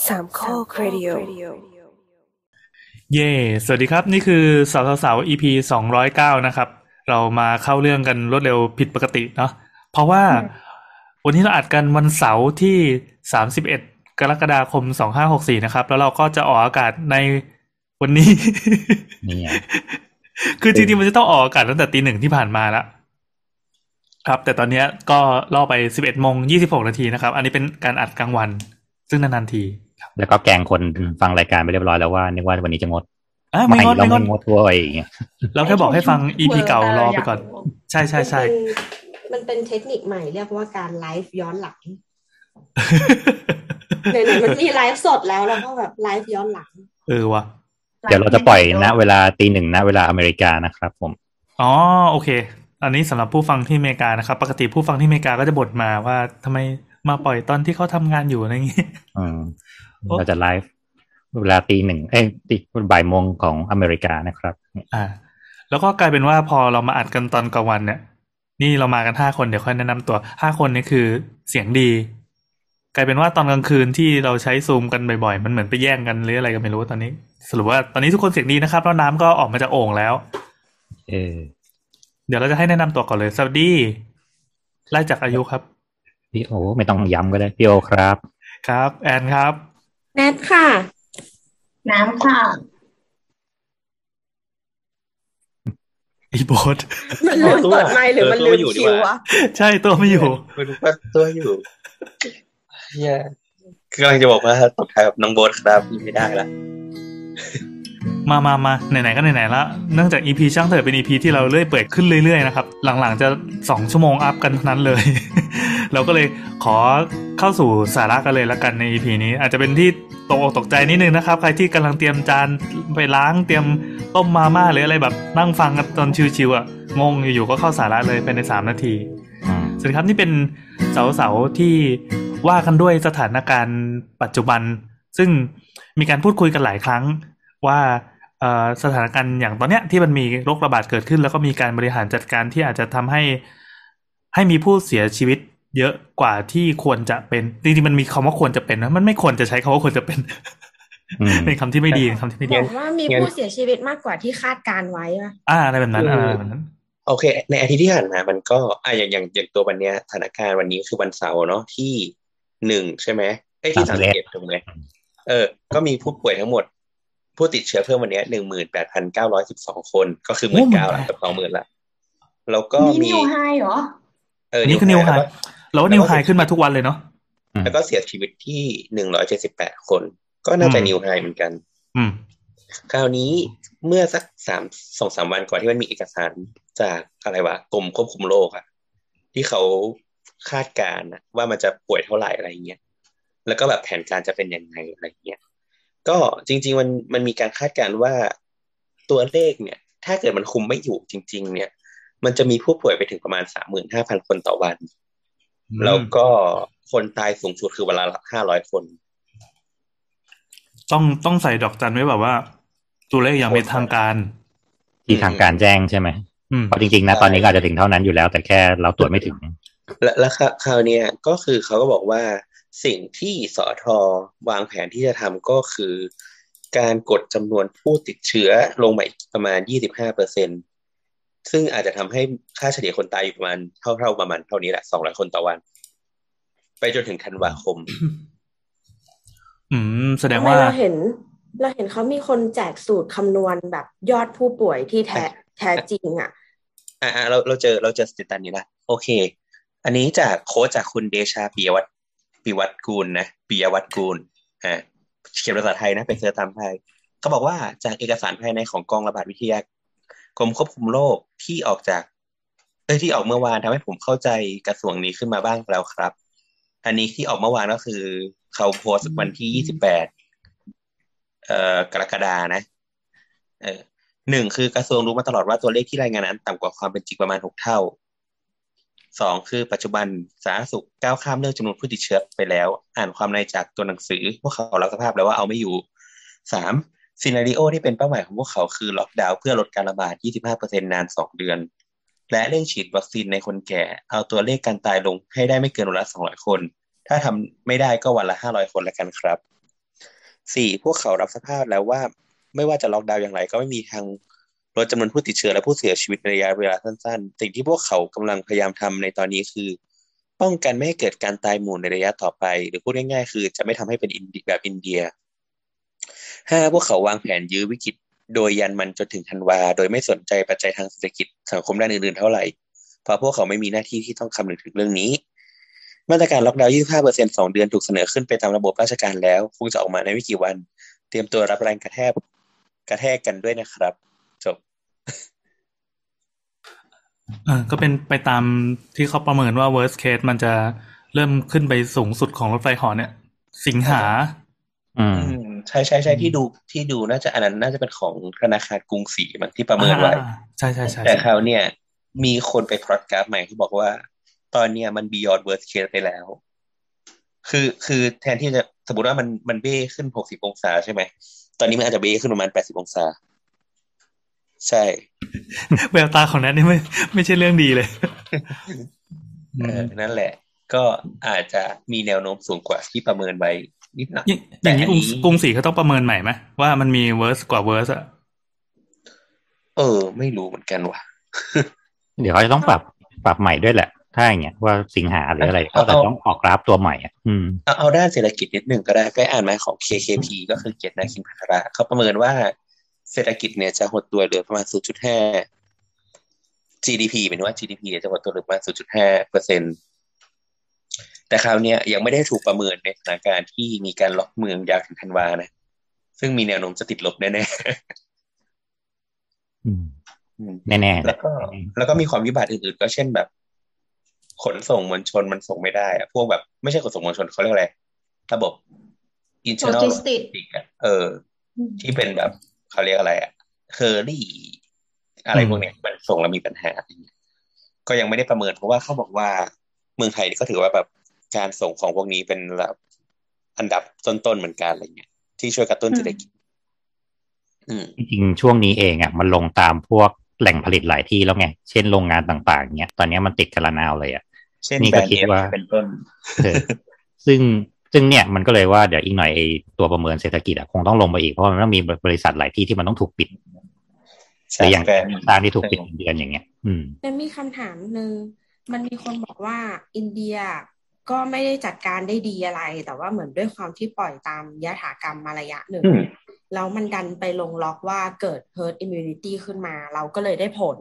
สามข้อครดิโอเย่สวัสดีครับนี่คือสาว EP 209นะครับเรามาเข้าเรื่องกันรวดเร็วผิดปกติเนาะเพราะว่าวันนี้เราอัดกันวันเสาร์ที่31กรกฎาคม2564นะครับแล้วเราก็จะออกอากาศในวันนี้นี่ไงคือจริงๆมันจะต้องออกอากาศตั้งแต่ตี 1ที่ผ่านมาแล้วครับแต่ตอนนี้ก็ล่อไป 11:26 นาทีนะครับอันนี้เป็นการอัดกลางวันซึ่งนานๆทีแล้วก็แกล้งคนฟังรายการไปเรียบร้อยแล้วว่านึกว่าวันนี้จะงดไม่งดเราไม่งดทั่วไปอย่างเงี้ยเราแค่บอกให้ฟัง EP เก่ารอไปก่อนใช่มันเป็นเทคนิคใหม่เรียกว่าการไลฟ์ย้อนหลังไหนๆมันมีไลฟ์สดแล้วเราก็แบบไลฟ์ย้อนหลังวะเดี๋ยวเราจะปล่อยณเวลาตี 1ณเวลาอเมริกานะครับผมอ๋อโอเคอันนี้สำหรับผู้ฟังที่อเมริกานะครับปกติผู้ฟังที่อเมริกาก็จะบ่นมาว่าทำไมมาปล่อยตอนที่เขาทำงานอยู่อะไรอย่างงี้เราจะไลฟ์เวลาตี 1ตีบ่ายโมงของอเมริกานะครับแล้วก็กลายเป็นว่าพอเรามาอัดกันตอนกลางวันเนี่ยนี่เรามากัน5คนเดี๋ยวค่อยแนะนำตัว5คนนี่คือเสียงดีกลายเป็นว่าตอนกลางคืนที่เราใช้ซูมกันบ่อยๆมันเหมือนไปแย่งกันหรืออะไรก็ไม่รู้ตอนนี้สรุปว่าตอนนี้ทุกคนเสียงดีนะครับแล้วน้ำก็ออกมาจากโอ่งแล้วเดี๋ยวเราจะให้แนะนำตัวก่อนเลยสวัสดีไล่จากอายุครับพี่โอไม่ต้องย้ำก็ได้พี่โอครับครับแอนครับแนทค่ะน้ำค่ะอีโบสมันลืมเปิดไมค์หรือมันลืมคิววะใช่ตัวไม่อยู่ตัวอยู่เฮียกำลังจะบอกว่าตบท้ายกับน้องโบสครับไม่ได้ละมาไหนๆก็ไหนๆแล้วเนื่องจาก EP ช่างเถิดเป็น EP ที่เราเลื่อยเปิดขึ้นเรื่อยๆนะครับหลังๆจะ2ชั่วโมงอัพกันทั้งนั้นเลย เราก็เลยขอเข้าสู่สาระกันเลยละกันใน EP นี้อาจจะเป็นที่ตกใจนิดนึงนะครับใครที่กำลังเตรียมจานไปล้างเตรียมต้มมาม่าหรืออะไรแบบนั่งฟังกันตอนชิวๆอ่ะงงอยู่ๆก็เข้าสาระเลยภายใน3นาทีสวัสดีครับนี่เป็นเสาที่ว่ากันด้วยสถานการณ์ปัจจุบันซึ่งมีการพูดคุยกันหลายครั้งว่าสถานการณ์อย่างตอนเนี้ยที่มันมีโรคระบาดเกิดขึ้นแล้วก็มีการบริหารจัดการที่อาจจะทำให้มีผู้เสียชีวิตเยอะกว่าที่ควรจะเป็นจริงๆมันมีคำว่าควรจะเป็นนะมันไม่ควรจะใช้คำว่าควรจะเป็นเป็นคำที่ไม่ดีคำที่ไม่ดีบอกว่ามีผู้เสียชีวิตมากกว่าที่คาดการไว้ป่ะอะไรแบบนั้นโอเคในอาทิตย์ที่ผ่านมามันก็อย่างตัววันเนี้ยสถานการณ์วันนี้คือวันเสาร์เนาะที่1ใช่ไหมที่31ถูกไหมก็มีผู้ป่วยทั้งหมดผู้ติดเชื้อเพิ่มวันนี้ 18,912 คนก็คือ 19,000 ละกับ 20,000 ละแล้วก็มีนิวไฮเหรอนี่คือนิวไฮแล้วนิวไฮขึ้นมาทุกวันเลยเนาะแล้วก็เสียชีวิตที่178คนก็น่าจะนิวไฮเหมือนกันคราวนี้เมื่อสัก2-3 วันก่อนที่มันมีเอกสารจากอะไรวะกรมควบคุมโรคอะที่เขาคาดการณ์ว่ามันจะป่วยเท่าไหร่อะไรเงี้ยแล้วก็แบบแผนการจะเป็นยังไงอะไรเงี้ยก็จริงๆมันมีการคาดการณ์ว่าตัวเลขเนี่ยถ้าเกิดมันคุมไม่อยู่จริงๆเนี่ยมันจะมีผู้ป่วยไปถึงประมาณ 35,000 คนต่อวันแล้วก็คนตายสูงสุดคือวันละ500 คนต้องใส่ดอกจันไว้แบบว่าตัวเลขอย่างเป็นทางการที่ทางการแจ้งใช่ไหมเพราะจริงๆนะตอนนี้ก็อาจจะถึงเท่านั้นอยู่แล้วแต่แค่เราตรวจไม่ถึงและคราวนี้ก็คือเขาก็บอกว่าสิ่งที่สท.วางแผนที่จะทำก็คือการกดจำนวนผู้ติดเชื้อลงมาอีกประมาณ 25%ซึ่งอาจจะทำให้ค่าเฉลี่ยคนตายอยู่ประมาณเท่าประมาณเท่านี้แหละ200 คนต่อวันไปจนถึงธันวาคมแสดงว่าเราเห็นเขามีคนแจกสูตรคำนวณแบบยอดผู้ป่วยที่แท้จริงอ่ะเราเจอสถิตินี้นะโอเคอันนี้จากโค้ชจากคุณเดชาปิยวัฒน์กูลนะปิยวัฒน์กูลเขียนภาษาไทยนะเป็นเสื้อตามไทยเขาบอกว่าจากเอกสารภายในของกองระบาดวิทยากรมควบคุมโรคที่ออกเมื่อวานทำให้ผมเข้าใจกระทรวงนี้ขึ้นมาบ้างแล้วครับอันนี้ที่ออกเมื่อวานก็คือเขาโพสต์วันที่28กรกฎาคมนะ1คือกระทรวงรู้มาตลอดว่าตัวเลขที่รายงานนั้นต่ำกว่าความเป็นจริงประมาณ6 เท่า2คือปัจจุบันสาธารณสุขก้าวข้ามเรื่องจำนวนผู้ติดเชื้อไปแล้วอ่านความในจากตัวหนังสือพวกเขารับสภาพแล้วว่าเอาไม่อยู่3ซีนาริโอที่เป็นเป้าหมายของพวกเขาคือล็อกดาวน์เพื่อลดการระบาด 25% นาน2 เดือนและเร่งฉีดวัคซีนในคนแก่เอาตัวเลขการตายลงให้ได้ไม่เกินวันละ200 คนถ้าทำไม่ได้ก็วันละ500 คนละกันครับ 4พวกเขารับสภาพแล้วว่าไม่ว่าจะล็อกดาวน์อย่างไรก็ไม่มีทางลดจำนวนผู้ติดเชื้อและผู้เสียชีวิตในระยะเวลาสั้นๆสิ่งที่พวกเขากำลังพยายามทำในตอนนี้คือป้องกันไม่ให้เกิดการตายหมู่ในระยะต่อไปหรือพูดง่ายๆคือจะไม่ทำให้เป็นแบบอินเดีย5พวกเขาวางแผนยื้อวิกฤตโดยยันมันจนถึงธันวาโดยไม่สนใจปัจจัยทางเศรษฐกิจสังคมด้านอื่นๆเท่าไหร่เพราะพวกเขาไม่มีหน้าที่ที่ต้องคำนึงถึงเรื่องนี้มาตรการล็อกดาวน์ 25% 2 เดือนถูกเสนอขึ้นไปตามระบบราชการแล้วคงจะออกมาในไม่กี่วันเตรียมตัวรับแรงกระแทกกันด้วยนะครับจบก็เป็นไปตามที่เขาประเมินว่า worst case มันจะเริ่มขึ้นไปสูงสุดของรถไฟเหาะเนี่ยสิงหาใช่ที่ดูน่าจะอันนั้นน่าจะเป็นของธนาคารกรุงศรีมั้งที่ประเมินไว้ใช่แต่คราวเนี่ยมีคนไปพลอตกราฟใหม่ที่บอกว่าตอนเนี้ยมัน beyond worst case ไปแล้วคือแทนที่จะสมมติว่ามันเบ้ขึ้น60องศาใช่ไหมตอนนี้มันอาจจะเบ้ขึ้นประมาณ80องศาใช่แววตาของนั้นนี่ไม่ใช่เรื่องดีเลยนั่นแหละก็อาจจะมีแนวโน้มสูงกว่าที่ประเมินไว้นิดหน่อยอย่างนี้กรุงศรีเขาต้องประเมินใหม่ไหมว่ามันมี worse กว่า worse อ่ะไม่รู้เหมือนกันว่ะเดี๋ยวเขาจะต้องปรับใหม่ด้วยแหละถ้าอย่างเงี้ยว่าสิงหาหรืออะไรก็จะต้องออกกราฟตัวใหม่อ่ะเอาด้านเศรษฐกิจนิดนึงก็ได้ไปอ่านมาของ KKP ก็คือเกียรตินาคินภัทระเขาประเมินว่าเศรษฐกิจเนี่ยจะหดตัวเหลือประมาณ 0.5 GDP เป็นว่า GDP เนี่ยจะหดตัวเหลือประมาณ 0.5% แต่คราวนี้ยังไม่ได้ถูกประเมินในสถานการณ์ที่มีการล็อกเมืองยาวถึงธันวานะซึ่งมีแนวโน้มจะติดลบแน่ๆแน่ๆแล้วก็มีความวิบัติอื่นๆก็เช่นแบบขนส่งมวลชนมันส่งไม่ได้อะพวกแบบไม่ใช่ขนส่งมวลชนเขาเรียกอะไรระบบ internal logistics ที่เป็นแบบเขาเรียกอะไรอะเคอรี่อะไรพวกนี้มันส่งแล้วมีปัญหาก็ยังไม่ได้ประเมินเพราะว่าเขาบอกว่าเมืองไทยก็ถือว่าแบบการส่งของพวกนี้เป็นแบบอันดับต้นๆเหมือนกันอะไรเงี้ยที่ช่วยกระตุ้นเศรษฐกิจจริงๆช่วงนี้เองอ่ะมันลงตามพวกแหล่งผลิตหลายที่แล้วไงเช่นโรงงานต่างๆเนี้ยตอนนี้มันติดกระนาวเลยอ่ะนี่ก็คิดว่าเป็นต้นซึ่งเนี่ยมันก็เลยว่าเดี๋ยวอีกหน่อยไอ้ตัวประเมินเศรษฐกิจอ่ะคงต้องลงไปอีกเพราะมันต้องมีบริษัทหลายที่ที่มันต้องถูกปิดแต่อย่างตามที่ถูกปิดเดือนอย่างเงี้ยแต่มีคำถามนึงมันมีคนบอกว่าอินเดียก็ไม่ได้จัดการได้ดีอะไรแต่ว่าเหมือนด้วยความที่ปล่อยตามยถากรรมมาระยะหนึ่งแล้วมันดันไปลงล็อกว่าเกิด herd immunity ขึ้นมาเราก็เลยได้ผล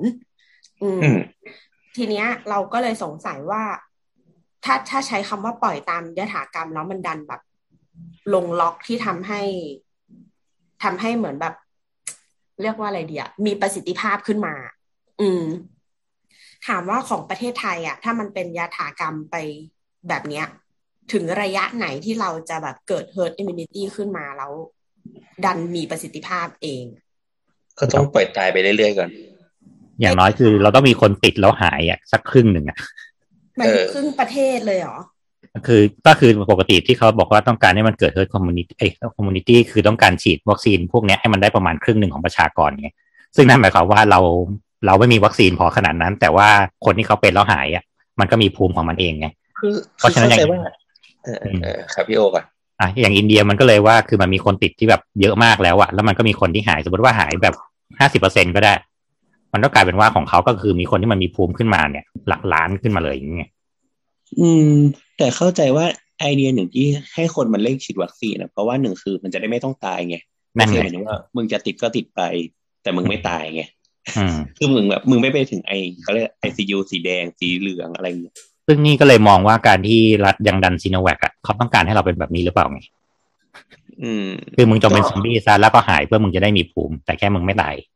ทีเนี้ยเราก็เลยสงสัยว่าถ้าใช้คำว่าปล่อยตามยถากรรมแล้วมันดันแบบลงล็อกที่ทำให้เหมือนแบบเรียกว่าอะไรดีอะมีประสิทธิภาพขึ้นมาถามว่าของประเทศไทยอะถ้ามันเป็นยถากรรมไปแบบเนี้ยถึงระยะไหนที่เราจะแบบเกิด herd immunity ขึ้นมาแล้วดันมีประสิทธิภาพเองก็ต้องปล่อยตายไปเรื่อยๆก่อนอย่างน้อยคือเราต้องมีคนติดแล้วหายอ่ะสักครึ่งหนึ่งอ่ะมันครึ่งประเทศเลยเหรอก็คือปกติที่เขาบอกว่าต้องการให้มันเกิด herd community คือต้องการฉีดวัคซีนพวกนี้ให้มันได้ประมาณครึ่งหนึ่งของประชากรไงซึ่งนั่นหมายความว่าเราไม่มีวัคซีนพอขนาดนั้นแต่ว่าคนที่เขาเป็นแล้วหายอ่ะมันก็มีภูมิของมันเองไงเพราะฉะนั้นอย่างครับพี่โอก่อนอย่างอินเดียมันก็เลยว่าคือมันมีคนติดที่แบบเยอะมากแล้วอะแล้วมันก็มีคนที่หายสมมติว่าหายแบบ 50% ก็ได้มันก็กลายเป็นว่าของเขาก็คือมีคนที่มันมีภูมิขึ้นมาเนี่ยหลักล้านขึ้นมาเลยอย่างเงี้ยแต่เข้าใจว่าไอเดียหนึ่งที่ให้คนมันเร่งฉีดวัคซีนนะเพราะว่าหนึ่งคือมันจะได้ไม่ต้องตายไงนั่นไงว่ามึงจะติดก็ติดไปแต่มึงไม่ตายไงคือมึงแบบมึงไม่ไปถึงเขาเรียก ICU สีแดงสีเหลืองอะไรเงี้ยซึ่งนี่ก็เลยมองว่าการที่รัฐยังดันซีโนแวคอ่ะเขาต้องการให้เราเป็นแบบนี้หรือเปล่าไงคือมึงจงเป็นซอมบี้ซะแล้วก็หายเพื่อมึงจะได้มีภูมิแต่แค่มึงไม่ตาย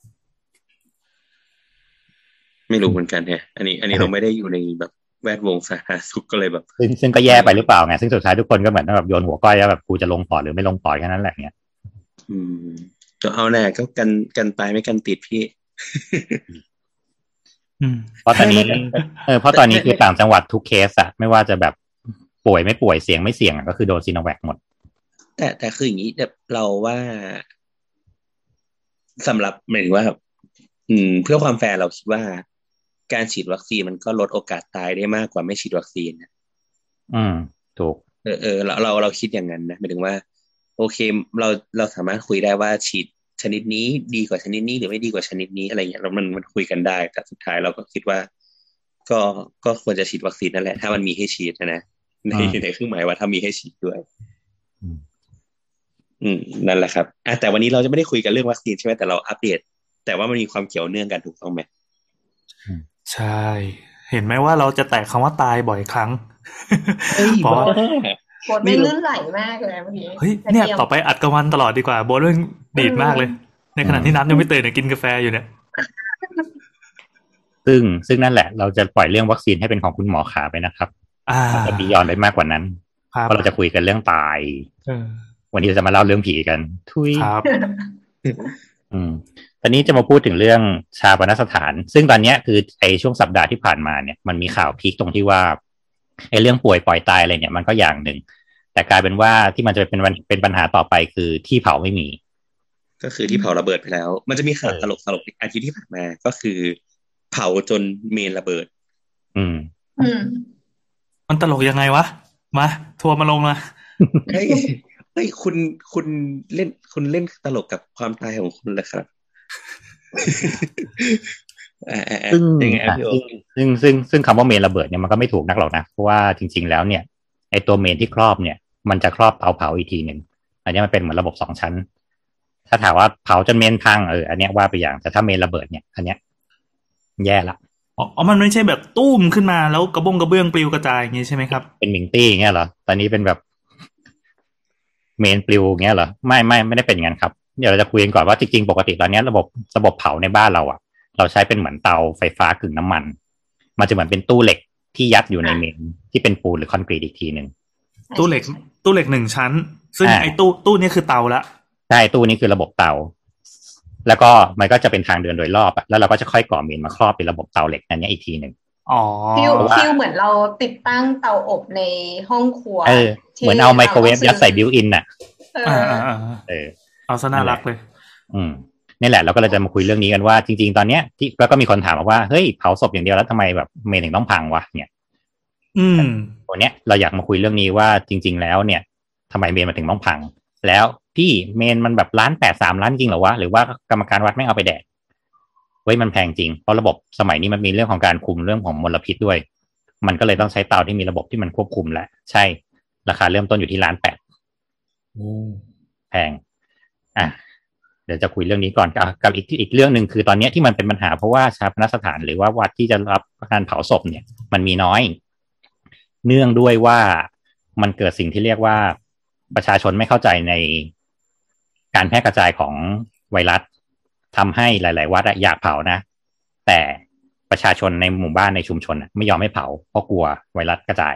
ไม่รู้เหมือนกันแฮะอันนี้เราไม่ได้อยู่ในแบบแวดวงสาธารณสุขก็เลยแบบซึ่งก็แย่ไปหรือเปล่าไงซึ่งสุดท้ายทุกคนก็เหมือนแบบโยนหัวก้อยแล้วแบบกูจะลงปอดหรือไม่ลงปอดแค่นั้นแหละเนี้ยก็เอาแน่ก็กันตายไม่กันติดพี่เพราะตอนนี้คือต่างจังหวัดทุกเคสอะไม่ว่าจะแบบป่วยไม่ป่วยเสี่ยงไม่เสี่ยงก็คือโดนซีโนแวคหมดแต่คืออย่างนี้เราว่าสำหรับหมายถึงว่าเพื่อความแฟร์เราคิดว่าการฉีดวัคซีนมันก็ลดโอกาสตายได้มากกว่าไม่ฉีดวัคซีนถูกเราคิดอย่างนั้นนะหมายถึงว่าโอโอเคเราสามารถคุยได้ว่าฉีดชนิดนี้ดีกว่าชนิดนี้หรือไม่ดีกว่าชนิดนี้อะไรเงี้ยแล้วมันคุยกันได้แต่สุดท้ายเราก็คิดว่าก็ควรจะฉีดวัคซีนนั่นแหละถ้ามันมีให้ฉีดนะในเครื่องหมายว่าถ้ามีให้ฉีดด้วยนั่นแหละครับแต่วันนี้เราจะไม่ได้คุยกันเรื่องวัคซีนใช่ไหมแต่เราอัปเดตแต่ว่ามันมีความเกี่ยวเนื่องกันถูกต้องไหมใช่เห็นไหมว่าเราจะแตะคำว่าตายบ่อยครั้งเพราะโบทไม่ลื่นไหลมากเลยเมื่อกี้เฮ้ยเนี่ยต่อไปอัดกลางวันตลอดดีกว่าโบทเรื่องดีดมากเลยในขณะที่น้ำยังไม่ตื่นเนี่ยกินกาแฟอยู่เนี่ยซึ่งนั่นแหละเราจะปล่อยเรื่องวัคซีนให้เป็นของคุณหมอขาไปนะครับเราจะบียอนไปมากกว่านั้นเพราะเราจะคุยกันเรื่องตายวันนี้เราจะมาเล่าเรื่องผีกันทุยครับตอนนี้จะมาพูดถึงเรื่องชาปนสถานซึ่งตอนนี้คือไอ้ช่วงสัปดาห์ที่ผ่านมาเนี่ยมันมีข่าวพีคตรงที่ว่าไอ้เรื่องป่วยปล่อยตายอะไรเนี่ยมันก็อย่างหนึ่งแต่กลายเป็นว่าที่มันจะเป็นปัญหาต่อไปคือที่เผาไม่มีก็คือที่เผาระเบิดไปแล้วมันจะมีข่าวตลกอาทิตย์ที่ผ่านมาก็คือเผาจนเมนระเบิดมันตลกยังไงวะมาทัวร์มาลงมาเฮ้ยคุณเล่นตลกกับความตายของคุณเลยครับซึ่งคำว่าเมนระเบิดเนี่ยมันก็ไม่ถูกนักหรอกนะเพราะว่าจริงๆแล้วเนี่ยไอตัวเมนที่ครอบเนี่ยมันจะครอบเตาเผาอีกทีหนึ่งอันนี้มันเป็นเหมือนระบบ2ชั้นถ้าถามว่าเผาจนเมนพังอันนี้ว่าไปอย่างแต่ถ้าเมนระเบิดเนี่ยอันเนี้ยแย่ละมันไม่ใช่แบบตุ้มขึ้นมาแล้วกระเบื้องปลิวกระจายอย่างงี้ใช่ไหมครับเป็นมิงตี้อย่างเงี้ยเหรอตอนนี้เป็นแบบเมนปลิวอย่างเงี้ยเหรอไม่ได้เป็นอย่างนั้นครับเดี๋ยวเราจะคุยกันก่อนว่าจริงๆปกติตอนนี้ระบบเผาในบ้านเราเราใช้เป็นเหมือนเตาไฟฟ้ากึ่งน้ำมันจะเหมือนเป็นตู้เหล็กที่ยัดอยู่ในเมนที่เป็นปูนหรือคอนกรีตอีกทีนึงตู้เหล็ก1ชั้นซึ่งไอ้ตู้นี้คือเตาละใช่ตู้นี้คือระบบเตาแล้วก็มันก็จะเป็นทางเดินโดยรอบแล้วเราก็จะค่อยก่อเมนมาครอบเป็นระบบเตาเหล็กนั่นอีกทีนึงฟิลเหมือนเราติดตั้งเตาอบในห้องครัวเหมือนเอาไมโครเวฟยัดใส่บิวอินน่ะเอาซะน่ารักเลยนี่แหละเราก็เลยจะมาคุยเรื่องนี้กันว่าจริงๆตอนเนี้ยที่ก็มีคนถามว่าเฮ้ยเผาศพอย่างเดียวแล้วทำไมแบบเมนถึงต้องพังวะเนี่ยวันเนี้ยเราอยากมาคุยเรื่องนี้ว่าจริงๆแล้วเนี่ยทำไมเมนมันถึงต้องพังแล้วพี่เมนมันแบบ1.83 ล้านจริงเหรอวะหรือว่ากรรมการวัดไม่เอาไปแดกเว้ยมันแพงจริงเพราะระบบสมัยนี้มันมีเรื่องของการคุมเรื่องของมลพิษด้วยมันก็เลยต้องใช้เตาที่มีระบบที่มันควบคุมแหละใช่ราคาเริ่มต้นอยู่ที่1.8 ล้านแพงเดี๋ยวจะคุยเรื่องนี้ก่อนกับอีกเรื่องนึงคือตอนนี้ที่มันเป็นปัญหาเพราะว่าชาปนสถานหรือว่าวัดที่จะรับการเผาศพเนี่ยมันมีน้อยเนื่องด้วยว่ามันเกิดสิ่งที่เรียกว่าประชาชนไม่เข้าใจในการแพร่กระจายของไวรัสทำให้หลายๆวัดอยากเผานะแต่ประชาชนในหมู่บ้านในชุมชนไม่ยอมให้เผาเพราะกลัวไวรัสกระจาย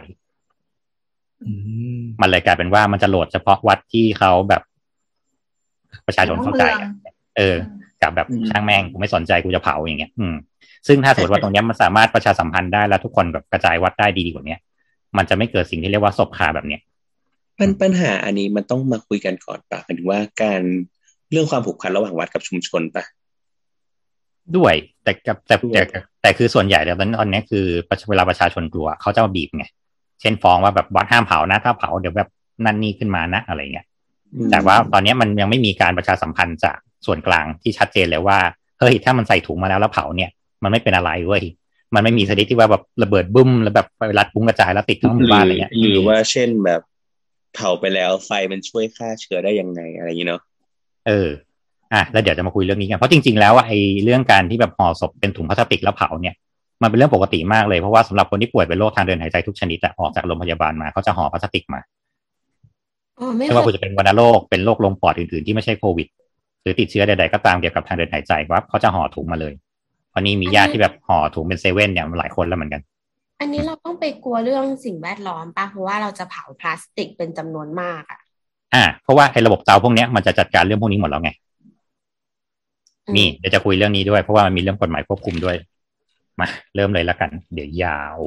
มันเลยกลายเป็นว่ามันจะโหลดเฉพาะวัดที่เขาแบบประชาชนเข้าใจกับแบบช่างแม่งกูไม่สนใจกูจะเผาอย่างเงี้ยซึ่งถ้าสมมติว่าตรงนี้มันสามารถประชาสัมพันธ์ได้แล้วทุกคนแบบกระจายวัดได้ดีกว่านี้มันจะไม่เกิดสิ่งที่เรียกว่าศพคาแบบเนี้ยปัญหาอันนี้มันต้องมาคุยกันก่อนป่ะหมายถึงว่าการเรื่องความผูกพันระหว่างวัดกับชุมชนป่ะด้วยแต่คือส่วนใหญ่แล้วตอนนี้คือเวลาประชาชนกลัวเขาจะมาบีบไงเช่นฟ้องว่าแบบวัดห้ามเผานะถ้าเผาเดี๋ยวแบบนั่นนี่ขึ้นมานะอะไรเงี้ยแต่ว่าตอนนี้มันยังไม่มีการประชาสัมพันธ์จากส่วนกลางที่ชัดเจนเลยว่าเฮ้ยถ้ามันใส่ถุงมาแล้วเผาเนี่ยมันไม่เป็นอะไรเว้ยมันไม่มีสถิติที่ว่าแบบระเบิดบึ้มแล้วแบบไวรัสปุ้งกระจายแล้วติดทั้งหมู่บ้านอะไรเงี้ยหรือว่าเช่นแบบเผาไปแล้วไฟมันช่วยฆ่าเชื้อได้ยังไงอะไรอย่างเงี้ยเนาะแล้วเดี๋ยวจะมาคุยเรื่องนี้กันเพราะจริงๆแล้วไอ้เรื่องการที่แบบห่อศพเป็นถุงพลาสติกแล้วเผาเนี่ยมันเป็นเรื่องปกติมากเลยเพราะว่าสำหรับคนที่ป่วยเป็นโรคทางเดินหายใจทุกชนิดออกจากโรงพยาบาลมาเขาจะห่อพลาสติกมาไม่ว่าคุณจะเป็นวัณโรคเป็นโรคลมปอดอื่นๆที่ไม่ใช่โควิดหรือติดเชื้อใดๆก็ตามเกี่ยวกับทางเดินหายใจว่าเขาจะห่อถุงมาเลยเพราะนี่มีญาติที่แบบห่อถุงเป็นเซเว่นเนี่ยหลายคนแล้วเหมือนกันอันนี้เราต้องไปกลัวเรื่องสิ่งแวดล้อมป่ะเพราะว่าเราจะเผาพลาสติกเป็นจำนวนมากเพราะว่าไอ้ระบบเตาพวกนี้มันจะจัดการเรื่องพวกนี้หมดแล้วไงนี่เดี๋ยวจะคุยเรื่องนี้ด้วยเพราะว่ามันมีเรื่องกฎหมายควบคุมด้วยมาเริ่มเลยแล้วกันเดี๋ยวยาว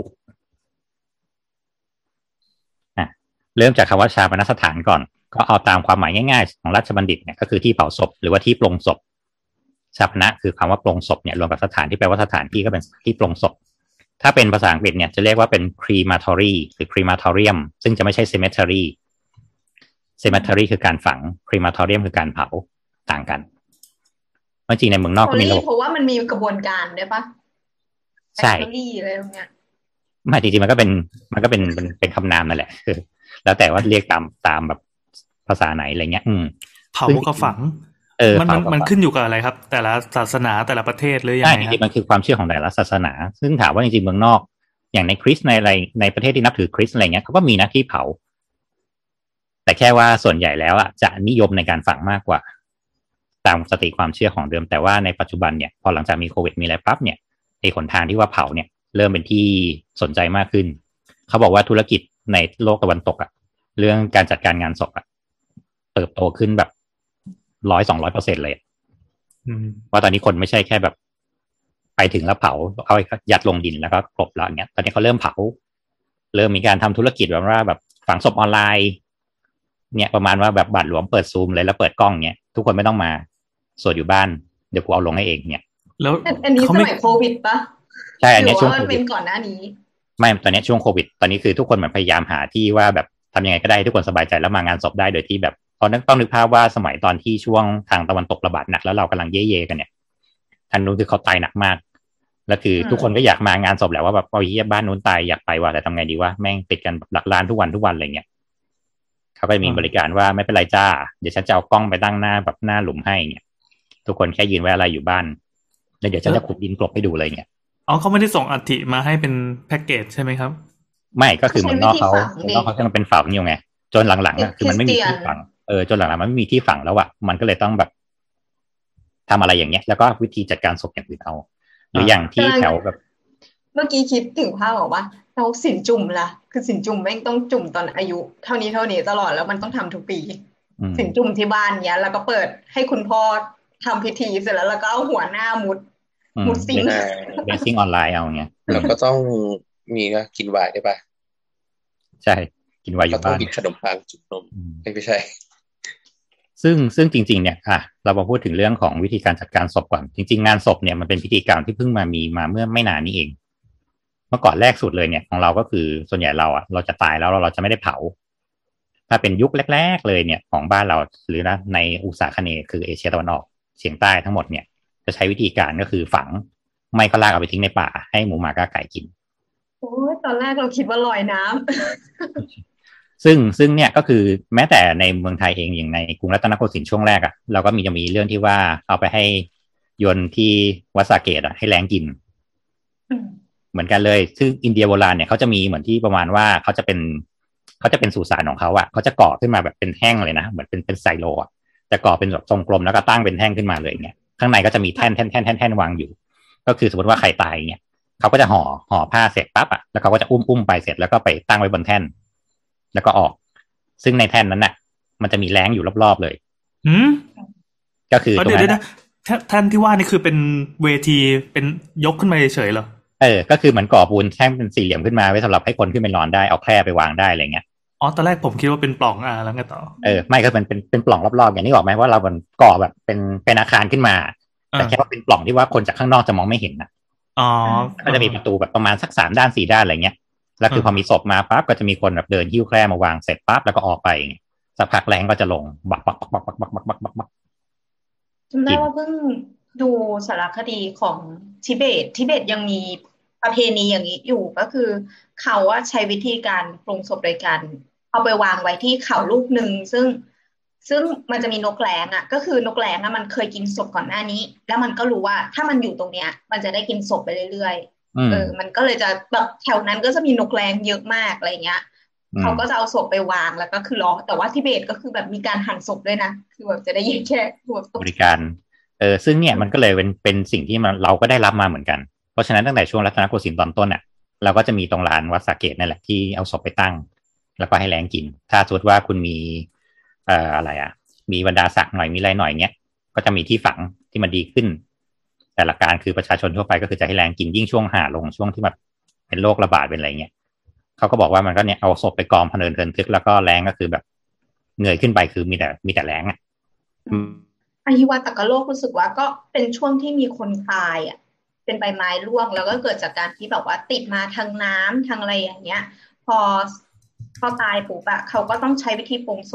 เริ่มจากคำว่าชาปนสถานก่อนก็เอาตามความหมายง่ายๆของราชบัณฑิตเนี่ยก็คือที่เผาศพหรือว่าที่ปลงศพชาปนะคือคำว่าปลงศพเนี่ยรวมกับสถานที่แปลว่าสถานที่ก็เป็นที่ปลงศพถ้าเป็นภาษาอังกฤษเนี่ยจะเรียกว่าเป็น crematory หรือ crematorium ซึ่งจะไม่ใช่ cemetery cemetery คือการฝัง crematorium คือการเผาต่างกันจริงในเมืองนอกก็มีระบบเพราะว่ามันมีกระบวนการด้วยปะใช่อะไรตรงเนี้ยไม่จริงๆมันก็เป็นคำนามนั่นแหละคือแล้วแต่ว่าเรียกตามแบบภาษาไหนอะไรเงี้ยเผากับฝังมันขึ้นอยู่กับอะไรครับแต่ละศาสนาแต่ละประเทศหรือยังไงจริงๆมันคือความเชื่อของแต่ละศาสนาซึ่งถามว่าจริงๆเมืองนอกอย่างในคริสต์ในอะไรในประเทศที่นับถือคริสต์อะไรเงี้ยเขาก็มีหน้าที่เผาแต่แค่ว่าส่วนใหญ่แล้วอ่ะจะนิยมในการฝังมากกว่าตามสติความเชื่อของเดิมแต่ว่าในปัจจุบันเนี่ยพอหลังจากมีโควิดมีอะไรปั๊บเนี่ยไอ้หนทางที่ว่าเผาเนี่ยเริ่มเป็นที่สนใจมากขึ้นเขาบอกว่าธุรกิจในโลกตะวันตกอ่ะเรื่องการจัดการงานศพอ่ะเติบโตขึ้นแบบ100-200%เลยว่าตอนนี้คนไม่ใช่แค่แบบไปถึงแล้วเผาเอายัดลงดินแล้วก็กลบแล้วอย่างเงี้ยตอนนี้เขาเริ่มเผาเริ่มมีการทำธุรกิจแบบว่าแบบฝังศพออนไลน์เนี่ยประมาณว่าแบบบาทหลวงเปิดซูมเลยแล้วเปิดกล้องเนี่ยทุกคนไม่ต้องมาสวดอยู่บ้านเดี๋ยวกูเอาลงให้เองเนี่ยแล้วอันนี้สมัยโควิดปะใช่อันนี้ช่วงโควิดก่อนหน้านี้ไม่ตอนนี้ช่วงโควิดตอนนี้คือทุกคนเหมือนพยายามหาที่ว่าแบบทำยังไงก็ได้ทุกคนสบายใจแล้วมางานศพได้โดยที่แบบตอนนั้นต้องนึกภาพว่าสมัยตอนที่ช่วงทางตะวันตกระบาดหนักแล้วเรากำลังเย่ๆกันเนี่ยทางนู้นคือเขาตายหนักมากแล้วคือทุกคนก็อยากมางานศพแหละว่าแบบเอาเยี่ยบ้านนู้นตายอยากไปว่ะแต่ทำไงดีวะแม่งติดกันหลักล้านทุกวันอะไรเงี้ยเขาก็มีบริการว่าไม่เป็นไรจ้าเดี๋ยวฉันจะเอากล้องไปตั้งหน้าแบบหน้าหลุมให้เนี่ยทุกคนแค่ยืนไว้อะไรอยู่บ้านแล้วเดี๋ยวฉันจะขุดดินกลบให้ดูเลยเนี่ยเขาไม่ได้ส่งอัฐิมาให้เป็นแพ็กเกจใช่ไหมครับไม่ก็คือเมืองนอกเขาจะเป็นฝังอยู่ไงจนหลังๆคือมันไม่มีที่ฝังจนหลังๆมันไม่มีที่ฝังแล้วอ่ะมันก็เลยต้องแบบทำอะไรอย่างเงี้ยแล้วก็วิธีจัดการศพอย่างอื่นเอาหรืออย่างที่แถวแบบเมื่อกี้คิดถึงภาพบอกว่าเราสินจุ่มล่ะคือสินจุ่มแม่งต้องจุ่มตอนอายุเท่านี้ตลอดแล้วมันต้องทำทุกปีสินจุ่มที่บ้านเนี้ยแล้วก็เปิดให้คุณพ่อทำพิธีเสร็จแล้วก็เอาหัวหน้ามุดสิงเบสซิ่งออนไลน์เอาเงี้ยแล้วก็ต้องมีก็กินไวน์ได้ป่ะใช่กินไวน์อยู่บ้านกินขนมปังจุ่มนมไม่ใช่ซึ่งจริงๆเนี่ยเรามาพูดถึงเรื่องของวิธีการจัดการศพก่อนจริงๆงานศพเนี่ยมันเป็นพิธีกรรมที่เพิ่งมีมาเมื่อไม่นานนี้เองเมื่อก่อนแรกสุดเลยเนี่ยของเราก็คือส่วนใหญ่เราจะตายแล้วเราจะไม่ได้เผาถ้าเป็นยุคแรกๆเลยเนี่ยของบ้านเราหรือนะในอุตสาคเนย์คือเอเชียตะวันออกเฉียงใต้ทั้งหมดเนี่ยจะใช้วิธีการก็คือฝังไม่ก็ลากเอาไปทิ้งในป่าให้หมูหมากาไก่กินโอ้ยตอนแรกเราคิดว่าลอยน้ำซึ่งเนี่ยก็คือแม้แต่ในเมืองไทยเองอย่างในกรุงรัตนโกสินทร์ช่วงแรกอ่ะเราก็จะมีเรื่องที่ว่าเอาไปให้โยนที่วัดสาเกตอ่ะให้แล้งกินเหมือนกันเลยซึ่งอินเดียโบราณเนี่ยเขาจะมีเหมือนที่ประมาณว่าเขาจะเป็นสุสานของเขาอ่ะเขาจะก่อขึ้นมาแบบเป็นแท่งเลยนะเหมือนเป็นไซโลอ่ะจะก่อเป็นแบบทรงกลมแล้วก็ตั้งเป็นแท่งขึ้นมาเลยเนี่ยข้างในก็จะมีแท่นวางอยู่ก็คือสมมติว่าใครตายเนี่ยเขาก็จะห่อผ้าเสร็จปั๊บอ่ะแล้วเขาก็จะอุ้มไปเสร็จแล้วก็ไปตั้งไว้บนแท่นแล้วก็ออกซึ่งในแท่นนั้นน่ะมันจะมีแล้งอยู่รอบๆเลยก็คือตรงนั้นแท่นที่ว่านี่คือเป็นเวทีเป็นยกขึ้นมาเฉยๆเหรอก็คือเหมือนก่อปูนแท่งเป็นสี่เหลี่ยมขึ้นมาไว้สำหรับให้คนขึ้นไปนอนได้เอาแคร่ไปวางได้อะไรเงี้ยตอนแรกผมคิดว่าเป็นปล่องแล้วไงต่อไม่ก็เป็นปล่องรอบๆอย่างนี้บอกไหมว่าเรามันก่อแบบเป็นอาคารขึ้นมาแต่แค่ว่าเป็นปล่องที่ว่าคนจากข้างนอกจะมองไม่เห็นนะก็จะมีประตูแบบประมาณสัก3 ด้าน 4 ด้านอะไรเงี้ยแล้วคือพอมีศพมาปั๊บก็จะมีคนแบบเดินหิ้วแคร่มาวางเสร็จปั๊บแล้วก็ออกไปสักพักแรงก็จะลงบักจำได้ว่าเพิ่งดูสารคดีของทิเบตยังมีประเพณีอย่างนี้อยู่ก็คือเขาว่าใช้วิธีการปรุงศพโดยการเอาไปวางไว้ที่เขาลูกหนึ่งซึ่งมันจะมีนกแร้งก็คือนกแร้งมันเคยกินศพก่อนหน้านี้แล้วมันก็รู้ว่าถ้ามันอยู่ตรงเนี้ยมันจะได้กินศพไปเรื่อยๆมันก็เลยจะแบบแถวนั้นก็จะมีนกแร้งเยอะมากอะไรเงี้ยเขาก็จะเอาศพไปวางแล้วก็คือรอแต่ว่าทิเบตก็คือแบบมีการหั่นศพด้วยนะคือแบบจะได้แยกแค่บริการซึ่งเนี่ยมันก็เลยเป็นสิ่งที่เราก็ได้รับมาเหมือนกันเพราะฉะนั้นตั้งแต่ช่วงรัตนโกสินทร์ตอนต้นเราก็จะมีตรงลานวัดสาเกตนั่นแหละที่เอาศพไปตั้งแล้วก็ให้แล้งกินถ้าสมมติว่าคุณมีอะไรมีบรรดาศักดิ์หน่อยมีอะไรหน่อยเงี้ยก็จะมีที่ฝังที่มันดีขึ้นแต่ละการคือประชาชนทั่วไปก็คือจะให้แรงกินยิ่งช่วงหาลงช่วงที่แบบเป็นโรคระบาดเป็นอะไรเงี้ยเขาก็บอกว่ามันก็เนี่ยเอาศพไปกองพเนินเทินทึกแล้วก็แรงก็คือแบบเงยขึ้นไปคือมีแต่แรงอหิวาตกโรครู้สึกว่าก็เป็นช่วงที่มีคนตายเป็นใบไม้ร่วงแล้วก็เกิดจากการที่แบบว่าติดมาทางน้ำทางอะไรอย่างเงี้ยพอตายปุ๊บเขาก็ต้องใช้วิธีปรุงศพ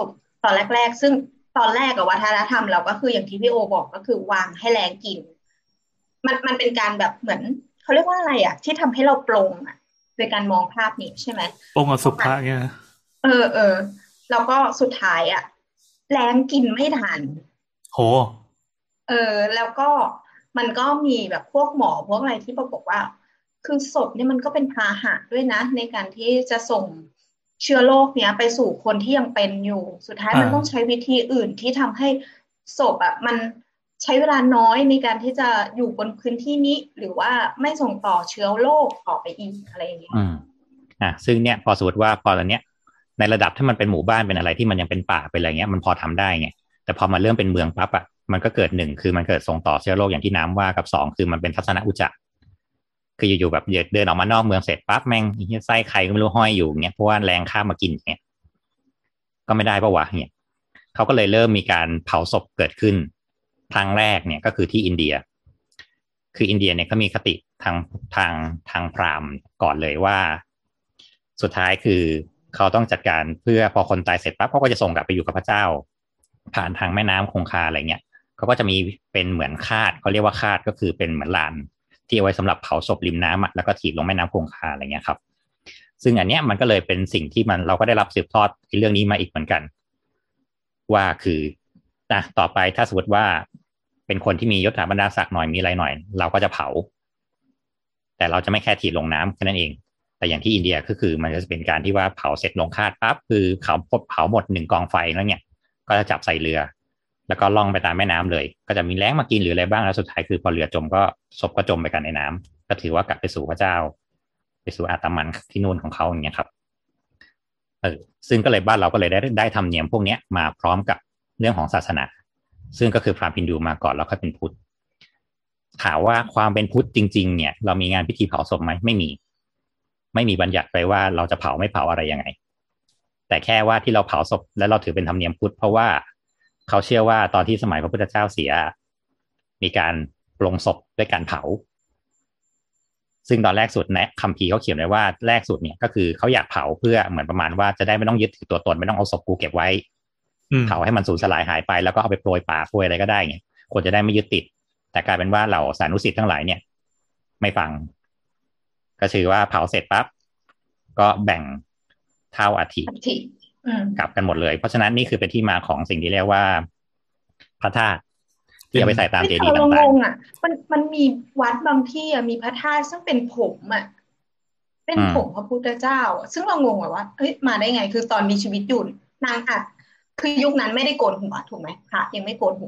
ตอนแรกๆซึ่งตอนแรกกับวัฒนธรรมเราก็คืออย่างที่พี่โอบอกก็คือวางให้แรงกินมันเป็นการแบบเหมือนเขาเรียกว่าอะไรอ่ะที่ทำให้เราปลงอ่ะโดยการมองภาพนี้ใช่ไหมปงอสุภะเนี่ยนะเออแล้วก็สุดท้ายอ่ะแรงกินไม่ทันโหแล้วก็มันก็มีแบบพวกหมอพวกอะไรที่บอกว่าคือศพเนี่ยมันก็เป็นพาหะด้วยนะในการที่จะส่งเชื้อโรคเนี้ยไปสู่คนที่ยังเป็นอยู่สุดท้ายมันต้องใช้วิธีอื่นที่ทำให้ศพอ่ะมันใช้เวลาน้อยในการที่จะอยู่บนพื้นที่นี้หรือว่าไม่ส่งต่อเชื้อโรคต่อไปอีกอะไรอย่างเงี้ยซึ่งเนี่ยพอสมมติว่าพอตอนเนี้ยในระดับถ้ามันเป็นหมู่บ้านเป็นอะไรที่มันยังเป็นป่าเป็นอะไรเงี้ยมันพอทำได้ไงแต่พอมาเริ่มเป็นเมืองปั๊บอ่ะมันก็เกิดหนึ่งคือมันเกิดส่งต่อเชื้อโรคอย่างที่น้ำว่ากับสองคือมันเป็นทัศนอุจจาระคืออยู่ๆแบบเดินออกมานอกเมืองเสร็จปั๊บแม่งไส้ใครก็ไม่รู้ห้อยอยู่เงี้ยเพราะว่าแรงข้ามมากินเงี้ยก็ไม่ได้ปะวะเนี่ยเขาก็เลยเริ่มมีการเผาศพเกิดขึ้นครั้งแรกเนี่ยก็คือที่อินเดียคืออินเดียเนี่ยก็มีคติทางพราหมณ์ก่อนเลยว่าสุดท้ายคือเขาต้องจัดการเพื่อพอคนตายเสร็จปั๊บเขาก็จะส่งกลับไปอยู่กับพระเจ้าผ่านทางแม่น้ำคงคาอะไรเงี้ยเขาก็จะมีเป็นเหมือนคาดเขาเรียกว่าคาดก็คือเป็นเหมือนลานที่เอาไว้สำหรับเผาศพริมน้ำแล้วก็ถีบลงแม่น้ำคงคาอะไรเงี้ยครับซึ่งอันเนี้ยมันก็เลยเป็นสิ่งที่เราก็ได้รับสืบทอดเรื่องนี้มาอีกเหมือนกันว่าคือต่อไปถ้าสมมติว่าเป็นคนที่มียศถาบรรดาศักดิ์หน่อยมีอะไรหน่อยเราก็จะเผาแต่เราจะไม่แค่ถีบลงน้ำแค่นั้นเองแต่อย่างที่อินเดียก็คือมันจะเป็นการที่ว่าเผาเสร็จลงคาดปั๊บคือเผาหมด1กองไฟแล้วเนี่ยก็จะจับใส่เรือแล้วก็ล่องไปตามแม่น้ำเลยก็จะมีแล้งมากินหรืออะไรบ้างแล้วสุดท้ายคือพอเรือจมก็ศพก็จมไปกันในน้ำก็ถือว่ากลับไปสู่พระเจ้าไปสู่อาตมันที่นู่นของเขาอย่างเงี้ยครับซึ่งก็เลยบ้านเราก็เลยได้ทำเนียมพวกนี้มาพร้อมกับเรื่องของศาสนาซึ่งก็คือพราหมณ์ฮินดูมาก่อนแล้วค่อยเป็นพุทธถามว่าความเป็นพุทธจริงๆเนี่ยเรามีงานพิธีเผาศพไหมไม่มีบัญญัติไปว่าเราจะเผาไม่เผาอะไรยังไงแต่แค่ว่าที่เราเผาศพและเราถือเป็นธรรมเนียมพุทธเพราะว่าเขาเชื่อว่าตอนที่สมัยพระพุทธเจ้าเสียมีการปลงศพด้วยการเผาซึ่งตอนแรกสุดนะคัมภีร์เขาเขียนไว้ว่าแรกสุดเนี่ยก็คือเขาอยากเผาเพื่อเหมือนประมาณว่าจะได้ไม่ต้องยึดถือตัวตนไม่ต้องเอาศพกูเก็บไว้เผาให้มันสูญสลายหายไปแล้วก็เอาไปโปรยป่าโปรยอะไรก็ได้ไงคนจะได้ไม่ยึดติดแต่กลายเป็นว่าเหล่าสานุสิทธิ์ทั้งหลายเนี่ยไม่ฟังก็คือว่าเผาเสร็จปั๊บก็แบ่งเท่าอาทิกลับกันหมดเลยเพราะฉะนั้นนี่คือเป็นที่มาของสิ่งที่เรียกว่าพระธาตุที่เอาไปใส่ตามเจดีย์ต่างๆอ่ะมันมีวัดบางที่มีพระธาตุซึ่งเป็นผมเป็นผมพระพุทธเจ้าซึ่งเรางงว่าเฮ้ยมาได้ไงคือตอนมีชีวิตอยู่นางอัดคือยุคนั้นไม่ได้โกนหัวถูกไหมพระยังไม่โกนหัว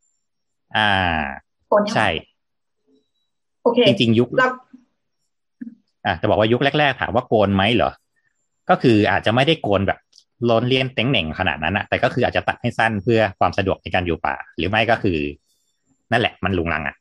โกนใช่โอเคจริงๆยุคจะบอกว่ายุคแรกๆถามว่าโกนไหมเหรอก็คืออาจจะไม่ได้โกนแบบล้นเลี่ยนเต็งเหน่งขนาดนั้นนะแต่ก็คืออาจจะตัดให้สั้นเพื่อความสะดวกในการอยู่ป่าหรือไม่ก็คือนั่นแหละมันลุงลัง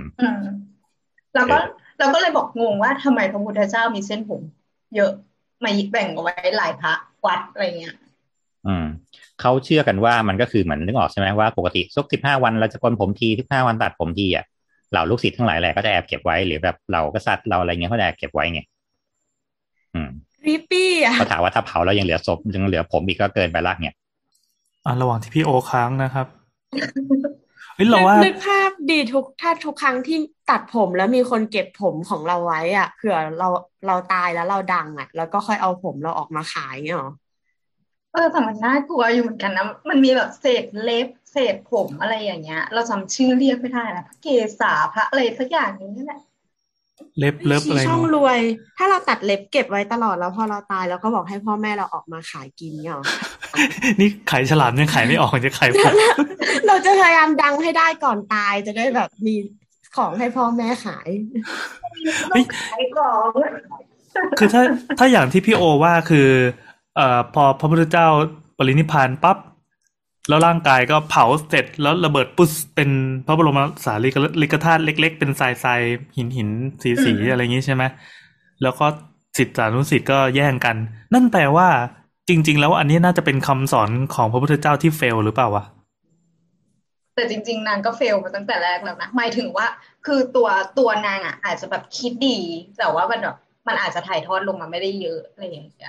เราก็เลยบอกงงว่าทำไมพระพุทธเจ้ามีเส้นผมเยอะมาแบ่งเอาไว้หลายพระวัดอะไรเงี้ยเขาเชื่อกันว่ามันก็คือเหมือนนึกออกใช่ไหมว่าปกติสัก15 วันเราจะโกนผมที15 วันตัดผมทีเหล่าลูกศิษย์ทั้งหลายแหละก็จะแอบเก็บไว้หรือแบบเรากษัตริย์เราอะไรเงี้ยเขาจะแอบเก็บไว้ไงรีปี้เขาถามว่าถ้าเผาแล้วยังเหลือศพยังเหลือผมอีกก็เกินไปละเนี่ยระหว่างที่พี่โอค้างนะครับเราว่านึกภาพดีทุกครั้งที่ตัดผมแล้วมีคนเก็บผมของเราไว้เผื่อเราตายแล้วเราดังแล้วก็ค่อยเอาผมเราออกมาขายเงี้ยหรอแต่มันน่ากลัวอยู่เหมือนกันนะมันมีแบบเศษเล็บเศษผมอะไรอย่างเงี้ยเราจำชื่อเรียกไม่ได้แล้วพระเกศาพระอะไรสักอย่างนี้แหละเล็บอะไรช่องรวยถ้าเราตัดเล็บเก็บไว้ตลอดแล้วพอเราตายเราก็บอกให้พ่อแม่เราออกมาขายกินเนี่ยนี่ขายฉลามยังขายไม่ออกจะขายผมเราจะพยายามดังให้ได้ก่อนตายจะได้แบบมีของให้พ่อแม่ขายขายของคือถ้าอย่างที่พี่โอว่าคือพอพระพุทธเจ้าปรินิพพานปั๊บแล้วร่างกายก็เผาเสร็จแล้วระเบิดปุ๊บเป็นพระบรมสารีริกธาตุเล็กๆเป็นทรายหินสีอะไรอย่างนี้ใช่ไหมแล้วก็ศิษย์สานุศิษย์ก็แย่งกันนั่นแปลว่าจริงๆแล้วอันนี้น่าจะเป็นคำสอนของพระพุทธเจ้าที่เฟลหรือเปล่าวะแต่จริงๆนางก็เฟลมาตั้งแต่แรกแล้วนะหมายถึงว่าคือตัวนางอาจจะแบบคิดดีแต่ว่ามันแบบมันอาจจะถ่ายทอดลงมาไม่ได้เยอะอะไรอย่างเงี้ย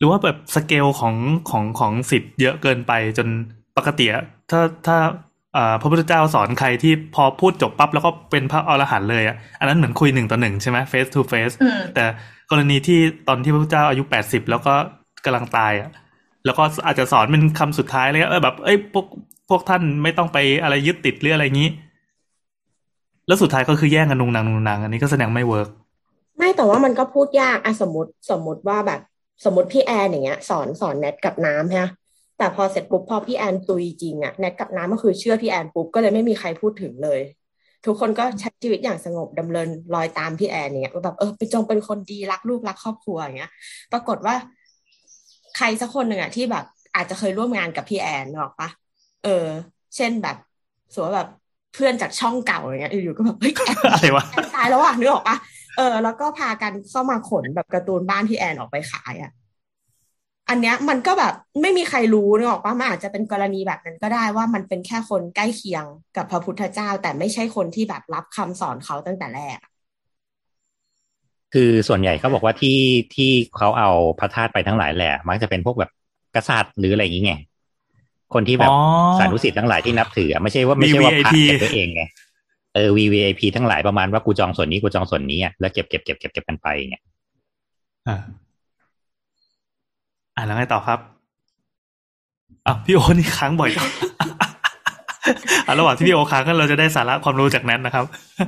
หรือว่าแบบสเกลของสิทธิ์เยอะเกินไปจนปกติอะถ้าพระพุทธเจ้าสอนใครที่พอพูดจบปั๊บแล้วก็เป็นพระอรหันต์เลยอ่ะอันนั้นเหมือนคุย1 ต่อ 1ใช่ไหม face to face แต่กรณีที่ตอนที่พระพุทธเจ้าอายุ80แล้วก็กำลังตายอ่ะแล้วก็อาจจะสอนเป็นคำสุดท้ายเลยแบบพวกท่านไม่ต้องไปอะไรยึดติดหรืออะไรงี้แล้วสุดท้ายก็คือแย่งกันนุงนางอันนี้ก็แสดงไม่เวิร์กไม่แต่ว่ามันก็พูดยากอะสมมติว่าแบบสมมติพี่แอนอย่างเงี้ยสอนแนทกับน้ำใช่ไหมแต่พอเสร็จปุ๊บพอพี่แอนตุยจริงอะแนทกับน้ำก็คือเชื่อพี่แอนปุ๊บก็เลยไม่มีใครพูดถึงเลยทุกคนก็ใช้ชีวิตอย่างสงบดำเนินรอยตามพี่แอนเนี่ยว่าแบบเป็นคนดีรักลูกรักครอบครัวอย่างเงี้ยปรากฏว่าใครสักคนหนึ่งอะที่แบบอาจจะเคยร่วมงานกับพี่แอนนึกออกปะเช่นแบบสมมติว่าแบบเพื่อนจากช่องเก่าอย่างเงี้ยอยู่ๆก็แบบเฮ้ยแอนอะไรวะแอนตายแล้วอะนึกออกปะแล้วก็พากันเข้ามาขนแบบการ์ตูนบ้านพี่แอนออกไปขายอ่ะอันเนี้ยมันก็แบบไม่มีใครรู้นึกออกปะมันอาจจะเป็นกรณีแบบนั้นก็ได้ว่ามันเป็นแค่คนใกล้เคียงกับพระพุทธเจ้าแต่ไม่ใช่คนที่แบบรับคำสอนเขาตั้งแต่แรกคือส่วนใหญ่เขาบอกว่าที่เขาเอาพระธาตุไปทั้งหลายแหละมักจะเป็นพวกแบบกษัตริย์หรืออะไรอย่างเงี้ยคนที่แบบสานุสิทธิ์ทั้งหลายที่นับถือไม่ใช่ว่าพระเก็บตัวเองไงVVIP ทั้งหลายประมาณว่ากูจองส่วนนี้กูจองส่วนนี้แล้วเก็บกันไปเงี้ยแล้วไงต่อครับพี่โอนี่ค้างบ่อยจัง ระหว่างที่พี่โอค้างก็เราจะได้สาระความรู้จากแนทนะครับ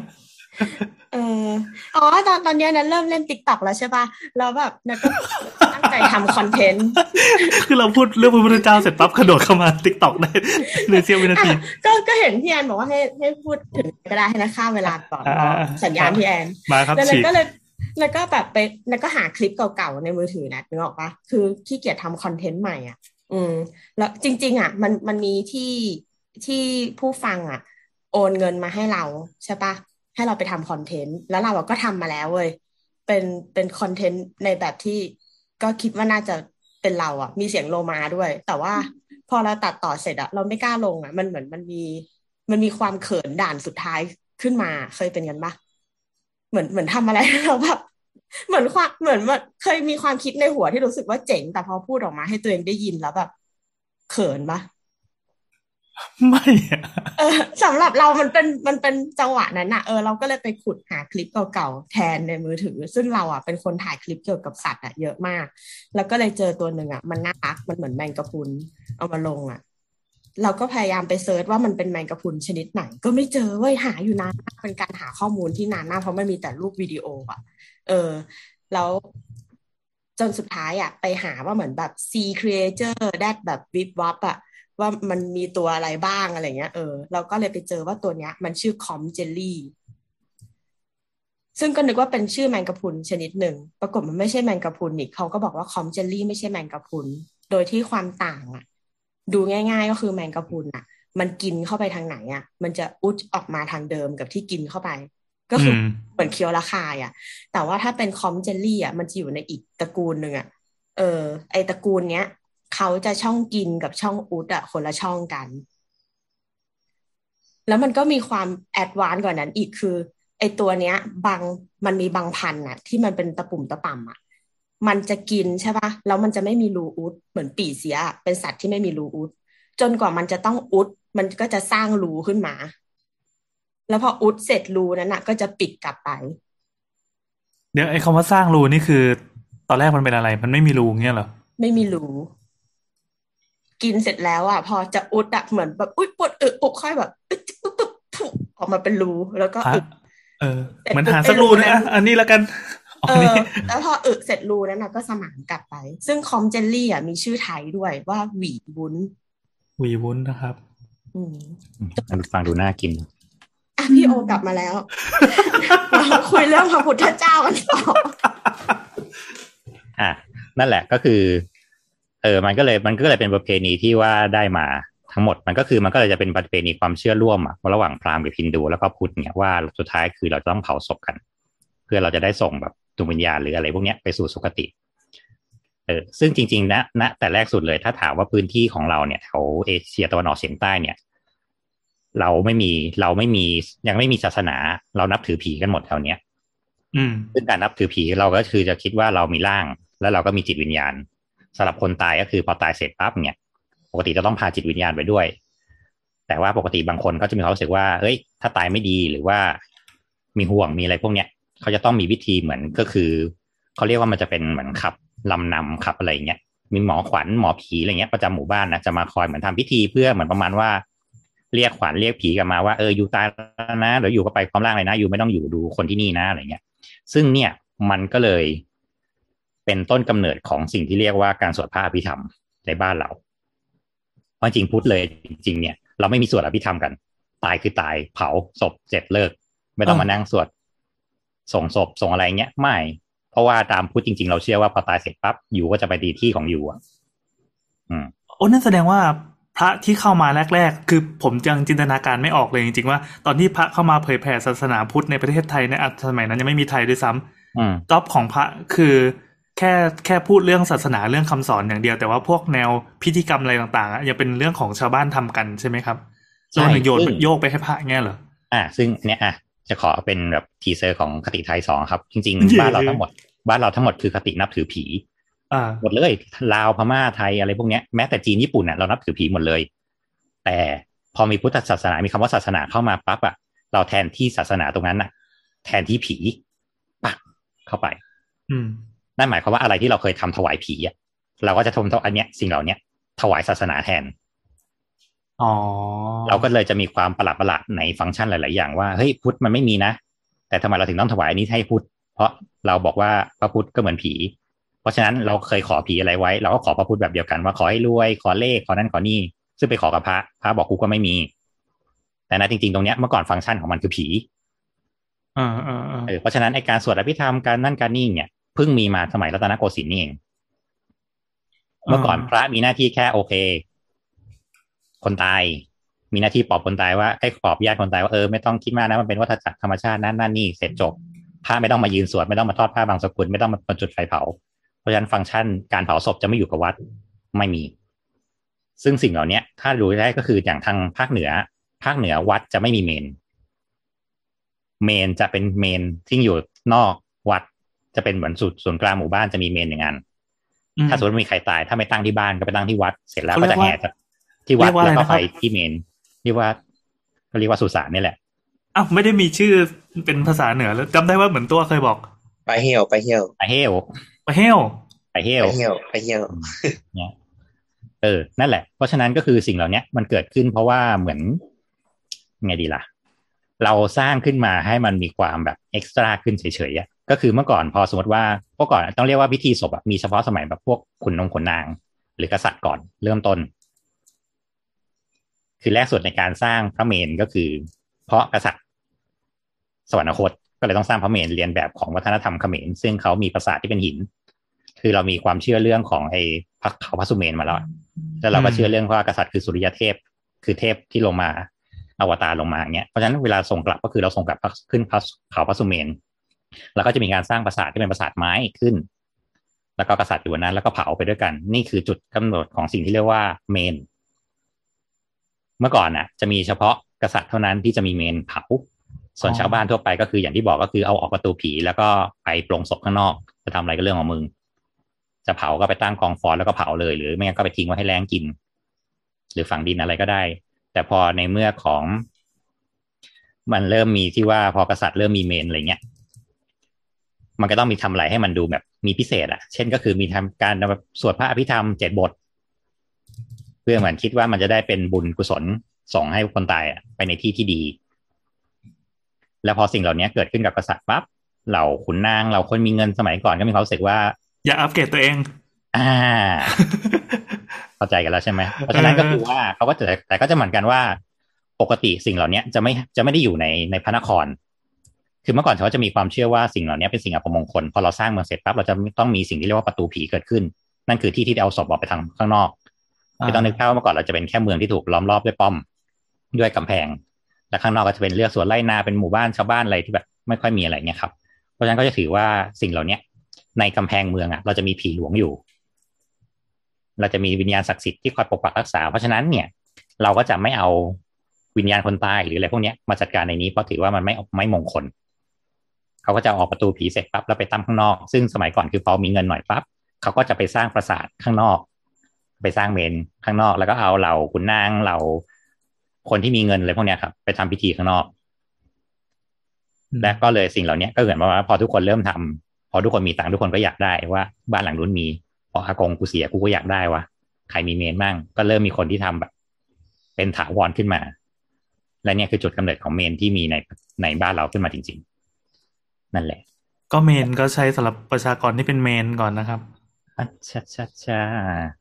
ตอนนี้นั้นเริ่มเล่น TikTok แล้วใช่ป่ะแล้วแบบนั้นก็ตั้งใจทำคอนเทนต์คือเราพูดเรื่องพระพุทธเจ้าเสร็จปั๊บกระโดดเข้ามา TikTok ได้ในเสี้ยววินาทีก็เห็นพี่แอนบอกว่าให้พูดถึงก็ได้ให้นะค่าเวลาก่อนสัญญาณพี่แอนมาครับแล้วก็แบบไปแล้วก็หาคลิปเก่าๆในมือถือนะนึกออกปะคือขี้เกียจทำคอนเทนต์ใหม่อ่ะแล้วจริงๆอ่ะมันมีที่ผู้ฟังอ่ะโอนเงินมาให้เราใช่ปะให้เราไปทำคอนเทนต์แล้วเราก็ทำมาแล้วเว้ยเป็นคอนเทนต์ในแบบที่ก็คิดว่าน่าจะเป็นเราอ่ะมีเสียงโลมาด้วยแต่ว่าพอเราตัดต่อเสร็จอ่ะเราไม่กล้าลงอ่ะมันเหมือนมันมีความเขินด่านสุดท้ายขึ้นมาเคยเป็นกันปะเหมือนทำอะไรเราแบบเหมือนเคยมีความคิดในหัวที่รู้สึกว่าเจ๋งแต่พอพูดออกมาให้ตัวเองได้ยินแล้วแบบเขินปะไม่สำหรับเรามันเป็นจังหวะนั้นอะเราก็เลยไปขุดหาคลิปเก่าๆแทนในมือถือซึ่งเราอะเป็นคนถ่ายคลิปเกี่ยวกับสัตว์อะเยอะมากแล้วก็เลยเจอตัวหนึ่งอะมันน่ารักมันเหมือนแมงกะพรุนเอามาลงอะเราก็พยายามไปเซิร์ชว่ามันเป็นแมงกะพรุนชนิดไหนก็ไม่เจอเว้ยหาอยู่นานมากเป็นการหาข้อมูลที่นานมากเพราะมันมีแต่รูปวิดีโออะแล้วจนสุดท้ายอะไปหาว่าเหมือนแบบ sea creature that แบบวิบวับอะว่ามันมีตัวอะไรบ้างอะไรเงี้ยเราก็เลยไปเจอว่าตัวเนี้ยมันชื่อคอมเจลลี่ซึ่งก็นึกว่าเป็นชื่อแมงกะพรุนชนิดหนึ่งปรากฏมันไม่ใช่แมงกะพรุนอีกเขาก็บอกว่าคอมเจลลี่ไม่ใช่แมงกะพรุนโดยที่ความต่างอะดูง่ายๆก็คือแมงกะพรุนอะมันกินเข้าไปทางไหนอะมันจะอุดออกมาทางเดิมกับที่กินเข้าไปก็คือเหมือนเคี้ยวละคายอะแต่ว่าถ้าเป็นคอมเจลลี่อะมันจะอยู่ในอีกตระกูลหนึ่งอะไอตระกูลเนี้ยเขาจะช่องกินกับช่องอุดอะคนละช่องกันแล้วมันก็มีความแอดวานซ์กว่านั้นอีกคือไอตัวเนี้ยมันมีบางพันธุ์อะที่มันเป็นตะปุ่มตะป่ำอะมันจะกินใช่ปะแล้วมันจะไม่มีรูอุดเหมือนปี่เสียเป็นสัตว์ที่ไม่มีรูอุดจนกว่ามันจะต้องอุดมันก็จะสร้างรูขึ้นมาแล้วพออุดเสร็จรูนั้นอะก็จะปิดกลับไปเดี๋ยวไอ้คำว่าสร้างรูนี่คือตอนแรกมันเป็นอะไรมันไม่มีรูเงี้ยเหรอไม่มีรูกินเสร็จแล้วอ่ะพอจะอุดอ่ะเหมือนแบบอุ๊ยปวดปุ๊บค่อยแบบปุ๊บออกมาเป็นรูแล้วก็เหมือนหาสักรูนะอันนี้แล้วกันแล้วพอเสร็จรูนั้นก็สมานกลับไปซึ่งคอมเจลลี่อ่ะมีชื่อไทยด้วยว่าหวีวุ้นนะครับฟังดูน่ากินพี่โอกลับมาแล้วเราคุยเรื่องพระพุทธเจ้ากันต่อนั่นแหละก็คือมันก็เลยเป็นประเพณีที่ว่าได้มาทั้งหมดมันก็เลยจะเป็นประเพณีความเชื่อร่วมระหว่างพราหมณ์กับฮินดูแล้วก็พุทธเนี่ยว่าสุดท้ายคือเราต้องเผาศพกันเพื่อเราจะได้ส่งแบบดวงวิญญาณหรืออะไรพวกนี้ไปสู่สุคติซึ่งจริงๆนะแต่แรกสุดเลยถ้าถามว่าพื้นที่ของเราเนี่ยแถวเอเชียตะวันออกเฉียงใต้เนี่ยเราไม่มียังไม่มีศาสนาเรานับถือผีกันหมดแถวเนี้ยซึ่งการนับถือผีเราก็คือจะคิดว่าเรามีร่างแล้วเราก็มีจิตวิญญาณสำหรับคนตายก็คือพอตายเสร็จปั๊บเนี่ยปกติจะต้องพาจิตวิญญาณไปด้วยแต่ว่าปกติบางคนเขาจะมีความรู้สึกว่าเฮ้ยถ้าตายไม่ดีหรือว่ามีห่วงมีอะไรพวกเนี้ยเขาจะต้องมีวิธีเหมือนก็คือเขาเรียกว่ามันจะเป็นเหมือนขับลำนำขับอะไรเงี้ยมีหมอขวัญหมอผีอะไรเงี้ยประจำหมู่บ้านนะจะมาคอยเหมือนทำพิธีเพื่อเหมือนประมาณว่าเรียกขวัญเรียกผีกลับมาว่าอยู่ตายแล้วนะเดี๋ยวอยู่ก็ไปพร้อมร่างเลยนะอยู่ไม่ต้องอยู่ดูคนที่นี่นะอะไรเงี้ยซึ่งเนี่ยมันก็เลยเป็นต้นกำเนิดของสิ่งที่เรียกว่าการสวดพระอภิธรรมในบ้านเราเพราะจริงพุทธเลยจริงๆเนี่ยเราไม่มีสวดอภิธรรมกันตายคือตายเผาศพเสร็จเลิกไม่ต้องมานั่งสวดส่งศพส่งอะไรเงี้ยไม่เพราะว่าตามพุทธจริงๆเราเชื่อว่าพอตายเสร็จปั๊บอยู่ก็จะไปดีที่ของอยู่โอ้นั่นแสดงว่าพระที่เข้ามาแรกๆคือผมยังจินตนาการไม่ออกเลยจริงๆว่าตอนที่พระเข้ามาเผยแผ่ศาสนาพุทธในประเทศไทยในสมัยนั้นยังไม่มีไทยด้วยซ้ำจ็อบของพระคือแค่พูดเรื่องศาสนาเรื่องคำสอนอย่างเดียวแต่ว่าพวกแนวพิธีกรรมอะไรต่างๆยังเป็นเรื่องของชาวบ้านทำกันใช่ไหมครับเราถึงโยกไปให้พระเงี้ยเหรอซึ่งเนี่ยจะขอเป็นแบบทีเซอร์ของคติไทย2ครับจริงๆบ้านเราทั้งหมดคือคตินับถือผีหมดเลยลาวพม่าไทยอะไรพวกนี้แม้แต่จีนญี่ปุ่นเรานับถือผีหมดเลยแต่พอมีพุทธศาสนามีคำว่าศาสนาเข้ามาปั๊บเราแทนที่ศาสนาตรงนั้นแทนที่ผีปักเข้าไปนั่นหมายความว่าอะไรที่เราเคยทำถวายผีเราก็จะทำอันเนี้ยสิ่งเหล่านี้ถวายศาสนาแทนเราก็เลยจะมีความประหลาดในฟังก์ชันหลายๆอย่างว่าเฮ้ยพุทธมันไม่มีนะแต่ทำไมเราถึงต้องถวายนี้ให้พุทธเพราะเราบอกว่าพระพุทธก็เหมือนผีเพราะฉะนั้นเราเคยขอผีอะไรไว้เราก็ขอพระพุทธแบบเดียวกันว่าขอให้รวยขอเลขขอนั่นขอนี่ซึ่งไปขอกับพระบอกกูก็ไม่มีแต่นะจริงๆตรงเนี้ยเมื่อก่อนฟังก์ชันของมันคือผีเพราะฉะนั้นไอการสวดอภิธรรมการนั่นการนี่เนี่ยเพิ่งมีมาสมัยรัตนโกสินทร์นี่เองเมื่อก่อนพระมีหน้าที่แค่โอเคคนตายมีหน้าที่ปลอบคนตายว่าให้ปลอบญาติคนตายว่าไม่ต้องคิดมากนะมันเป็นวัฏจักรธรรมชาตินั่นนี่เสร็จจบพระไม่ต้องมายืนสวดไม่ต้องมาทอดผ้าบางสกุลไม่ต้องมาจุดไฟเผาเพราะฉะนั้นฟังก์ชันการเผาศพจะไม่อยู่กับวัดไม่มีซึ่งสิ่งเหล่านี้ถ้าดูได้ก็คืออย่างทางภาคเหนือวัดจะไม่มีเมนจะเป็นเมนที่อยู่นอกวัดจะเป็นเหมือนศูนย์กลางหมู่บ้านจะมีเมนอย่างนั้นถ้าสมมติมีใครตายถ้าไม่ตั้งที่บ้านก็ไปตั้งที่วัดเสร็จแล้วก็จะแห่จากที่วัดแล้วก็ไปที่เมนเรียกว่าสุสานนี่แหละอ้าวไม่ได้มีชื่อเป็นภาษาเหนือแล้วจำได้ว่าเหมือนตัวเคยบอกไปเหี่ยวเนี่ยนั่นแหละเพราะฉะนั้นก็คือสิ่งเหล่านี้มันเกิดขึ้นเพราะว่าเหมือนไงดีล่ะเราสร้างขึ้นมาให้มันมีความแบบเอ็กซ์ตร้าขึ้นเฉยๆก็คือเมื่อก่อนพอสมมติว่าเมื่อก่อนต้องเรียกว่าพิธีศพมีเฉพาะสมัยแบบพวกขุนนางหรือกษัตริย์ก่อนเริ่มต้นคือแรกสุดในการสร้างพระเมรุก็คือเพราะกษัตริย์สวรรคตก็เลยต้องสร้างพระเมรุเรียนแบบของวัฒนธรรมเขมรซึ่งเขามีปราสาทที่เป็นหินคือเรามีความเชื่อเรื่องของไอ้เขาพระสุเมรุมาแล้วเราก็เชื่อเรื่องว่ากษัตริย์คือสุริยเทพคือเทพที่ลงมาอวตารลงมาอย่างเงี้ยเพราะฉะนั้นเวลาส่งกลับก็คือเราส่งกลับขึ้นเขาพระสุเมรุแล้วก็จะมีการสร้างปราสาทที่เป็นปราสาทไม้ขึ้นแล้วก็กษัตริย์อยู่บนนั้นแล้วก็เผาไปด้วยกันนี่คือจุดกำหนดของสิ่งที่เรียกว่าเมนเมื่อก่อนจะมีเฉพาะกษัตริย์เท่านั้นที่จะมีเมนเผาส่วนชาวบ้านทั่วไปก็คืออย่างที่บอกก็คือเอาออกประตูผีแล้วก็ไปปลงศพข้างนอกจะทำอะไรก็เรื่องของมึงจะเผาก็ไปตั้งกองฟอนแล้วก็เผาเลยหรือไม่งั้นก็ไปทิ้งไว้ให้แรงกินหรือฝังดินอะไรก็ได้แต่พอในเมื่อของมันเริ่มมีที่ว่าพอกษัตริย์เริ่มมีเมนอะไรเงี้ยมันก็ต้องมีทำอะไรให้มันดูแบบมีพิเศษเช่นก็คือมีทำการแบบสวดพระอภิธรรม7 บทเพื่อเหมือนคิดว่ามันจะได้เป็นบุญกุศลส่งให้คนตายไปในที่ที่ดีแล้วพอสิ่งเหล่านี้เกิดขึ้นกับกษัตริย์ปั๊บเหล่าขุนนางเหล่าคนมีเงินสมัยก่อนก็มีความรู้สึกว่าอยากอัปเกรดตัวเองเข้าใจกันแล้วใช่ไหมเพราะฉะนั้นก็คือว่าเขาก็แต่ก็จะเหมือนกันว่าปกติสิ่งเหล่านี้จะไม่ได้อยู่ในพระนครคือเมื่อก่อนเขาจะมีความเชื่อว่าสิ่งเหล่านี้เป็นสิ่งอัปมงคลพอเราสร้างเมืองเสร็จปั๊บเราจะต้องมีสิ่งที่เรียกว่าประตูผีเกิดขึ้นนั่นคือที่เอาศพออกไปทางข้างนอกไม่ต้องนึกภาพว่าเมื่อก่อนเราจะเป็นแค่เมืองที่ถูกล้อมรอบด้วยป้อมด้วยกำแพงและข้างนอกก็จะเป็นเลือกสวนไร่นาเป็นหมู่บ้านชาวบ้านอะไรที่แบบไม่ค่อยมีอะไรเงี้ยครับเพราะฉะนั้นก็จะถือว่าสิ่งเหล่านี้ในกำแพงเมืองเราจะมีผีหลวงอยู่เราจะมีวิญญาณศักดิ์สิทธิ์ที่คอยปกปักรักษาเพราะฉะนั้นเนี่ยเราก็จะไม่เอาวิญญาณคนตายหรืออะไรพวกนี้มาจัดการในนี้เพราะถือว่ามันไม่มงคลเขาก็จะออกประตูผีเสร็จปั๊บแล้วไปตั้งข้างนอกซึ่งสมัยก่อนคือพอมีเงินหน่อยปั๊บเขาก็จะไปสร้างปราสาทข้างนอกไปสร้างเมนข้างนอกแล้วก็เอาเหล่าขุนนางเหล่าคนที่มีเงินอะไรพวกเนี้ยครับไปทำพิธีข้างนอกและก็เลยสิ่งเหล่านี้ก็เหมือนว่าพอทุกคนเริ่มทำพอทุกคนมีตังค์ทุกคนก็อยากได้ว่าบ้านหลังนู้นมีพออากงกูเสียกูก็อยากได้วะใครมีเมนบ้างก็เริ่มมีคนที่ทำแบบเป็นถาวรขึ้นมาและเนี่ยคือจุดกำเนิดของเมนที่มีในบ้านเราขึ้นมาจริงๆนั่นแหละก็เมนก็ใช้สำหรับประชากรที่เป็นเมนก่อนนะครับชัด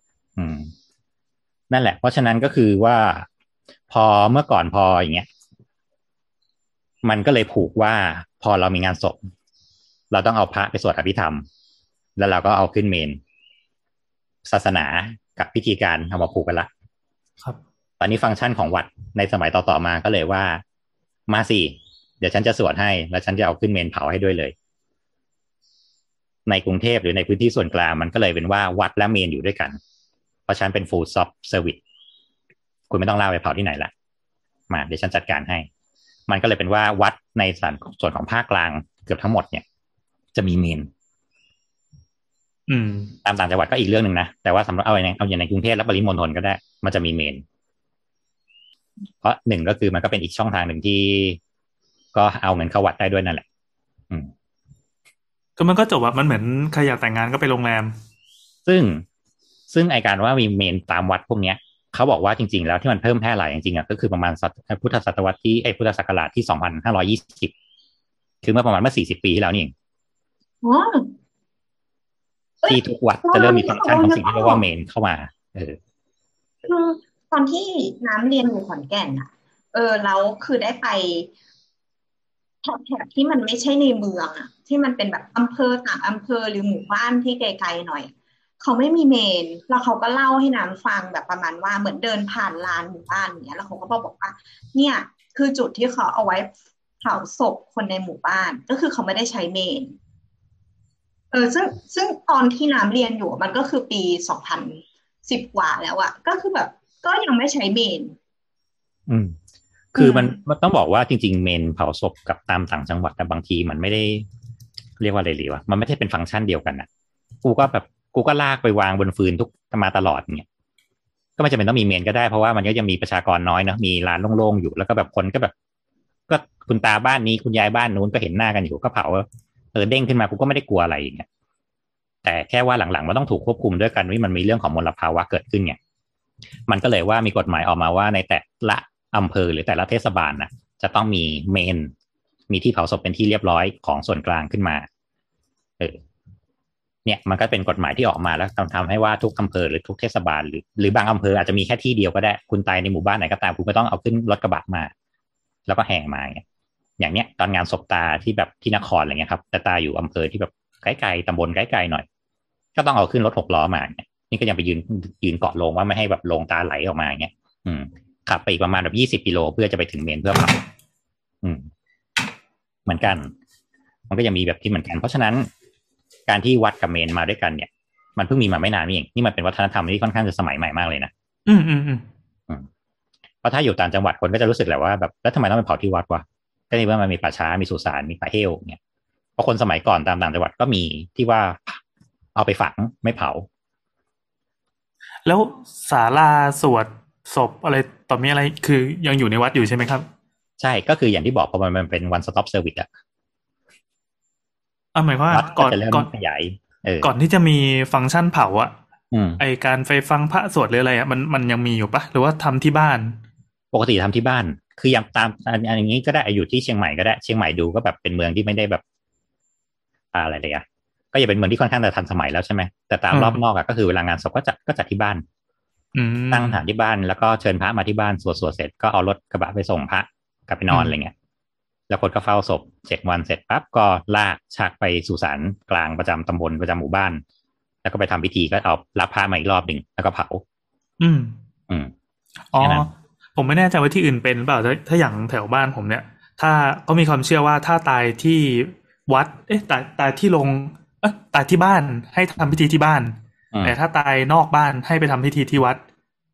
นั่นแหละเพราะฉะนั้นก็คือว่าพอเมื่อก่อนพออย่างเงี้ยมันก็เลยผูกว่าพอเรามีงานศพเราต้องเอาพระไปสวดอภิธรรมแล้วเราก็เอาขึ้นเมนศาสนากับพิธีการเอามาผูกกันละครับตอนนี้ฟังก์ชันของวัดในสมัยต่อๆมาก็เลยว่ามาสิเดี๋ยวฉันจะสวดให้แล้วฉันจะเอาขึ้นเมนเผาให้ด้วยเลยในกรุงเทพหรือในพื้นที่ส่วนกลางมันก็เลยเป็นว่าวัดและเมนอยู่ด้วยกันเพราะฉันเป็น full stop service คุณไม่ต้องเล่าไปเผาที่ไหนละมาเดี๋ยวฉันจัดการให้มันก็เลยเป็นว่าวัดในส่วนของภาคกลางเกือบทั้งหมดเนี่ยจะมีเมนตามต่างจังหวัดก็อีกเรื่องหนึ่งนะแต่ว่าสำหรับเอาอย่างในกรุงเทพและปริมณฑลก็ได้มันจะมีเมนเพราะหนึ่งก็คือมันก็เป็นอีกช่องทางหนึ่งที่ก็เอาเงินเข้าวัดได้ด้วยนั่นแหละก็มันก็จบแบบมันเหมือนใครอยากแต่งงานก็ไปโรงแรมซึ่งไอการว่ามีเมนตามวัดพวกเนี้ยเขาบอกว่าจริงๆแล้วที่มันเพิ่มแพร่หลายจริงๆอ่ะก็คือประมาณพุทธศตวรรษที่พุทธศักราชที่2520คือเมื่อประมาณ40 ปีที่แล้วนี่เองที่ทุกวัดจะเริ่มมีฟังก์ชันของสิ่งที่เรียกว่าเมนเข้ามาคือตอนที่น้ำเรียนอยู่ขอนแก่นอ่ะแล้วคือได้ไปแถบที่มันไม่ใช่ในเมืองอ่ะที่มันเป็นแบบอำเภอต่างอำเภอหรือหมู่บ้านที่ไกลๆหน่อยเขาไม่มีเมนแล้วเขาก็เล่าให้น้ำฟังแบบประมาณว่าเหมือนเดินผ่านลานหมู่บ้านเนี้ยแล้วเขาก็บอกว่าเนี่ยคือจุดที่เขาเอาไว้เผาศพคนในหมู่บ้านก็คือเขาไม่ได้ใช้เมนซึ่งตอนที่น้ำเรียนอยู่มันก็คือปี2010กว่าแล้วอะก็คือแบบก็ยังไม่ใช้เมนคือมันต้องบอกว่าจริงๆเมนเผาศพกับตามต่างจังหวัดแต่บางทีมันไม่ได้เรียกว่าอะไรหรือวะมันไม่ได้เป็นฟังก์ชันเดียวกันนะกูก็ลากไปวางบนฟืนทุกมาตลอดเนี่ยก็ไม่จำเป็นต้องมีเมนก็ได้เพราะว่ามันก็ยังมีประชากรน้อยเนาะมีลานโล่งๆอยู่แล้วก็แบบคนก็แบบก็คุณตาบ้านนี้คุณยายบ้านนู้นก็เห็นหน้ากันอยู่ก็เผาเด้งขึ้นมากูก็ไม่ได้กลัวอะไรอย่างเงี้ยแต่แค่ว่าหลังๆมันต้องถูกควบคุมด้วยกันว่ามันมีเรื่องของมลภาวะเกิดขึ้นเนี่ยมันก็เลยว่ามีกฎหมายออกมาว่าในแต่ละอำเภอหรือแต่ละเทศบาลนะจะต้องมีเมนมีที่เผาศพเป็นที่เรียบร้อยของส่วนกลางขึ้นมาเนี่ยมันก็เป็นกฎหมายที่ออกมาแล้วทำให้ว่าทุกอำเภอหรือทุกเทศบาลหรือบางอำเภออาจจะมีแค่ที่เดียวก็ได้คุณตายในหมู่บ้านไหนก็ตามคุณไม่ต้องเอาขึ้นรถกระบะมาแล้วก็แห่มาอย่างเนี้ยตอนงานศพตาที่แบบที่นครอะไรเงี้ยครับแต่ตาอยู่อำเภอที่แบบไกลๆตำบลไกลๆหน่อยก็ต้องเอาขึ้นรถ6 ล้อมาเนี่ยนี่ก็ยังไปยืนเกาะลงว่าไม่ให้แบบลงตาไหลออกมาอย่างเงี้ยขับไปอีกประมาณแบบ20 กิโลเพื่อจะไปถึงเมนเพื่อเผาเหมือนกันมันก็ยังมีแบบที่เหมือนกันเพราะฉะนั้นการที่วัดกับเมนมาด้วยกันเนี่ยมันเพิ่งมีมาไม่นานนี่เองนี่มันเป็นวัฒนธรรมที่ค่อนข้างจะสมัยใหม่มากเลยนะเพราะถ้าอยู่ต่างจังหวัดคนก็จะรู้สึกแหละว่าแบบแล้วทำไมต้องไปเผาที่วัดวะก็นี่ว่ามันมีป่าช้ามีสุสานมีป่าเฮลเนี่ยเพราะคนสมัยก่อนตามต่างจังหวัดก็มีที่ว่าเอาไปฝังไม่เผาแล้วศาลาสวดศพอะไรต่อมีอะไรคือยังอยู่ในวัดอยู่ใช่ไหมครับใช่ก็คืออย่างที่บอกพอมันเป็น one stop service อะหมายความว่าก่อนขยายก่อนที่จะมีฟังก์ชันเผาอะไอการไปฟังพระสวดหรืออะไรอะมันยังมีอยู่ปะหรือว่าทำที่บ้านปกติทำที่บ้านคืออย่างตามอย่างนี้ก็ได้อยู่ที่เชียงใหม่ก็ได้เชียงใหม่ดูก็แบบเป็นเมืองที่ไม่ได้แบบอะไรเลยอะก็อย่าเป็นเมืองที่ค่อนข้างจะทันสมัยแล้วใช่ไหมแต่ตามรอบนอกอะก็คือเวลางานศพก็จัดที่บ้านตั้งฐานที่บ้านแล้วก็เชิญพระมาที่บ้านสวดเสร็จก็เอารถกระบะไปส่งพระกลับไปนอนอะไรเงี้ยแล้วคนก็เฝ้าศพ7 วันเสร็จปั๊บก็ลากชักไปสุสานกลางประจำตำบลประจำหมู่บ้านแล้วก็ไปทำพิธีก็เอารับพระมาอีกรอบหนึ่งแล้วก็เผาอ๋อผมไม่แน่ใจว่าที่อื่นเป็นหรือเปล่าถ้าอย่างแถวบ้านผมเนี่ยถ้าก็มีความเชื่อว่าถ้าตายที่วัดตายที่โรงตายที่บ้านให้ทำพิธีที่บ้านแต่ถ้าตายนอกบ้านให้ไปทำพิธีที่วัด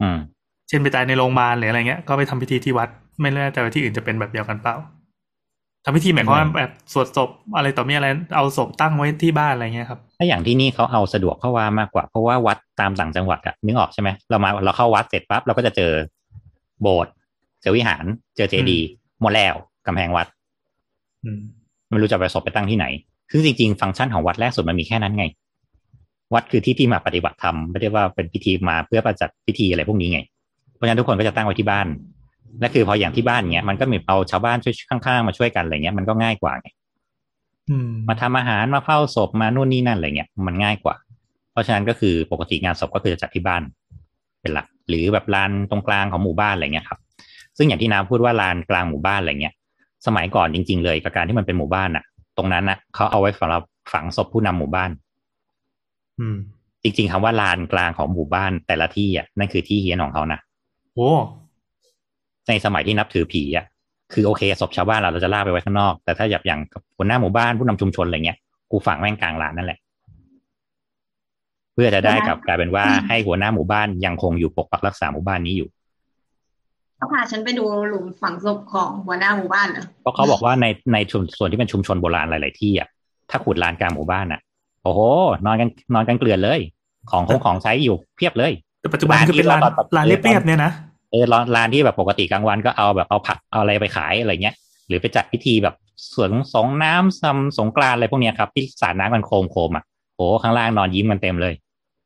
เช่นไปตายในโรงพยาบาลหรืออะไรเงี้ยก็ไปทำพิธีที่วัดไม่แน่ใจว่าที่อื่นจะเป็นแบบเดียวกันเปล่าทำพิธีหมายความว่าแบบสวดศพอะไรต่อมีอะไรเอาศพตั้งไว้ที่บ้านอะไรเงี้ยครับถ้าอย่างที่นี่เขาเอาสะดวกเข้าว่ามากกว่าเพราะว่าวัดตามต่างจังหวัดอะนึกออกใช่ไหมเราเข้าวัดเสร็จปั๊บเราก็จะเจอโบสถ์เจอวิหารเจอเจดีย์หมดแล้วกำแพงวัดไม่รู้จะไปศพไปตั้งที่ไหนคือจริงๆฟังก์ชันของวัดแรกสุดมันมีแค่นั้นไงวัดคือที่มาปฏิบัติธรรมไม่ได้ว่าเป็นพิธีมาเพื่อประจัดพิธีอะไรพวกนี้ไงเพราะฉะนั้นทุกคนก็จะตั้งไว้ที่บ้านและคือพออย่างที่บ้านเงี้ยมันก็มีเอาชาวบ้านช่วยข้างๆมาช่วยกันอะไรเงี้ยมันก็ง่ายกว่าไงมาทำอาหารมาเฝ้าศพมานู่นนี่นั่นอะไรเงี้ยมันง่ายกว่าเพราะฉะนั้นก็คือปกติงานศพก็คือจะจัดที่บ้านเป็นหลักหรือแบบลานตรงกลางของหมู่บ้านอะไรเงี้ยครับซึ่งอย่างที่น้ำพูดว่าลานกลางหมู่บ้านอะไรเงี้ยสมัยก่อนจริงๆเลยกับการที่มันเป็นหมู่บ้านน่ะตรงนั้นน่ะเขาเอาไว้สำหรับฝังศพผู้นำหมู่บ้านจริงๆคำว่าลานกลางของหมู่บ้านแต่ละที่อ่ะนั่นคือที่เฮียนของเขานะโอ้ในสมัยที่นับถือผีอ่ะคือโอเคศพชาวบ้านเราจะลากไปไว้ข้างนอกแต่ถ้าอย่างหัวหน้าหมู่บ้านผู้นำชุมชนอะไรเงี้ยกูฝังแม่งกลางลานนั่นแหละเพื่อจะได้กลายเป็นว่าให้หัวหน้าหมู่บ้านยังคงอยู่ปกปักรักษาหมู่บ้านนี้อยู่เขาพาฉันไปดูหลุมฝังศพของหัวหน้าหมู่บ้านเหรอเพราะเขาบอกว่าในส่วนที่เป็นชุมชนโบราณหลายๆที่อ่ะถ้าขุดลานกลางหมู่บ้านอ่ะโอ้โหนอนกันเกลื่อนเลยของใช้อยู่เพียบเลยแต่ปัจจุบันคือเป็นลานเรียบๆเนี่ยนะร้านที่แบบปกติกลางวันก็เอาแบบเอาผักเอาอะไรไปขายอะไรเงี้ยหรือไปจัดพิธีแบบสวนสงน้ำซ้ำสงกรานต์อะไรพวกเนี้ยครับที่สาดน้ำกันโคมอ่ะโอ้ข้างล่างนอนยิ้มกันเต็มเลย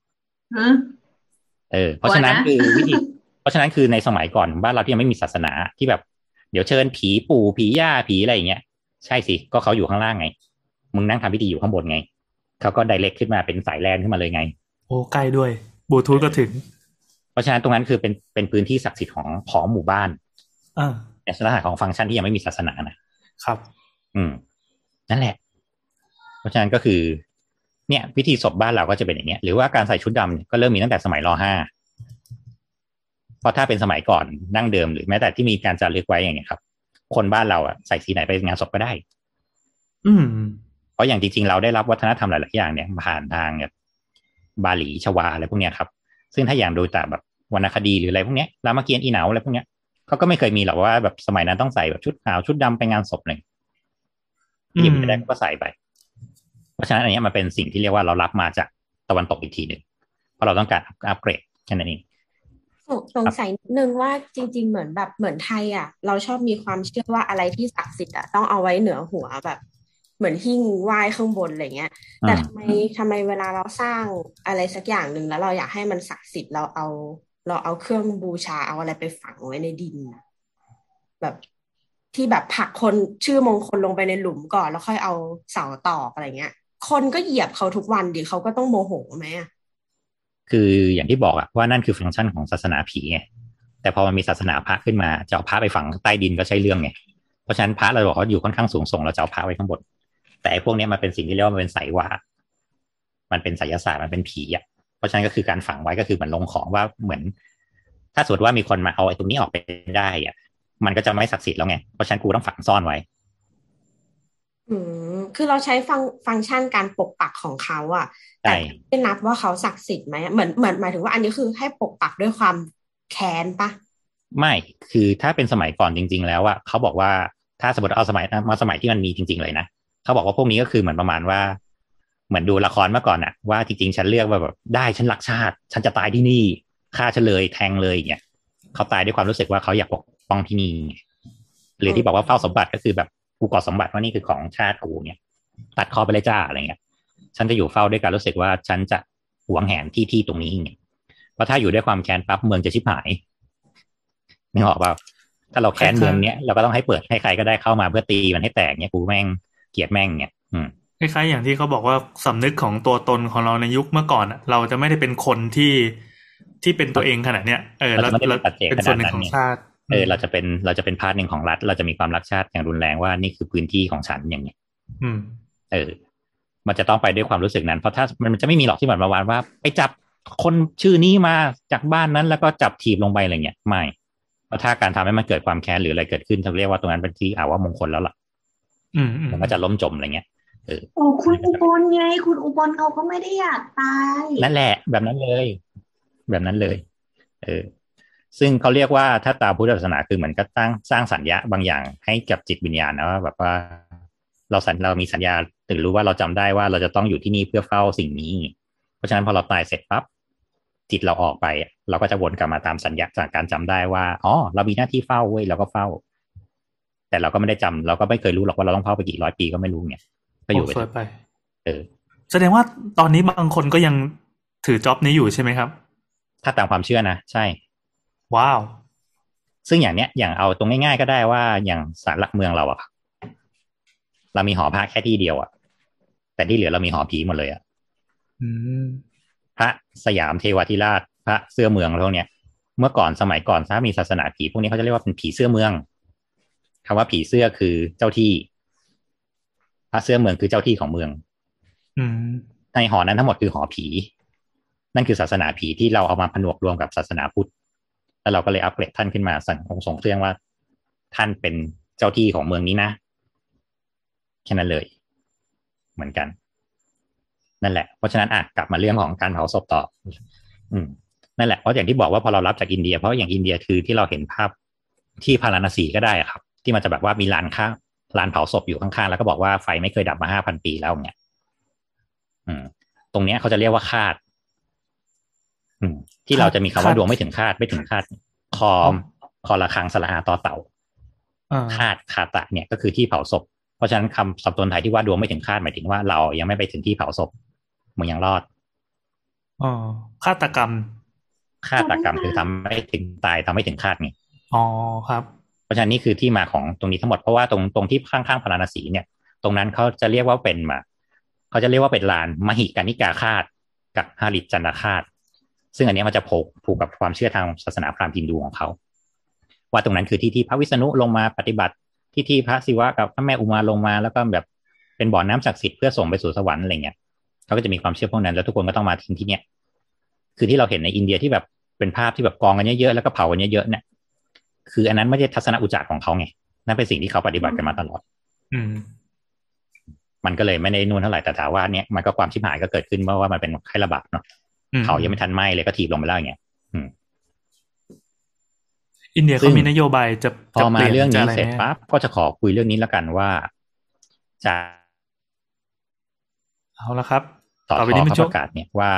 เพราะฉะนั้นคือในสมัยก่อนบ้านเราที่ยังไม่มีศาสนาที่แบบเดี๋ยวเชิญผีปู่ผีย่าผีอะไรอย่างเงี้ยใช่สิก็เขาอยู่ข้างล่างไงมึงนั่งทำพิธีอยู่ข้างบนไงเขาก็ไดเรกขึ้นมาเป็นสายแลนขึ้นมาเลยไงโอ้ใกล้ด้วยบลูทูธก็ถึงเพราะฉะนั้นตรงนั้นคือเป็นพื้นที่ศักดิ์สิทธิ์ของหมู่บ้านในลักษณะของฟังก์ชันที่ยังไม่มีศาสนานะครับนั่นแหละเพราะฉะนั้นก็คือเนี่ยพิธีศพบ้านเราก็จะเป็นอย่างเงี้ยหรือว่าการใส่ชุดดำก็เริ่มมีตั้งแต่สมัยร.5เพราะถ้าเป็นสมัยก่อนดั้งเดิมหรือแม้แต่ที่มีการจารึกไว้อย่างเงี้ยครับคนบ้านเราใส่สีไหนไปงานศพก็ได้เพราะอย่างจริงๆเราได้รับวัฒนธรรมหลายๆอย่างเนี่ยผ่านทางแบบบาหลีชวาอะไรพวกเนี้ยครับซึ่งถ้าอย่างดูจากแบบวรรณคดีหรืออะไรพวกเนี้ยรามเกียรติ์อีเหนาอะไรพวกเนี้ยเขาก็ไม่เคยมีหรอกว่าแบบสมัยนั้นต้องใส่แบบชุดขาวชุดดำไปงานศพเลยที่ไม่ได้ก็ใส่ไปเพราะฉะนั้นอันนี้มันเป็นสิ่งที่เรียกว่าเรารับมาจากตะวันตกอีกทีหนึ่งเพราะเราต้องการอัปเกรดแค่นั้นเองสงสัยนิดนึงว่าจริงๆเหมือนไทยเราชอบมีความเชื่อว่าอะไรที่ศักดิ์สิทธิ์ต้องเอาไว้เหนือหัวแบบเหมือนหิ้งไหว้ข้างบนอะไรเงี้ยแต่ทำไมเวลาเราสร้างอะไรสักอย่างหนึ่งแล้วเราอยากให้มันศักดิ์สิทธิ์เราเอาเครื่องบูชาเอาอะไรไปฝังไว้ในดินแบบที่แบบผลักคนชื่อมงคลลงไปในหลุมก่อนแล้วค่อยเอาเสาตอกอะไรเงี้ยคนก็เหยียบเขาทุกวันดิเขาก็ต้องโมโหไหมคืออย่างที่บอกว่านั่นคือฟังก์ชันของศาสนาผีไงแต่พอมันมีศาสนาพระขึ้นมาจะเอาพระไปฝังใต้ดินก็ใช่เรื่องไงเพราะฉะนั้นพระเราบอกว่าอยู่ค่อนข้างสูงส่งเราจะเอาพระไว้ข้างบนแต่พวกนี้มันเป็นสิ่งที่เรียกว่ามันเป็นไสยวาทมันเป็นไสยศาสตร์มันเป็นผีเพราะฉะนั้นก็คือการฝังไว้ก็คือเหมือนลงของว่าเหมือนถ้าสมมติว่ามีคนมาเอาไอ้ตรงนี้ออกไปได้มันก็จะไม่ศักดิ์สิทธิ์แล้วไงเพราะฉะนั้นกูต้องฝังซ่อนไว้คือเราใช้ฟังก์ชันการปกปักของเขาแต่ไม่นับว่าเขาศักดิ์สิทธิ์ไหมเหมือนหมายถึงว่าอันนี้คือให้ปกปักด้วยความแค้นปะไม่คือถ้าเป็นสมัยก่อนจริงๆแล้วเขาบอกว่าถ้าสมมติเอาสมัยที่มันมีจริงๆเลยนะเขาบอกว่าพวกนี้ก็คือเหมือนประมาณว่าเหมือนดูละครเมื่อก่อนว่าจริงๆฉันเลือกว่าแบบได้ฉันรักชาติฉันจะตายที่นี่ฆ่าฉันเลยแทงเลยอย่างเงี้ยเขาตายด้วยความรู้สึกว่าเขาอยากปกป้องที่นี่หรือที่บอกว่าเฝ้าสมบัติก็คือแบบกูก่อสมบัติว่านี่คือของชาติกูเนี่ยตัดคอไปเลยจ้าอะไรเงี้ยฉันจะอยู่เฝ้าด้วยการรู้สึกว่าฉันจะหวงแหนที่ตรงนี้เนี่ยเพราะถ้าอยู่ด้วยความแค้นปั๊บเมืองจะชิบหายนึกออกป่ะถ้าเราแค้นเมืองเนี้ยเราก็ต้องให้เปิดให้ใครก็ได้เข้ามาเพื่อตีมันให้แตกเนี่ยกูแม่งเกลียดแม่งเนี่ยคล้ายๆอย่างที่เขาบอกว่าสำนึกของตัวตนของเราในยุคเมื่อก่อนเราจะไม่ได้เป็นคนที่เป็นตัวเองขนาดเนี้ยเราเป็นส่วนหนึ่งของชาติเราจะเป็นพาร์ทหนึ่งของรัฐเราจะมีความรักชาติอย่างรุนแรงว่านี่คือพื้นที่ของฉันอย่างเนี้ยมันจะต้องไปด้วยความรู้สึกนั้นเพราะถ้ามันจะไม่มีหรอกที่แบบมาวานว่าไปจับคนชื่อนี้มาจากบ้านนั้นแล้วก็จับถีบลงไปอะไรเงี้ยไม่เพราะถ้าการทำให้มันเกิดความแค้นหรืออะไรเกิดขึ้นเขาเรียกว่าตรงนั้นเป็นที่ว่ามงคลแล้วล่ะมันก็จะล้มจมอะไรเงี้ยโอ้คุณอุบลไงคุณอุบลเขาก็ไม่ได้อยากตายนั่นแหละแบบนั้นเลยซึ่งเขาเรียกว่าถ้าตามพุทธศาสนาคือเหมือนก็สร้างสัญญาบางอย่างให้กับจิตวิญญาณนะว่าแบบว่าเรามีสัญญาตื่นรู้ว่าเราจำได้ว่าเราจะต้องอยู่ที่นี่เพื่อเฝ้าสิ่งนี้เพราะฉะนั้นพอเราตายเสร็จปั๊บจิตเราออกไปเราก็จะวนกลับมาตามสัญญาจากการจำได้ว่าอ๋อเรามีหน้าที่เฝ้าเว้ยเราก็เฝ้าแต่เราก็ไม่ได้จำเราก็ไม่เคยรู้หรอกว่าเราต้องเฝ้าไปกี่ร้อยปีก็ไม่รู้เนี่ยก็อยู่ไปแสดงว่าตอนนี้บางคนก็ยังถือจ็อบนี้อยู่ใช่ไหมครับถ้าตามความเชื่อนะใช่ว้าวซึ่งอย่างเนี้ยอย่างเอาตรงง่ายๆก็ได้ว่าอย่างศาลหลักเมืองเราอะเรามีหอพระแค่ที่เดียวอะแต่ที่เหลือเรามีหอผีหมดเลยอะพระสยามเทวทิราชพระเสื้อเมืองพวกเนี้ยเมื่อก่อนสมัยก่อนถ้ามีศาสนาผีพวกนี้เขาจะเรียกว่าเป็นผีเสื้อเมืองคำว่าผีเสื้อคือเจ้าที่พระเสื้อเมืองคือเจ้าที่ของเมืองในหอนั้นทั้งหมดคือหอผีนั่นคือศาสนาผีที่เราเอามาผนวกรวมกับศาสนาพุทธแล้วเราก็เลยอัปเกรดท่านขึ้นมาสั่งองค์ทรงเครื่องว่าท่านเป็นเจ้าที่ของเมืองนี้นะแค่นั้นเลยเหมือนกันนั่นแหละเพราะฉะนั้นกลับมาเรื่องของการเผาศพต่อนั่นแหละเพราะอย่างที่บอกว่าพอเรารับจากอินเดียเพราะอย่างอินเดียคือที่เราเห็นภาพที่พาราณสีก็ได้ครับที่มันจะแบบว่ามีลานเผาศพอยู่ข้างๆแล้วก็บอกว่าไฟไม่เคยดับมา 5,000 ปีแล้วเนี่ยตรงเนี้ยเขาจะเรียกว่าคาดที่เราจะมีคำว่าดวงไม่ถึงคาดคอระฆังสระอาต่อเต่าคาตะเนี่ยก็คือที่เผาศพเพราะฉะนั้นคำสำนวนไทยที่ว่าดวงไม่ถึงคาดหมายถึงว่าเรายังไม่ไปถึงที่เผาศพมึงยังรอดฆาตกรรมคือทำไม่ถึงตายทำไม่ถึงคาดไงครับเพราะฉะนั้นนี่คือที่มาของตรงนี้ทั้งหมดเพราะว่าตรงที่ข้างๆพาราณสีเนี่ยตรงนั้นเขาจะเรียกว่าเป็นลานมหิกานิกาคาตกับหาริจันทคาตซึ่งอันนี้มันจะผูกกับความเชื่อทางศาสนาพราหมณ์ฮินดูของเขาว่าตรงนั้นคือที่พระวิษณุลงมาปฏิบัติที่พระศิวะกับพระแม่อุมาลงมาแล้วก็แบบเป็นบ่อน้ำศักดิ์สิทธิ์เพื่อส่งไปสู่สวรรค์อะไรเงี้ยเขาก็จะมีความเชื่อพวกนั้นแล้วทุกคนก็ต้องมาทิ้งที่เนี้ยคือที่เราเห็นในอินเดียที่แบบเป็นภาพที่แบบกองกันเยอะๆแล้วก็เผากันเยอะๆเนี่ยคืออันนั้นไม่ใช่ทัศนอุจจาระของเขาไงนั่นเป็นสิ่งที่เขาปฏิบัติกันมาตลอดมันก็เลยไม่ได้นู่นเท่าไหร่แต่ถามว่าเนี่ยมันก็ความชิบหายก็เกิดขึ้นเพราะว่ามันเป็นไข้ระบาดเนาะเขายังไม่ทันไหม้เลยก็ถีบลงไปแล้วอย่างเงี้ยอินเดียเขามีนโยบายจะพอมาเรื่องนี้เสร็จปั๊บก็จะขอคุยเรื่องนี้แล้วกันว่าจะเอาละครับต่อไปนี้มันประกาศเนี่ยว่า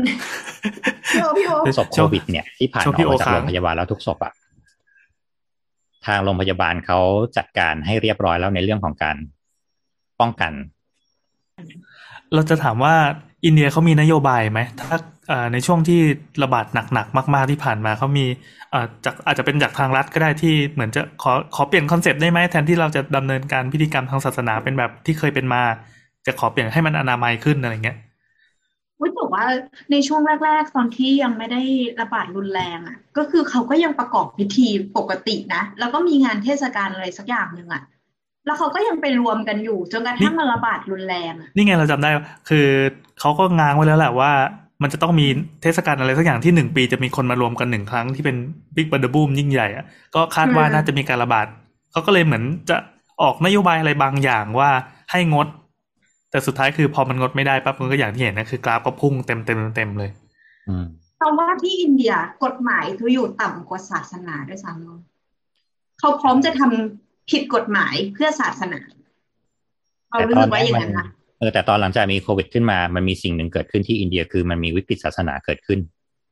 ศพโควิดเนี่ยที่ผ่านออกมาจากโรงพยาบาลแล้วทุกศพอะทางโรงพยาบาลเขาจัดการให้เรียบร้อยแล้วในเรื่องของการป้องกันเราจะถามว่าอินเดียเขามีนโยบายไหมถ้าในช่วงที่ระบาดหนักๆมากๆที่ผ่านมาเขามีอาจจะเป็นจากทางรัฐก็ได้ที่เหมือนจะขอเปลี่ยนคอนเซปต์ได้ไหมแทนที่เราจะดำเนินการพิธีกรรมทางศาสนาเป็นแบบที่เคยเป็นมาจะขอเปลี่ยนให้มันอนามัยขึ้นอะไรเงี้ยแต่ว่าในช่วงแรกๆตอนที่ยังไม่ได้ระบาดรุนแรงก็คือเขาก็ยังประกอบพิธีปกตินะแล้วก็มีงานเทศกาลอะไรสักอย่างนึงแล้วเขาก็ยังไปรวมกันอยู่จนกระทั่งมันระบาดรุนแรงนี่ไงเราจำได้คือเขาก็ง้างไว้แล้วแหละว่ามันจะต้องมีเทศกาลอะไรสักอย่างที่1 ปีจะมีคนมารวมกัน1 ครั้งที่เป็นบิ๊กบัดเดอร์บูมยิ่งใหญ่ก็คาดว่าน่าจะมีการระบาดเขาก็เลยเหมือนจะออกนโยบายอะไรบางอย่างว่าให้งดแต่สุดท้ายคือพอมันงดไม่ได้ปั๊บมันก็อย่างที่เห็นนะคือกราฟก็พุ่งเต็มเลยเพราะว่าที่อินเดียกฎหมายเขาอยู่ต่ำกว่าศาสนาด้วยซ้ำเขาพร้อมจะทำผิดกฎหมายเพื่อศาสนาเอารู้สึกว่าอย่างนั้นนะแต่ตอนหลังจากมีโควิดขึ้นมามันมีสิ่งหนึ่งเกิดขึ้นที่อินเดียคือมันมีวิกฤตศาสนาเกิดขึ้น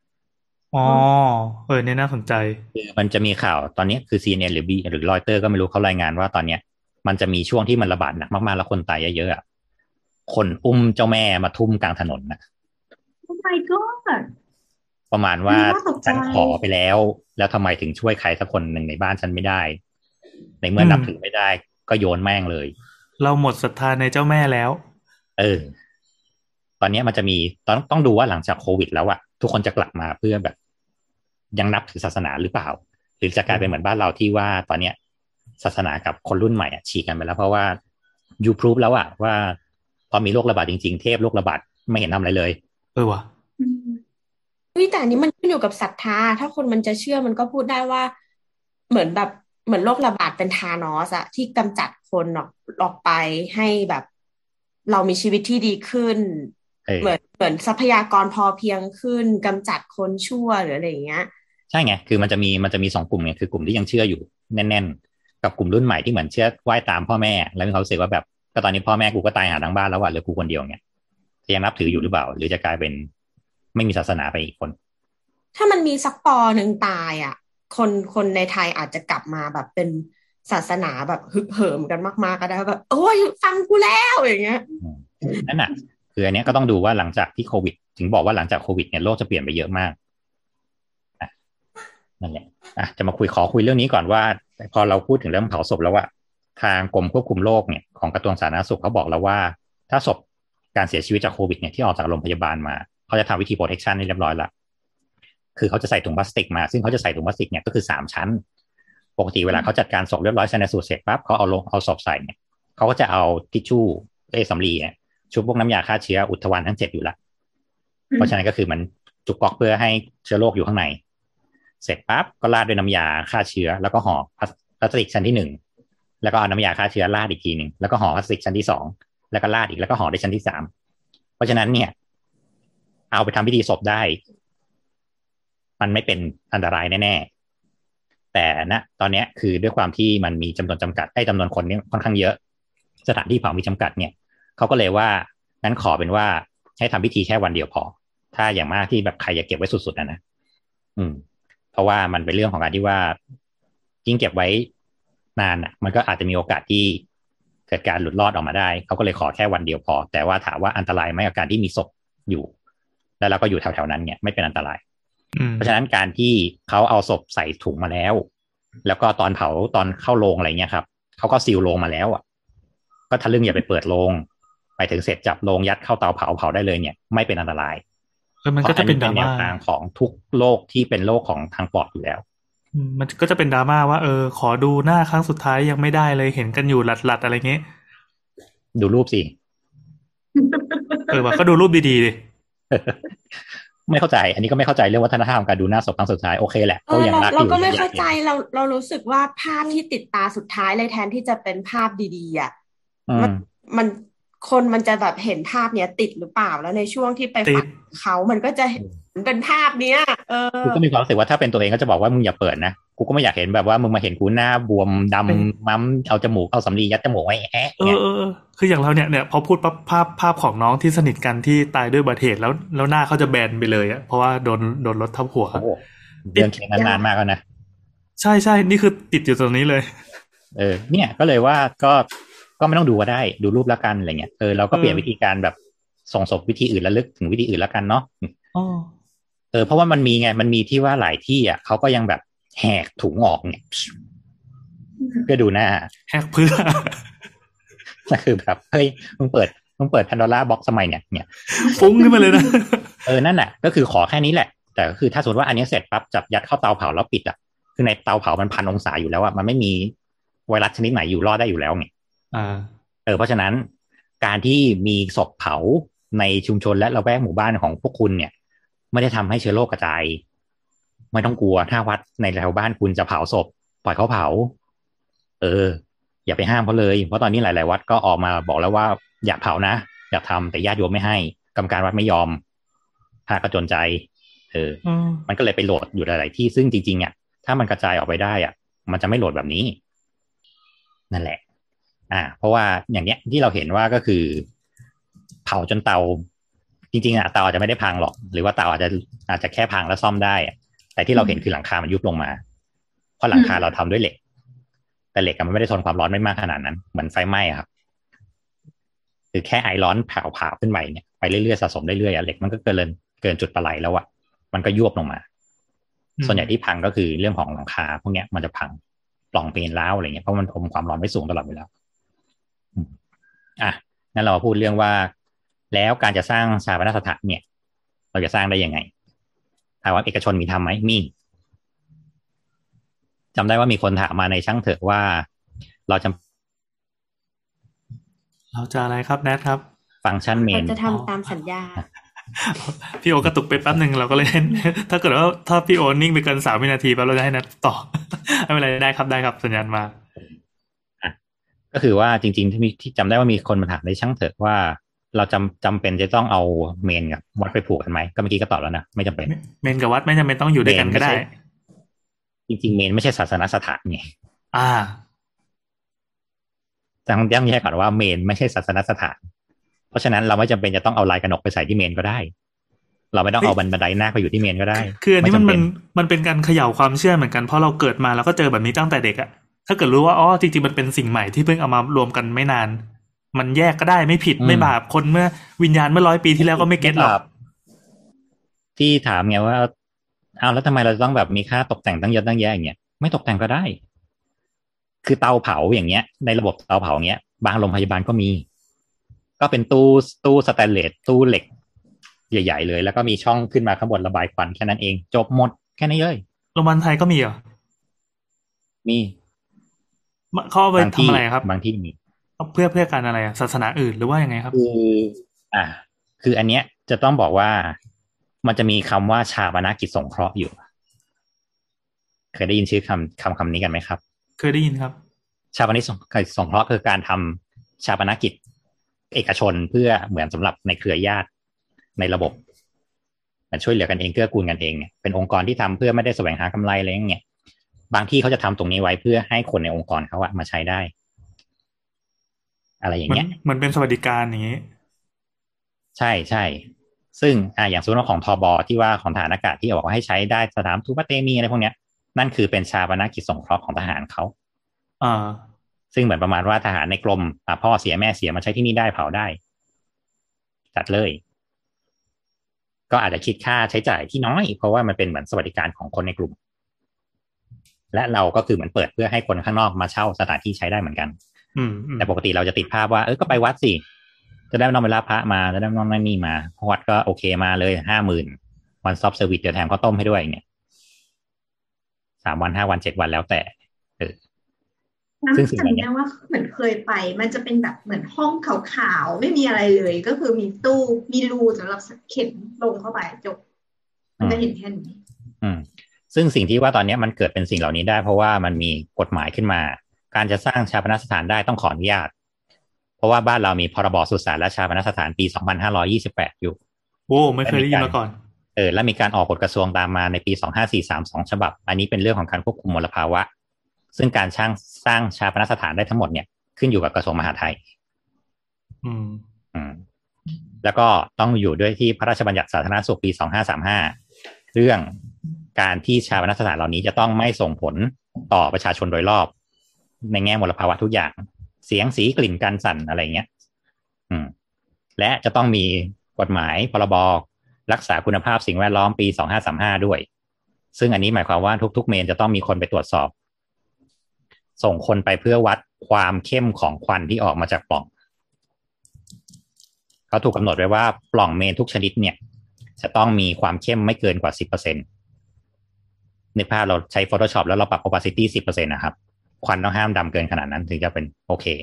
นี่น่าสนใจคือมันจะมีข่าวตอนนี้คือ CNN หรือรอยเตอร์ก็ไม่รู้เขารายงานว่าตอนเนี้ยมันจะมีช่วงที่มันระบาดหนักมากๆแล้วคนตายเยอะๆคนอุ้มเจ้าแม่มาทุ่มกลางถนน Oh my god ประมาณว่าฉันขอไปแล้วทำไมถึงช่วยใครสักคนหนึ่งในบ้านฉันไม่ได้ในเมื่อนับถือไม่ได้ก็โยนแม่งเลยเราหมดศรัทธาในเจ้าแม่แล้วตอนนี้มันจะมีต้องดูว่าหลังจากโควิดแล้วทุกคนจะกลับมาเพื่อแบบยังนับถือศาสนาหรือเปล่าหรือจะกลายเป็นเหมือนบ้านเราที่ว่าตอนเนี้ยศาสนากับคนรุ่นใหม่ฉีกกันไปแล้วเพราะว่ายูพรูฟแล้วว่าพอมีโรคระบาดจริงๆเทพโรคระบาดไม่เห็นทำอะไรเลยว่ะแต่อันนี้มันขึ้นอยู่กับศรัทธาถ้าคนมันจะเชื่อมันก็พูดได้ว่าเหมือนโรคระบาดเป็นธานอสที่กำจัดคนออกไปให้แบบเรามีชีวิตที่ดีขึ้นเหมือนทรัพยากรพอเพียงขึ้นกำจัดคนชั่วหรืออะไรอย่างเงี้ยใช่ไงคือมันจะมีสองกลุ่มไงคือกลุ่มที่ยังเชื่ออยู่แน่นๆกับกลุ่มรุ่นใหม่ที่เหมือนเชื่อไหว้ตามพ่อแม่แล้วมีความรู้สึกว่าแบบก็ตอนนี้พ่อแม่กูก็ตายหาทั้งบ้านแล้วว่ะเหลือกูคนเดียวเนี่ยจะยังนับถืออยู่หรือเปล่าหรือจะกลายเป็นไม่มีศาสนาไปอีกคนถ้ามันมีสักปอหนึ่งตายอ่ะคนในไทยอาจจะกลับมาแบบเป็นศาสนาแบบฮึกเหิมกันมากๆก็ได้แบบโอ้ยฟังกูแล้วอย่างเงี้ยนั่นน่ะคืออันนี้ก็ต้องดูว่าหลังจากที่โควิดถึงบอกว่าหลังจากโควิดเนี่ยโลกจะเปลี่ยนไปเยอะมากนั่นแหละจะมาขอคุยเรื่องนี้ก่อนว่าพอเราพูดถึงเรื่องเผาศพแล้วว่าทางกรมควบคุมโรคเนี่ยของกระทรวงสาธารณสุขเขาบอกแล้วว่าถ้าศพการเสียชีวิตจากโควิดเนี่ยที่ออกจากโรงพยาบาลมาเขาจะทำวิธี protection ให้เรียบร้อยแล้วคือเขาจะใส่ถุงพลาสติกมาซึ่งเขาจะใส่ถุงพลาสติกเนี่ยก็คือ3 ชั้นปกติเวลาเขาจัดการศพเรียบร้อยชันสูตรเสร็จปั๊บเขาเอาศพใส่เนี่ยเขาก็จะเอาทิชชู่สำลีเนี่ยชุบพวกน้ำยาฆ่าเชื้ออุทธวันทั้ง7อยู่ละเพราะฉะนั้นก็คือมันจุกก๊อกเพื่อให้เชื้อโรคอยู่ข้างในเสร็จปั๊บก็ราดด้วยน้ำยาฆ่าเชื้อแล้วก็ห่อพลาสติกชั้นที่1แล้วก็เอาน้ำยาฆ่าเชื้อราดอีกทีนึงแล้วก็ห่อพลาสติกชั้นที่2แล้วก็ราดอีกแล้วก็ห่อด้วยชั้นที่3เพราะฉะนั้นเนี่ยเอาไปทำพิธีศพได้มันไม่เป็นอันตรายแน่ๆแต่นะตอนนี้คือด้วยความที่มันมีจำนวนจำกัดจำนวนคนนี่ค่อนข้างเยอะสถานที่เผามีจำกัดเนี่ยเขาก็เลยว่างั้นขอเป็นว่าให้ทำพิธีแค่วันเดียวพอถ้าอย่างมากที่แบบใครจะเก็บไว้สุดๆนะเพราะว่ามันเป็นเรื่องของการที่ว่ายิ่งเก็บไว้นานมันก็อาจจะมีโอกาสที่เกิดการหลุดรอดออกมาได้เขาก็เลยขอแค่วันเดียวพอแต่ว่าถามว่าอันตรายไหมกับการที่มีศพอยู่แล้วเราก็อยู่แถวๆนั้นเนี่ยไม่เป็นอันตรายเพราะฉะนั้นการที่เขาเอาศพใส่ถุงมาแล้วก็ตอนเผาตอนเข้าโรงอะไรเงี้ยครับเขาก็ซีลโรงมาแล้วก็ทะลึ่งอย่าไปเปิดโรงไปถึงเสร็จจับโรงยัดเข้าเตาเผาได้เลยเนี่ยไม่เป็นอันตรายมันก็จะเป็นดราม่าแนวทางของทุกโรคที่เป็นโรคของทางปอดอยู่แล้วมันก็จะเป็นดราม่าว่าขอดูหน้าครั้งสุดท้ายยังไม่ได้เลยเห็นกันอยู่หลัดอะไรเงี้ยดูรูปสิว่าก็ดูรูปดีๆดิไม่เข้าใจอันนี้ก็ไม่เข้าใจเรื่องวัฒนธรรมการดูหน้าศพครั้งสุดท้ายโอเคแหละก็ยังรักอยู่เราก็ไม่เข้าใจเรารู้สึกว่าภาพที่ติดตาสุดท้ายเลยแทนที่จะเป็นภาพดีๆมันคนมันจะแบบเห็นภาพเนี้ยติดหรือเปล่าแล้วในช่วงที่ไปฝังเขามันก็จะเป็นภาพเนี้ยกูก็มีความรู้สึกว่าถ้าเป็นตัวเองก็จะบอกว่ามึงอย่าเปิดนะกูก็ไม่อยากเห็นแบบว่ามึงมาเห็นกูหน้าบวมดำม้ำเอาจมูกเอาสำลียัดจมูกไว้คืออย่างเราเนี่ยพอพูดปั๊บภาพของน้องที่สนิทกันที่ตายด้วยอุบัติเหตุแล้วหน้าเขาจะแบนไปเลยเพราะว่าโดนรถทับหัวเรื่องแค่นานมากแล้วนะใช่นี่คือติดอยู่ตรงนี้เลยเนี่ยก็เลยว่าก็ไม่ต้องดูก็ได้ดูรูปแล้วกันอะไรเงี้ยเราก็เปลี่ยนวิธีการแบบส่งศพวิธีอื่นระลึกถึงวิธีอื่นแล้วกันเนาะเพราะว่ามันมีที่ว่าหลายที่เขาก็ยังแบบแหกถุงออกเนี่ยก็ดูหน้าแหกเพื่อนั่นคือแบบเฮ้ยมึงเปิดPandora Box สมัยเนี่ยฟุ้งขึ้นมาเลยนะนั่นแหละก็คือขอแค่นี้แหละแต่ก็คือถ้าสมมติว่าอันนี้เสร็จปั๊บจับยัดเข้าเตาเผาแล้วปิดคือในเตาเผามัน1,000 องศาอยู่แล้วมันไม่มีไวรัสชนิดไหนอยู่รอดได้อยู่แล้วไงเพราะฉะนั้นการที่มีศพเผาในชุมชนและละแวกหมู่บ้านของพวกคุณเนี่ยไม่ได้ทำให้เชื้อโรคกระจายไม่ต้องกลัวถ้าวัดในแถวบ้านคุณจะเผาศพปล่อยเขาเผาอย่าไปห้ามเขาเลยเพราะตอนนี้หลายๆวัดก็ออกมาบอกแล้วว่าอยากเผานะอยากทำแต่ญาติโยมไม่ให้กรรมการวัดไม่ยอมพระก็จนใจมันก็เลยไปโหลดอยู่หลายๆที่ซึ่งจริงๆถ้ามันกระจายออกไปได้มันจะไม่โหลดแบบนี้นั่นแหละเพราะว่าอย่างเนี้ยที่เราเห็นว่าก็คือเผาจนเตาจริงๆเตาอาจจะไม่ได้พังหรอกหรือว่าเตาอาจจะแค่พังแล้วซ่อมได้แต่ที่เราเห็นคือหลังคามันยุบลงมาเพราะหลังคาเราทำด้วยเหล็กแต่เหล็กมันไม่ได้ทนความร้อนไม่มากขนาดนั้นเหมือนไฟไหม้ครับคือแค่ไอร้อนเผาขึ้นไปเนี่ยไปเรื่อยๆสะสมเรื่อยๆเหล็กมันก็เกินจุดปะไหลแล้วมันก็ยวบลงมาส่วนใหญ่ที่พังก็คือเรื่องของหลังคาพวกเนี้ยมันจะพังปล่องเพลนร้าวอะไรเงี้ยเพราะมันทนความร้อนไม่สูงตลอดเวลางั้นเราพูดเรื่องว่าแล้วการจะสร้างชาปนสถานเนี่ยเราจะสร้างได้ยังไงถามว่าเอกชนมีทำไหมมีจำได้ว่ามีคนถามมาในช่างเถอะว่าเราจะอะไรครับแนทครับฟังก์ชันเมนจะทำตามสัญญาพี่โอกระตุกไปแป๊บนึงเราก็เลยถ้าเกิดว่าถ้าพี่โอนิ่งไปเกิน3 วินาทีแล้วเราจะให้แนทต่อไม่เป็นไรได้ครับสัญญาณมาก็คือว่าจริงๆที่จำได้ว่ามีคนมาถามในช่างเถอะว่าเราจำเป็นจะต้องเอาเมนกับวัดไปผูกกันไหมก็เมื่อกี้ก็ตอบแล้วนะไม่จำเป็นเมนกับวัดไม่จำเป็นต้องอยู่ด้วยกันก็ได้จริงๆเมนไม่ใช่ศาสนสถานไงอ่าต้องย้ำแยกก่อนว่าเมนไม่ใช่ศาสนสถานเพราะฉะนั้นเราไม่จำเป็นจะต้องเอาลายกระหนกไปใส่ที่เมนก็ได้เราไม่ต้องเอาบันไดนาคไปอยู่ที่เมนก็ได้คืออันนี้มันเป็นการเขย่าความเชื่อเหมือนกันเพราะเราเกิดมาแล้วก็เจอแบบนี้ตั้งแต่เด็กอะถ้าเกิดรู้ว่าอ๋อจริงๆมันเป็นสิ่งใหม่ที่เพิ่งเอามารวมกันไม่นานมันแยกก็ได้ไม่ผิดไม่บาปคนเมื่อวิญญาณเมื่อ100 ปีที่แล้วก็ไม่เก็ตหรอกที่ถามไงว่าเอาแล้วทำไมเราต้องแบบมีค่าตกแต่งตั้งเยอะตั้งแยะอย่างเงี้ยไม่ตกแต่งก็ได้คือเตาเผาอย่างเงี้ยในระบบเตาเผาเงี้ยบางโรงพยาบาลก็มีก็เป็นตู้สแตนเลสตู้เหล็กใหญ่ๆเลยแล้วก็มีช่องขึ้นมาข้างบนระบายควันแค่นั้นเองจบหมดแค่นี้เลยโรงพยาบาลไทยก็มีเหรอมีเขาเอาไปทำอะไรครับบางที่มีเพื่อการอะไรศาสนาอื่นหรือว่ายังไงครับคืออันเนี้ยจะต้องบอกว่ามันจะมีคำว่าชาปนกิจสงเคราะห์อยู่เคยได้ยินชื่อคำนี้กันไหมครับเคยได้ยินครับชาปนกิจสงเคราะห์คือการทำชาปนกิจเอกชนเพื่อเหมือนสำหรับในเครือญาติในระบบมันช่วยเหลือกันเองเกื้อกูลกันเองเป็นองค์กรที่ทำเพื่อไม่ได้แสวงหากำไรอะไรอย่างเงี้ยบางที่เขาจะทำตรงนี้ไว้เพื่อให้คนในองค์กรเขาอะมาใช้ได้อะไรอย่างเงี้ยเหมือนเป็นสวัสดิการอย่างงี้ใช่ใช่ซึ่งอย่างส่วนของทบที่ว่าของทหารอากาศที่บอกว่าให้ใช้ได้สถานทูตเตมีอะไรพวกเนี้ยนั่นคือเป็นชาปนกิจสงเคราะห์ของทหารเขาซึ่งเหมือนประมาณว่าทหารในกรมพ่อเสียแม่เสียมาใช้ที่นี่ได้เผาได้จัดเลยก็อาจจะคิดค่าใช้จ่ายที่น้อยเพราะว่ามันเป็นเหมือนสวัสดิการของคนในกลุ่มและเราก็คือเหมือนเปิดเพื่อให้คนข้างนอกมาเช่าสถานที่ใช้ได้เหมือนกันแต่ปกติเราจะติดภาพว่าก็ไปวัดสิจะได้ไม่ต้องไปรับพระมาจะได้ไม่ต้องนั่นนี่มาวัดก็โอเคมาเลย50,000วันซอฟเซอร์วิสเดี๋ยวแถมข้าวต้มให้ด้วยเนี่ย3 วัน5 วัน7 วันแล้วแต่ซึ่งจำได้ว่าเหมือนเคยไปมันจะเป็นแบบเหมือนห้องขาวๆไม่มีอะไรเลยก็คือมีตู้มีรูสำหรับเข็นลงเข้าไปจบมันจะเห็นแค่นี้ซึ่งสิ่งที่ว่าตอนนี้มันเกิดเป็นสิ่งเหล่านี้ได้เพราะว่ามันมีกฎหมายขึ้นมาการจะสร้างชาปนสถานได้ต้องขออนุญาตเพราะว่าบ้านเรามีพรบสุสานและชาปนสถานปี2528อยู่โอ้ไม่เคยได้ยินมาก่อนและมีการออกกฎกระทรวงตามมาในปี25432ฉบับอันนี้เป็นเรื่องของการควบคุมมลภาวะซึ่งการสร้างชาปนสถานได้ทั้งหมดเนี่ยขึ้นอยู่กับกระทรวงมหาดไทยแล้วก็ต้องอยู่ด้วยที่พระราชบัญญัติสาธารณสุขปี2535เรื่องการที่ชาปนสถานเหล่านี้จะต้องไม่ส่งผลต่อประชาชนโดยรอบในแง่มลภาวะทุกอย่างเสียงสีกลิ่นการสั่นอะไรเงี้ยและจะต้องมีกฎหมายพรบรักษาคุณภาพสิ่งแวดล้อมปี2535ด้วยซึ่งอันนี้หมายความว่าทุกๆเมนจะต้องมีคนไปตรวจสอบส่งคนไปเพื่อวัดความเข้มของควันที่ออกมาจากปล่องเขาถูกกำหนดไว้ว่าปล่องเมนทุกชนิดเนี่ยจะต้องมีความเข้มไม่เกินกว่า 10%ในภาพเราใช้ Photoshop แล้วเราปรับ opacity 10% นะครับควันต้องห้ามดำเกินขนาดนั้นถึงจะเป็นโอเค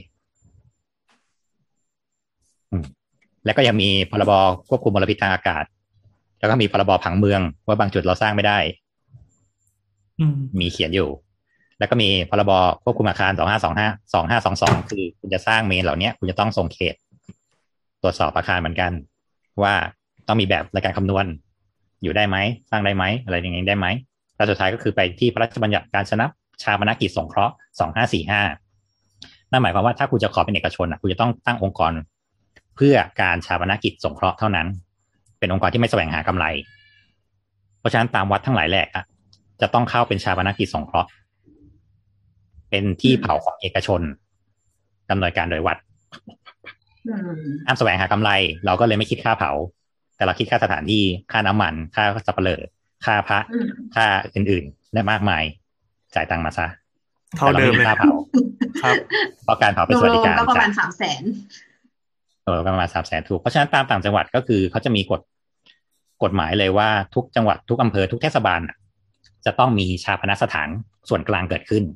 แล้วก็ยังมีพรบควบคุมมลพิษทางอากาศแล้วก็มีพรบผังเมืองว่าบางจุดเราสร้างไม่ได้มีเขียนอยู่แล้วก็มีพรบควบคุมอาคาร2522คือคุณจะสร้างเมนเหล่านี้คุณจะต้องส่งเขตตรวจสอบอาคารเหมือนกันว่าต้องมีแบบในการคำนวณอยู่ได้ไหมสร้างได้ไหมอะไรอย่างนี้ได้ไหมแล้วสุดท้ายก็คือไปที่พระราชบัญญัติการชาปนกิจสงเคราะห์2545นั่นหมายความว่าถ้าคุณจะขอเป็นเอกชนคุณจะต้องตั้งองค์กรเพื่อการชาปนกิจสงเคราะห์เท่านั้นเป็นองค์กรที่ไม่แสวงหากำไรเพราะฉะนั้นตามวัดทั้งหลายแหละจะต้องเข้าเป็นชาปนกิจสงเคราะห์เป็นที่เผาของเอกชนดำเนินการโดยวัดห้ามแสวงหากำไรเราก็เลยไม่คิดค่าเผาแต่เราคิดค่าสถานที่ค่าน้ำมันค่าสับปะเลอค่าพระค่าอื่นๆและมากมายจ่ายตังค์มาซะเท่าเดิมเลยค่าเผาครับเพราะการเผาเป็นสวัสดิการก็ประมาณ300,000 ก็ประมาณ300,000ถูกเพราะฉะนั้นตามต่างจังหวัดก็คือเขาจะมีกฎหมายเลยว่าทุกจังหวัดทุกอำเภอทุกเทศบาลจะต้องมีชาปนสถานส่วนกลางเกิดขึ้น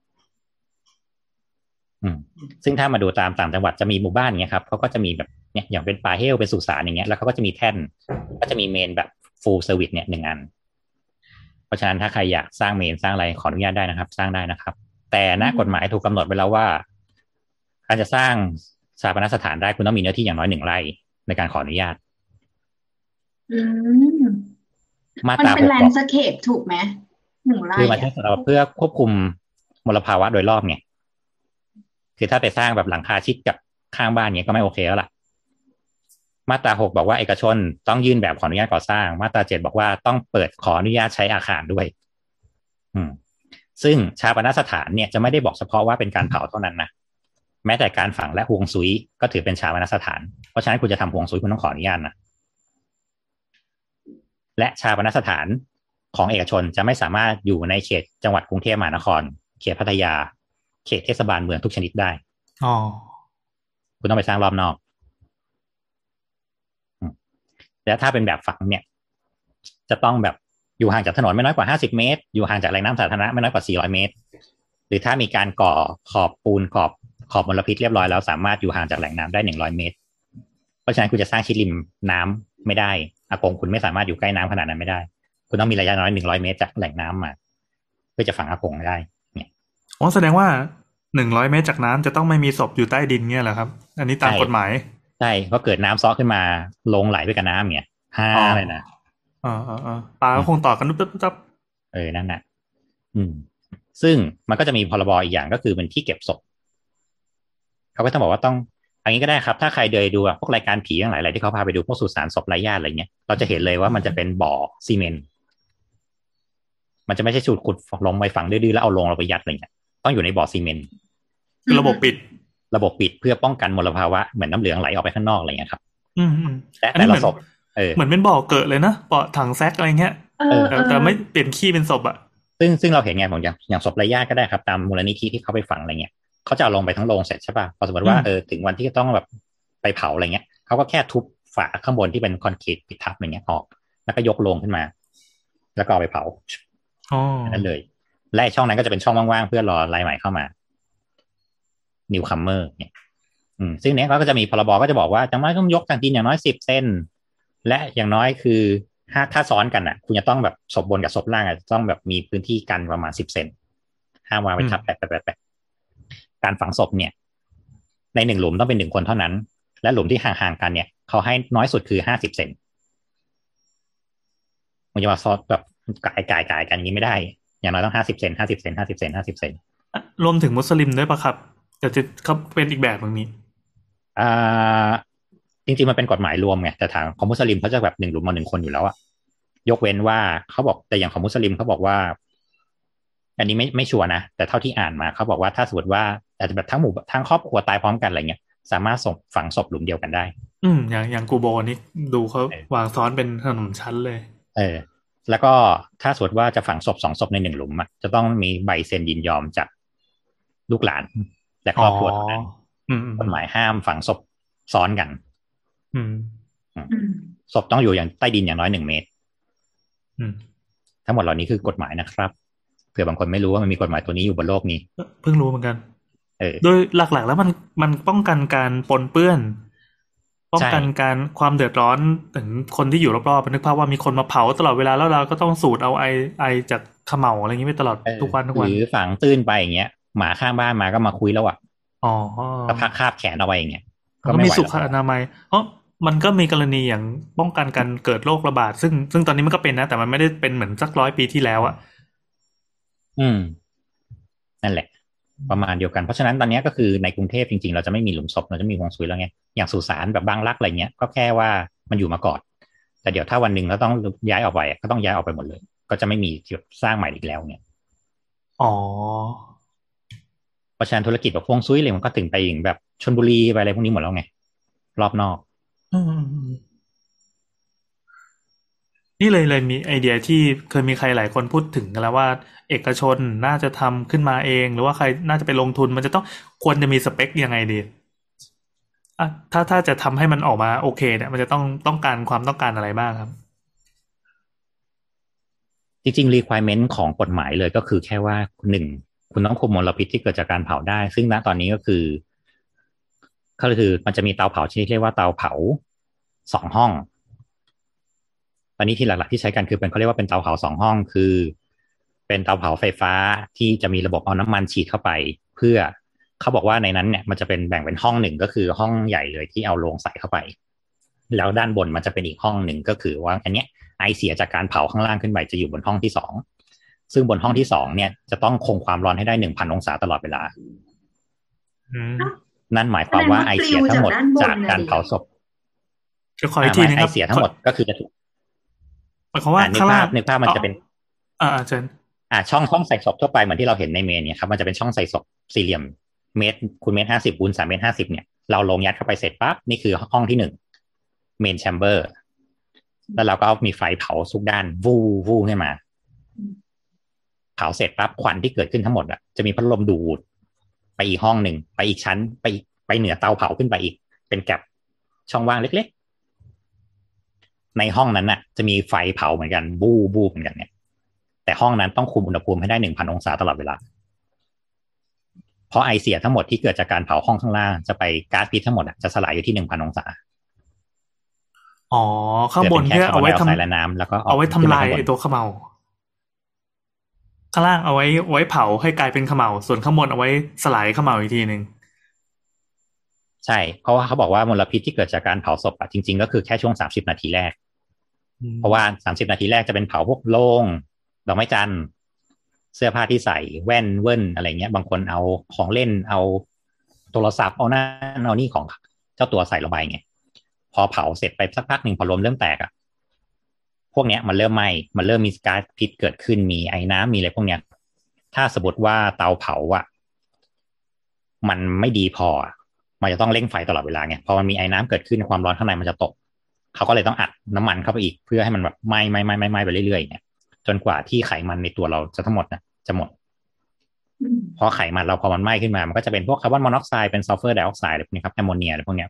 ซึ่งถ้ามาดูตามต่างจังหวัดจะมีหมู่บ้านเงี้ยครับเขาก็จะมีแบบเนี่ยอย่างเป็นป่าเฮลเป็นสุสานอย่างเงี้ยแล้วเขาก็จะมีแท่นก็จะมีเมนแบบ full service เนี่ย1 อันเพราะฉะนั้นถ้าใครอยากสร้างเมนสร้างอะไรขออนุญาตได้นะครับสร้างได้นะครับแต่ณกฎหมายถูกกำหนดไว้แล้วว่าการจะสร้างชาปนสถานได้คุณต้องมีเนื้อที่อย่างน้อย1 ไร่ในการขออนุญาตมันเป็นแลนด์สเคปถูกไหม 1 ไร่คือมันใช้สำหรับเพื่อควบคุมมลภาวะโดยรอบไงคือถ้าไปสร้างแบบหลังคาชิดกับข้างบ้านเนี้ยก็ไม่โอเคแล้วล่ะมาตรา6บอกว่าเอกชนต้องยื่นแบบขออนุญาตก่อสร้างมาตรา7บอกว่าต้องเปิดขออนุญาตใช้อาคารด้วยซึ่งชาปนสถานเนี่ยจะไม่ได้บอกเฉพาะว่าเป็นการเผาเท่านั้นนะแม้แต่การฝังและฮวงซุยก็ถือเป็นชาปนสถานเพราะฉะนั้นคุณจะทำฮวงซุยคุณต้องขออนุญาตนะและชาปนสถานของเอกชนจะไม่สามารถอยู่ในเขตจังหวัดกรุงเทพมหานครเขตพัทยาเขตเทศบาลเมืองทุกชนิดได้คุณต้องไปสร้างรอบนอกและถ้าเป็นแบบฝังเนี่ยจะต้องแบบอยู่ห่างจากถนนไม่น้อยกว่า50 เมตรอยู่ห่างจากแหล่งน้ำสาธารณะไม่น้อยกว่า400 เมตรหรือถ้ามีการก่อขอบปูนขอบมลพิษเรียบร้อยแล้วสามารถอยู่ห่างจากแหล่งน้ำได้100 เมตรเพราะฉะนั้นคุณจะสร้างชิดริมน้ำไม่ได้อากงคุณไม่สามารถอยู่ใกล้น้ำขนาดนั้นไม่ได้คุณต้องมีระยะน้อย100 เมตรจากแหล่งน้ำมาเพื่อจะฝังอากงได้เนี่ยแสดงว่า100 เมตรจากน้ำจะต้องไม่มีศพอยู่ใต้ดินเงี้ยเหรอครับอันนี้ตามกฎหมายใช่เพราะเกิดน้ำซ้อขึ้นมาลงไหลไปกับน้ำเนี่ยเลยนะปลาก็คงต่อกันนุ๊บนั่นน่ะซึ่งมันก็จะมีพรบอีกอย่างก็คือเป็นที่เก็บศพเขาก็ต้องบอกว่าต้องอันนี้ก็ได้ครับถ้าใครเดินดูพวกรายการผีทั้งหลายที่เขาพาไปดูพวกสุสานศพไร้ญาติอะไรเงี้ยเราจะเห็นเลยว่ามันจะเป็นบ่อซีเมนต์มันจะไม่ใช่สูตรขุดลงไปฝังดื้อๆแล้วเอาลงเราไปยัดอะไรเงี้ยต้องอยู่ในบ่อซีเมนต์คือระบบปิดเพื่อป้องกันมลภาวะเหมือนน้ำเหลืองไหลออกไปข้างนอกอะไรเงี้ยครับแต่ละศพเหมือนเป็นบ่อเกิดเลยนะบ่อถังแซกอะไรเงี้ยแต่ไม่เปลี่ยนขี้เป็นศพอ่ะซึ่งเราเห็นไงผมอย่างศพไร้ญาติก็ได้ครับตามมูลนิธิที่เขาไปฝังอะไรเงี้ยเขาจะเอาลงไปทั้งโรงเสร็จใช่ป่ะพอสมมติว่าถึงวันที่จะต้องแบบไปเผาอะไรเงี้ยเขาก็แค่ทุบฝาข้างบนที่เป็นคอนกรีตปิดทับอะไรเงี้ยออกแล้วก็ยกโลงขึ้นมาแล้วก็เอาไปเผานั่นเลยและช่องนั้นก็จะเป็นช่องว่างๆเพื่อรอรายใหม่เข้ามานิวคัมเมอร์เนี่ยซึ่งเนี้ยเขาก็จะมีพรบก็จะบอกว่าจังน้อยต้องยกจากดินอย่างน้อย10 เซนและอย่างน้อยคือถ้าซ้อนกันอ่ะคุณจะต้องแบบศพบนกับศพล่างต้องแบบมีพื้นที่กันประมาณ10 เซนห้ามวางไปทับแปะการฝังศพเนี่ยใน1 หลุมต้องเป็น1 คนเท่านั้นและหลุมที่ห่างๆกันเนี่ยเขาให้น้อยสุดคือ50 เซนมันจะมาซ้อนแบบกายกันอย่างนี้ไม่ได้อย่างน้อยต้อง50 เซน50 เซน50 เซน50 เซนรวมถึงมุสลิมด้วยปะครับแต่จะเขาเป็นอีกแบบนึงนี้จริงๆมันเป็นกฎหมายรวมไงแต่ทางของมุสลิมเขาจะแบบ1 หลุมมา1 คนอยู่แล้วอะยกเว้นว่าเขาบอกแต่อย่างของมุสลิมเขาบอกว่าอันนี้ไม่ชัวร์นะแต่เท่าที่อ่านมาเขาบอกว่าถ้าสมมติว่าอาจจะแบบทั้งหมู่ทั้งครอบครัวตายพร้อมกันอะไรเงี้ยสามารถฝังศพหลุมเดียวกันได้อย่างกูโบนี่ดูเขาวางซ้อนเป็นถนนชั้นเลยแล้วก็ถ้าสมมติว่าจะฝังศพ2 ศพใน1 หลุมจะต้องมีใบเซ็นยินยอมจากลูกหลานและครอบครัวนั้นกฎหมายห้ามฝังศพซ้อนกันศพต้องอยู่อย่างใต้ดินอย่างน้อย1 เมตรทั้งหมดเหล่านี้คือกฎหมายนะครับเผื่อบางคนไม่รู้ว่ามันมีกฎหมายตัวนี้อยู่บนโลกนี้เพิ่งรู้เหมือนกันโดยหลักๆแล้วมันป้องกันการปนเปื้อนป้องกันการความเดือดร้อนถึงคนที่อยู่รอบๆนึกภาพว่ามีคนมาเผาตลอดเวลาแล้วเราก็ต้องสูดเอาไอจากเขม่าอะไรอย่างนี้ไปตลอดทุกวันหรือฝังตื้นไปอย่างเงี้ยหมาข้างบ้านมาก็มาคุยแล้วก็พักคาบแขนเอาไว้อย่างเงี้ยก็มีสุขอนามัยเพราะมันก็มีกรณีอย่างป้องกันการเกิดโรคระบาดซึ่งตอนนี้มันก็เป็นนะแต่มันไม่ได้เป็นเหมือนสัก100 ปีที่แล้วอ่ะนั่นแหละประมาณเดียวกันเพราะฉะนั้นตอนนี้ก็คือในกรุงเทพจริงๆเราจะไม่มีหลุมศพเราจะมีฮวงซุยแล้วไงอย่างสุสานแบบบางรักอะไรเงี้ยก็แค่ว่ามันอยู่มาก่อนแต่เดี๋ยวถ้าวันหนึ่งเราต้องย้ายออกไปก็ต้องย้ายออกไปหมดเลยก็จะไม่มีสร้างใหม่อีกแล้วเนี่ยเพราะฉะนั้นธุรกิจแบบฮวงซุยเลยมันก็ถึงไปอย่างแบบชลบุรีไปอะไรพวกนี้หมดแล้วไงรอบนอกนี่เลยมีไอเดียที่เคยมีใครหลายคนพูดถึงกันแล้วว่าเอกชนน่าจะทำขึ้นมาเองหรือว่าใครน่าจะไปลงทุนมันจะควรจะมีสเปคยังไงดีถ้าจะทำให้มันออกมาโอเคเนี่ยมันจะต้องการความต้องการอะไรบ้างครับจริงๆ requirement ของกฎหมายเลยก็คือแค่ว่า1คุณต้องคุมมลพิษที่เกิดจากการเผาได้ซึ่งณตอนนี้ก็คือมันจะมีเตาเผาชนิดเรียกว่าเตาเผา2 ห้องตอนนี้ที่หลักๆที่ใช้กันคือเขาเรียกว่าเป็นเตาเผา2 ห้องคือเป็นเตาเผาไฟฟ้าที่จะมีระบบเอาน้ำมันฉีดเข้าไปเพื่อเขาบอกว่าในนั้นเนี่ยมันจะเป็นแบ่งเป็นห้อง1ก็คือห้องใหญ่เลยที่เอาโลงใส่เข้าไปแล้วด้านบนมันจะเป็นอีกห้อง1ก็คือว่าอันเนี้ยไอเสียจากการเผาข้างล่างขึ้นไปจะอยู่บนห้องที่2 ซึ่งบนห้องที่2เนี่ยจะต้องคงความร้อนให้ได้ 1,000 องศาตลอดเวลานั่นหมายความว่าไอเสียทั้งหมดจากการเผาศพจะขออีกทีนึงครับไอเสียทั้งหมดก็คือจะถูกหมายความว่าข้างล่างในภาพมันจะเป็นเชิญช่องใส่ศพทั่วไปเหมือนที่เราเห็นในเมนเนี่ยครับมันจะเป็นช่องใส่ศพสี่เหลี่ยมเมตรคูณเมตร50คูณ3เมตร50เนี่ยเราลงยัดเข้าไปเสร็จปั๊บนี่คือห้องที่1เมนแชมเบอร์แล้วเราก็มีไฟเผาทุกด้านวูขึ้นมาเผาเสร็จปั๊บควันที่เกิดขึ้นทั้งหมดจะมีพัดลมดูดไปอีกห้องหนึ่งไปอีกชั้นไปเหนือเตาเผาขึ้นไปอีกเป็นแกลบช่องว่างเล็กๆในห้องนั้นจะมีไฟเผาเหมือนกันบูเหมือนกันเนี่ยแต่ห้องนั้นต้องคุมอุณหภูมิให้ได้ 1,000 องศาตลอดเวลาเพราะไอเสียทั้งหมดที่เกิดจากการเผาห้องข้างล่างจะไปก๊าซพิษทั้งหมดจะสลายอยู่ที่ 1,000 องศาข้างบนเนี่ยเอาไว้ทำและน้ำแล้วก็เอาไว้ทำลายไอตัวเขม่าข้างล่างเอาไว้เผาให้กลายเป็นเขม่าส่วนข้างบนเอาไว้สลายเขม่าอีกทีนึงใช่เพราะว่าเขาบอกว่ามลพิษที่เกิดจากการเผาศพจริงๆก็คือแค่ช่วง30 นาทีแรกเพราะว่า30 นาทีแรกจะเป็นเผาพวกโลงดอกไม้จันทร์เสื้อผ้าที่ใส่แว่นเว่นอะไรเงี้ยบางคนเอาของเล่นเอาโทรศัพท์เอานั่นเอานี่ของเจ้าตัวใส่ลงไปไงพอเผาเสร็จไปสักพักหนึ่งพอลมเริ่มแตกพวกเนี้ยมันเริ่มไหม้มันเริ่มมีก๊าซพิษเกิดขึ้นมีไอ้น้ำมีอะไรพวกเนี้ยถ้าสมมติว่าเตาเผามันไม่ดีพอมันจะต้องเร่งไฟตลอดเวลาไงพอมันมีไอ้น้ำเกิดขึ้นความร้อนข้างในมันจะตกเขาก็เลยต้องอัดน้ำมันเข้าไปอีกเพื่อให้มันแบบไหม้ไปเรื่อยๆเนี่ยจนกว่าที่ไขมันในตัวเราจะทั้งหมดจะหมดพอไขมันเราพอมันไหม้ขึ้นมามันก็จะเป็นพวกคาร์บอนมอนอกไซด์เป็นซัลเฟอร์ไดออกไซด์อะไรพวกนี้ครับแอมโมเนียอะไรพวกเนี้ย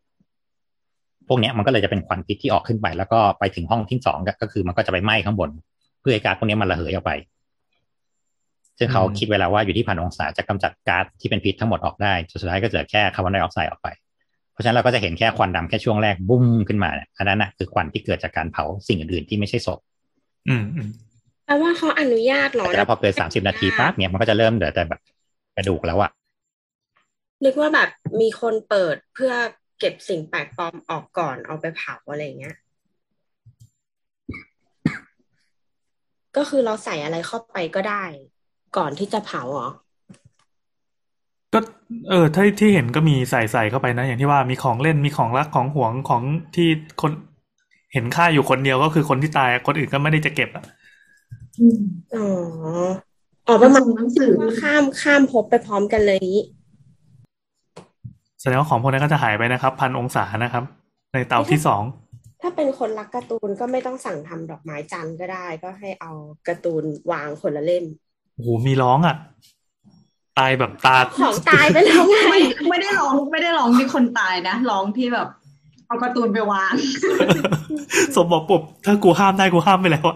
มันก็เลยจะเป็นควันพิษที่ออกขึ้นไปแล้วก็ไปถึงห้องที่2ก็คือมันก็จะไปไหม้ข้างบนเพื่อให้ก๊าซพวกนี้มันระเหยออกไปซึ่งเขาคิดไว้แล้วว่าอยู่ที่ 1,000 องศาจะกำจัดก๊าซที่เป็นพิษทั้งหมดออกได้สุดท้ายก็เหลือแค่คาร์บอนไดออกไซด์ออกไปเพราะฉะนั้นเราก็จะเห็นแค่ควันดำแค่ช่วงแรกบุ้มขึ้นมาอันนั้นคือควันที่เกิดจากการเผาสิ่งอื่นๆที่ไม่ใช่ศพแปลว่าเขาอนุญาตหรอแต่พอเกิน30 นาทีปั๊บเนี่ยมันก็จะเริ่มเหลือแต่แบบกระดูกแล้วนึกว่าแบบมีคนเปิดเพื่อเก็บสิ่งแปลกปลอมออกก่อนเอาไปเผาอะไรเงี้ยก็คือเราใส่อะไรเข้าไปก็ได้ก่อนที่จะเผาหรอก็ที่เห็นก็มีใส่เข้าไปนะอย่างที่ว่ามีของเล่นมีของรักของหวงของที่คนเห็นค่าอยู่คนเดียวก็คือคนที่ตายคนอื่นก็ไม่ได้จะเก็บประมาณหนังสือข้ามภพไปพร้อมกันเลยนี้แสดงว่าของพวกนั้นก็จะหายไปนะครับ 1,000 องศานะครับในเตาที่2 ถ้าเป็นคนรักการ์ตูนก็ไม่ต้องสั่งทำดอกไม้จันทร์ก็ได้ก็ให้เอาการ์ตูนวางคนละเล่มโอ้โหมีร้องตายแบบตาของตายไปแล้วไงไม่ได้ร้องที่คนตายนะร้องที่แบบเอาการ์ตูนไปวางสมบอกปุ๊บถ้ากูห้ามได้กูห้ามไปแล้ว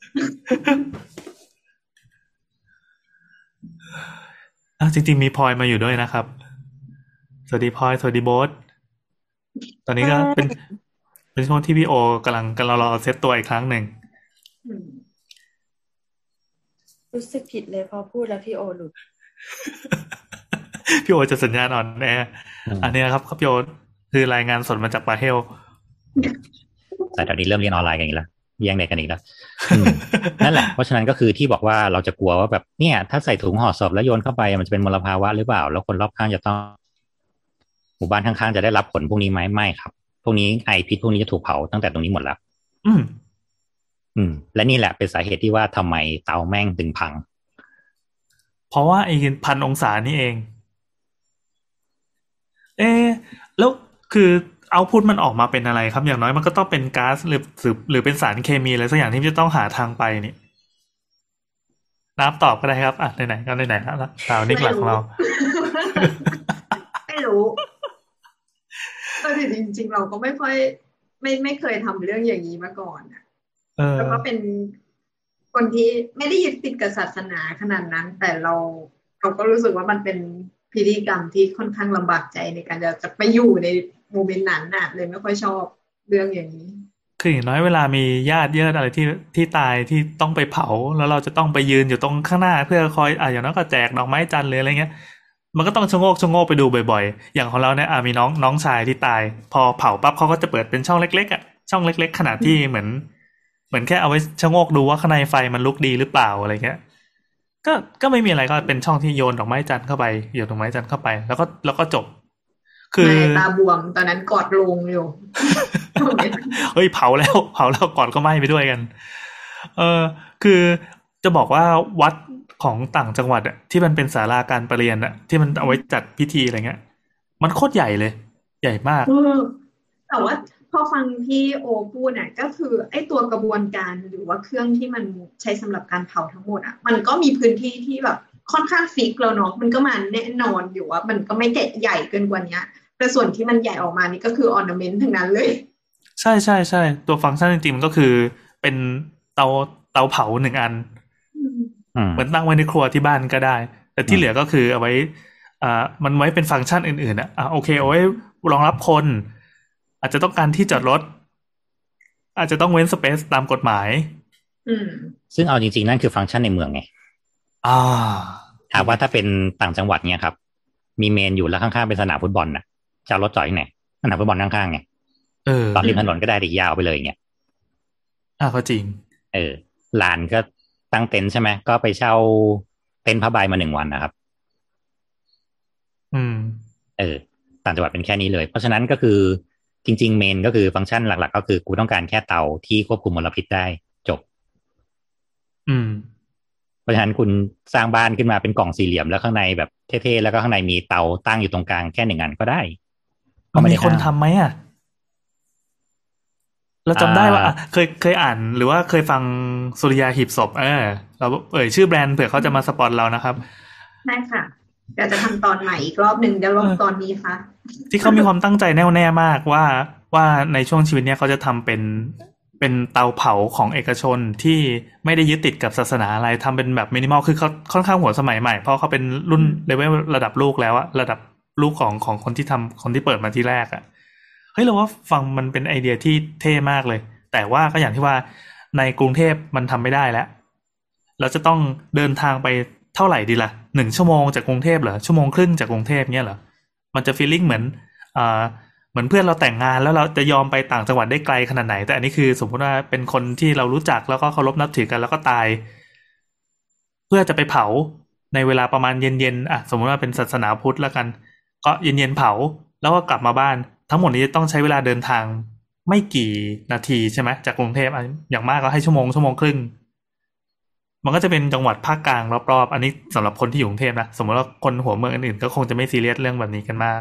จริงๆมีพลอยมาอยู่ด้วยนะครับสวัสดีพลอยสวัสดีโบ๊ทตอนนี้ก็เป็นช่วงที่พี่โอกำลังรอเซตตัวอีกครั้งหนึ่งรู้สึกผิดเลยพอพูดแล้วพี่โอหลุดพี่โอจะสัญญาณอ่อนแออันนี้นะครับพี่โอคือรายงานสดมาจากปาเฮลแต่ตอนนี้เริ่มเรียนออนไลน์กันอีกแล้วแย่งเด็กกันอีกแล้วนั่นแหละเพราะฉะนั้นก็คือที่บอกว่าเราจะกลัวว่าแบบเนี่ยถ้าใส่ถุงห่อศพแล้วโยนเข้าไปมันจะเป็นมลภาวะหรือเปล่าแล้วคนรอบข้างจะต้องหมู่บ้านข้างๆจะได้รับผลพวกนี้ไหมไม่ครับพวกนี้ไอพิษพวกนี้จะถูกเผาตั้งแต่ตรงนี้หมดแล้วและนี่แหละเป็นสาเหตุที่ว่าทำไมเตาแม่งถึงพังเพราะว่าไอ้ 1,000 องศานี่เองแล้วคือเอาพุทมันออกมาเป็นอะไรครับอย่างน้อยมันก็ต้องเป็นก๊าซหรือเป็นสารเคมีอะไรสักอย่างที่จะต้องหาทางไปนี่น้ำตอบก็ได้ครับไหนๆก็ไหนๆแล้วสาวนิ่งหลักของเราไม่รู้ก็จริงๆเราก็ไม่ค่อยไม่เคยทำเรื่องอย่างนี้มาก่อนแล้วก็เป็นคนที่ไม่ได้ยึดติดกับศาสนาขนาดนั้นแต่เราก็รู้สึกว่ามันเป็นพิธีกรรมที่ค่อนข้างลำบากใจในการจะไปอยู่ในโมเมนต์นั้นเลยไม่ค่อยชอบเรื่องอย่างนี้คืออย่างน้อยเวลามีญาติเยอะอะไรที่ตายที่ต้องไปเผาแล้วเราจะต้องไปยืนอยู่ตรงข้างหน้าเพื่อคอยอย่างน้อยก็แจกดอกไม้จันทร์หรืออะไรเงี้ยมันก็ต้องชะโงกไปดูบ่อยๆอย่างของเราเนี่ยมีน้องชายที่ตายพอเผาปั๊บเขาก็จะเปิดเป็นช่องเล็กๆช่องเล็กๆขนาดที่เหมือนแค่เอาไว้ชะโงกดูว่าข้างในไฟมันลุกดีหรือเปล่าอะไรเงี้ยก็ไม่มีอะไรก็เป็นช่องที่โยนดอกไม้จันทร์เข้าไปโยนดอกไม้จันทร์เข้าไปแล้วก็จบ คือไม่ตาบวมตอนนั้นกอดลุงอยู่เฮ้ยเผาแล้วก่อนก็ไหม้ไปด้วยกันคือจะบอกว่าวัดของต่างจังหวัดอะที่มันเป็นศาลาการประเรียนอะที่มันเอาไว้จัดพิธีอะไรเงี้ยมันโคตรใหญ่เลยใหญ่มากแต่ว่าพอฟังพี่โอพูดเนี่ยก็คือไอ้ตัวกระบวนการหรือว่าเครื่องที่มันใช้สำหรับการเผาทั้งหมดอ่ะมันก็มีพื้นที่ที่แบบค่อนข้างฟิกแล้วเนาะมันก็มาแน่นอนอยู่ว่ามันก็ไม่ใหญ่เกินกว่านี้แต่ส่วนที่มันใหญ่ออกมานี่ก็คือออร์นาเมนต์ทั้งนั้นเลยใช่ตัวฟังก์ชันจริงๆมันก็คือเป็นเตาเผา1 อันเหมือนตั้งไว้ในครัวที่บ้านก็ได้แต่ที่เหลือก็คือเอาไว้มันไว้เป็นฟังก์ชันอื่นๆโอเคเอาไว้รองรับคนอาจจะต้องการที่จอดรถอาจจะต้องเว้นสเปซตามกฎหมายซึ่งเอาจริงๆนั่นคือฟังก์ชันในเมืองไงถามว่าถ้าเป็นต่างจังหวัดเนี่ยครับมีเมนอยู่แล้วข้างๆเป็นสนามฟุตบอลนะจะเอารถจอดที่ไหนสนามฟุตบอลข้างๆไงตอนริมถนนก็ได้ดิยาวไปเลยเงี้ยก็จริงลานก็ตั้งเต็นท์ใช่ไหมก็ไปเช่าเต็นท์ผ้าใบมา1 วันนะครับต่างจังหวัดเป็นแค่นี้เลยเพราะฉะนั้นก็คือจริงๆเมนก็คือฟังก์ชันหลักๆก็คือกูต้องการแค่เตาที่ควบคุมมลพิษได้จบเพราะฉะนั้นคุณสร้างบ้านขึ้นมาเป็นกล่องสี่เหลี่ยมแล้วข้างในแบบเท่ๆแล้วก็ข้างในมีเตาตั้งอยู่ตรงกลางแค่1 อันก็ได้มันมีคนทำไหมเราจำได้ว่าเคยอ่านหรือว่าเคยฟังสุริยาหีบศพเราชื่อแบรนด์เผื่อเขาจะมาสปอนเรานะครับได้ค่ะเดี๋ยวจะทำตอนใหม่อีกรอบนึงเดี๋ยวรอบตอนนี้ค่ะที่เขามีความตั้งใจแน่วแน่มากว่าในช่วงชีวิตเนี้ยเขาจะทำเป็นเตาเผาของเอกชนที่ไม่ได้ยึดติดกับศาสนาอะไรทำเป็นแบบมินิมอลคือเขาค่อนข้างหัวสมัยใหม่เพราะเขาเป็นรุ่นเลเวลระดับลูกแล้วระดับลูกของคนที่ทำคนที่เปิดมาที่แรกเฮ้ยเราว่าฟังมันเป็นไอเดียที่เท่มากเลยแต่ว่าก็อย่างที่ว่าในกรุงเทพมันทำไม่ได้แล้วเราจะต้องเดินทางไปเท่าไหร่ดีล่ะ1 ชั่วโมงจากกรุงเทพเหรอ1 ชั่วโมงครึ่งจากกรุงเทพเงี้ยเหรอมันจะฟีลลิ่งเหมือนเพื่อนเราแต่งงานแล้วเราจะยอมไปต่างจังหวัดได้ไกลขนาดไหนแต่อันนี้คือสมมติว่าเป็นคนที่เรารู้จักแล้วก็เคารพนับถือกันแล้วก็ตายเพื่อจะไปเผาในเวลาประมาณเย็นๆสมมติว่าเป็นศาสนาพุทธแล้วกันก็เย็นๆเผาแล้วก็กลับมาบ้านทั้งหมดนี้ต้องใช้เวลาเดินทางไม่กี่นาทีใช่ไหมจากกรุงเทพอย่างมากก็ให้ชั่วโมงครึ่งมันก็จะเป็นจังหวัดภาคกลางรอบๆอันนี้สำหรับคนที่อยู่กรุงเทพนะสมมติว่าคนหัวเมืองอื่นๆก็คงจะไม่ซีเรียสเรื่องแบบนี้กันมาก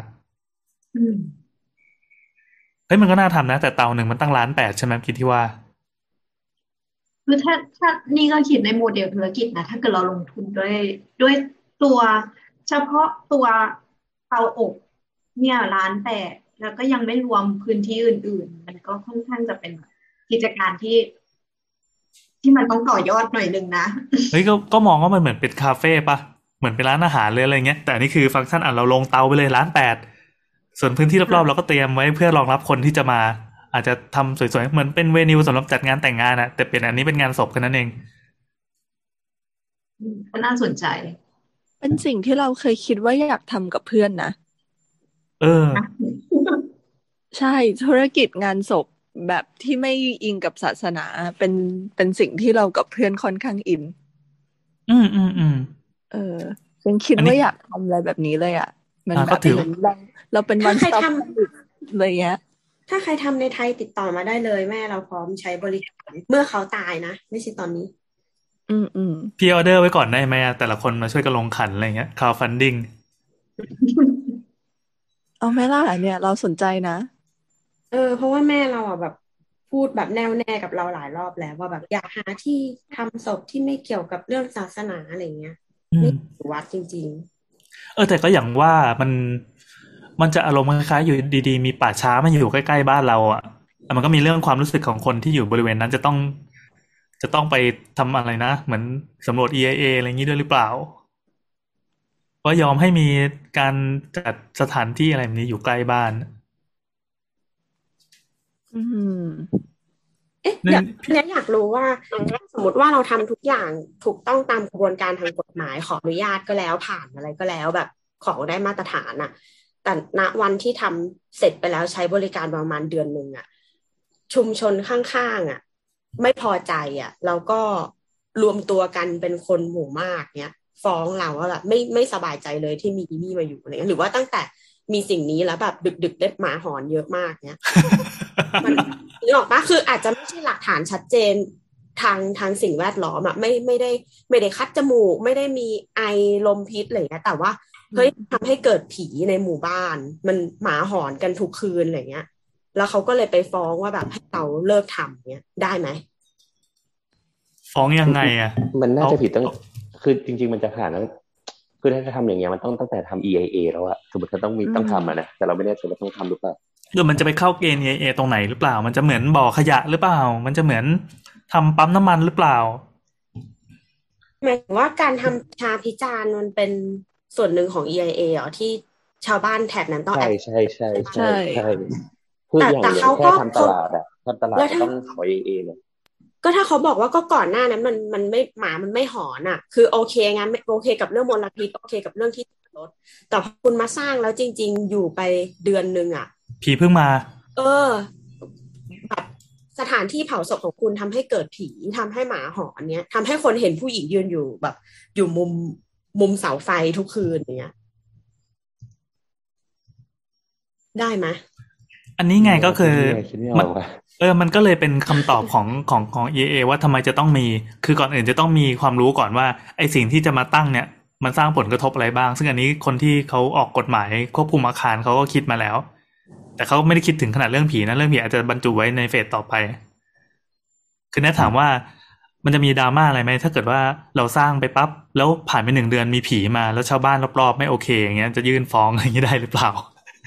เฮ้ยมันก็น่าทำนะแต่เตาหนึ่งมันตั้ง1.8 ล้านใช่ไหมคิดที่ว่าคือถ้านี่ก็คิดในโมเดลธุรกิจนะถ้าเกิดเราลงทุนด้วยตัวเฉพาะตัวเตาอบเนี่ย1.8 ล้านแล้วก็ยังไม่รวมพื้นที่อื่นๆมันก็ค่อนข้างจะเป็นกิจการที่มันต้องต่อยอดหน่อยนึงนะเฮ้ยก็มองว่ามันเหมือนเป็นคาเฟ่ปะเหมือนเป็นร้านอาหารเลยอะไรเงี้ยแต่อันนี้คือฟังก์ชันเราลงเตาไปเลย1.8 ล้าน ส่วนพื้นที่รอบๆเราก็เตรียมไว้เพื่อรองรับคนที่จะมาอาจจะทำสวยๆเหมือนเป็นเวนิวสำหรับจัดงานแต่งงานแต่เปลี่ยนอันนี้เป็นงานศพกันนั่นเองก็น่าสนใจเป็นสิ่งที่เราเคยคิดว่าอยากทำกับเพื่อนนะใช่ธุรกิจงานศพแบบที่ไม่อิงกับศาสนาเป็นสิ่งที่เรากับเพื่อนค่อนข้างอินฉันคิดว่าอยากทำอะไรแบบนี้เลยมันแบบเราเป็นวันสต็อปเลยเงี้ยถ้าใครทำในไทยติดต่อมาได้เลยแม่เราพร้อมใช้บริการเมื่อเขาตายนะไม่ใช่ตอนนี้พี่ออเดอร์ไว้ก่อนได้ไหมแต่ละคนมาช่วยกันลงขันอะไรเงี้ยcrowdfunding เอาไหมล่ะเนี่ยเราสนใจนะเพราะว่าแม่เราแบบพูดแบบแน่วแน่กับเราหลายรอบแล้วว่าแบบอยากหาที่ทำศพที่ไม่เกี่ยวกับเรื่องศาสนาอะไรเงี้ยไม่วัดจริงๆแต่ก็อย่างว่ามันจะอารมณ์คล้ายๆอยู่ดีๆมีป่าช้ามาอยู่ใกล้ๆบ้านเราแต่มันก็มีเรื่องความรู้สึกของคนที่อยู่บริเวณนั้นจะต้องไปทำอะไรนะเหมือนสำรวจ EIA อะไรอย่างนี้ด้วยหรือเปล่าว่ายอมให้มีการจัดสถานที่อะไรแบบนี้อยู่ใกล้บ้านอยากรู้ว่าสมมติว่าเราทำทุกอย่างถูกต้องตามกระบวนการทางกฎหมายขออนุญาตก็แล้วผ่านอะไรก็แล้วแบบของได้มาตรฐานแต่ณวันที่ทำเสร็จไปแล้วใช้บริการประมาณเดือนนึงชุมชนข้างๆไม่พอใจแล้วก็รวมตัวกันเป็นคนหมู่มากเนี้ยฟ้องเราว่าแบบไม่สบายใจเลยที่มีอีนี่มาอยู่อะไรเงี้ยหรือว่าตั้งแต่มีสิ่งนี้แล้วแบบดึกได้หมาหอนเยอะมากเนี้ย มันนึกออกปะคืออาจจะไม่ใช่หลักฐานชัดเจนทางสิ่งแวดล้อมอะไม่ได้คัดจมูกไม่ได้มีไอลมพิษอะไรเงี้ยแต่ว่าเฮ้ยทำให้เกิดผีในหมู่บ้านมันหมาหอนกันทุกคืนอะไรเงี้ยแล้วเขาก็เลยไปฟ้องว่าแบบให้เราเลิกทำเนี้ยได้ไหมฟ้องยังไงอ่ะมันน่าจะผิดตั้งคือจริงๆมันจะผ่านแล้วคือถ้าจะทำอย่างเงี้ยมันต้องตั้งแต่ทำ EIA แล้วอะสมมติเขาต้องทำนะแต่เราไม่แน่ใจว่าต้องทำหรือเปล่ามันจะไปเข้าเกณฑ์ EIA ตรงไหนหรือเปล่ามันจะเหมือนบ่อขยะหรือเปล่ามันจะเหมือนทำปั๊มน้ำมันหรือเปล่าหมายถึงว่าการทำชาพิจารณ์มันเป็นส่วนหนึ่งของ EIA เหรอที่ชาวบ้านแถบนั้นต้องใช่คืออย่างแต่เขาแค่ทำตลาดอะทำตลาดก็ต้องขอ EIA เลยก็ถ้าเขาบอกว่าก็ก่อนหน้านั้นมันไม่หมามันไม่หอนอ่ะคือโอเคงั้นโอเคกับเรื่องมลพิษโอเคกับเรื่องที่รถแต่พอคุณมาสร้างแล้วจริงๆอยู่ไปเดือนนึงอ่ะผีเพิ่งมาแบบสถานที่เผาศพของคุณทำให้เกิดผีทำให้หมาหอนเนี้ยทำให้คนเห็นผู้หญิงยืนอยู่แบบอยู่มุมเสาไฟทุกคืนอย่างเงี้ยได้ไหมอันนี้ไงก็คือมันก็เลยเป็นคำตอบของ EA ว่าทำไมจะต้องมีคือก่อนอื่นจะต้องมีความรู้ก่อนว่าไอสิ่งที่จะมาตั้งเนี่ยมันสร้างผลกระทบอะไรบ้างซึ่งอันนี้คนที่เขาออกกฎหมายควบคุมอาคารเขาก็คิดมาแล้วแต่เขาไม่ได้คิดถึงขนาดเรื่องผีนะเรื่องผีอาจจะบรรจุไว้ในเฟสต่อไปคือแน่ถามว่ามันจะมีดราม่าอะไรไหมถ้าเกิดว่าเราสร้างไปปั๊บแล้วผ่านไป1 เดือนมีผีมาแล้วชาวบ้านรอบๆไม่โอเคอย่างเงี้ยจะยื่นฟ้องอย่างนี้ได้หรือเปล่า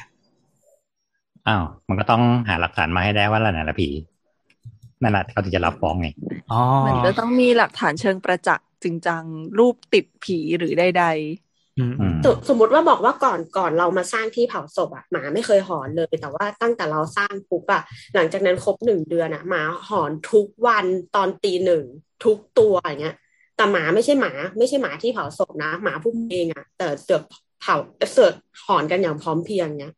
มันก็ต้องหาหลักฐานมาให้ได้ว่านั่นแหละผีนั่นแหละเขาถึงจะรับฟ้องไงมันจะต้องมีหลักฐานเชิงประจักษ์จริงจังรูปติดผีหรือใดๆสมมติว่าบอกว่าก่อนเรามาสร้างที่เผาศพอ่ะหมาไม่เคยหอนเลยแต่ว่าตั้งแต่เราสร้างปุ๊บอ่ะหลังจากนั้นครบ1 เดือนอ่ะหมาหอนทุกวันตอนตี 1ทุกตัวอย่างเงี้ยแต่หมาไม่ใช่หมาที่เผาศพนะหมาพวกเองอ่ะแต่เสือกหอนกันอย่างพร้อมเพรียงเงี้ย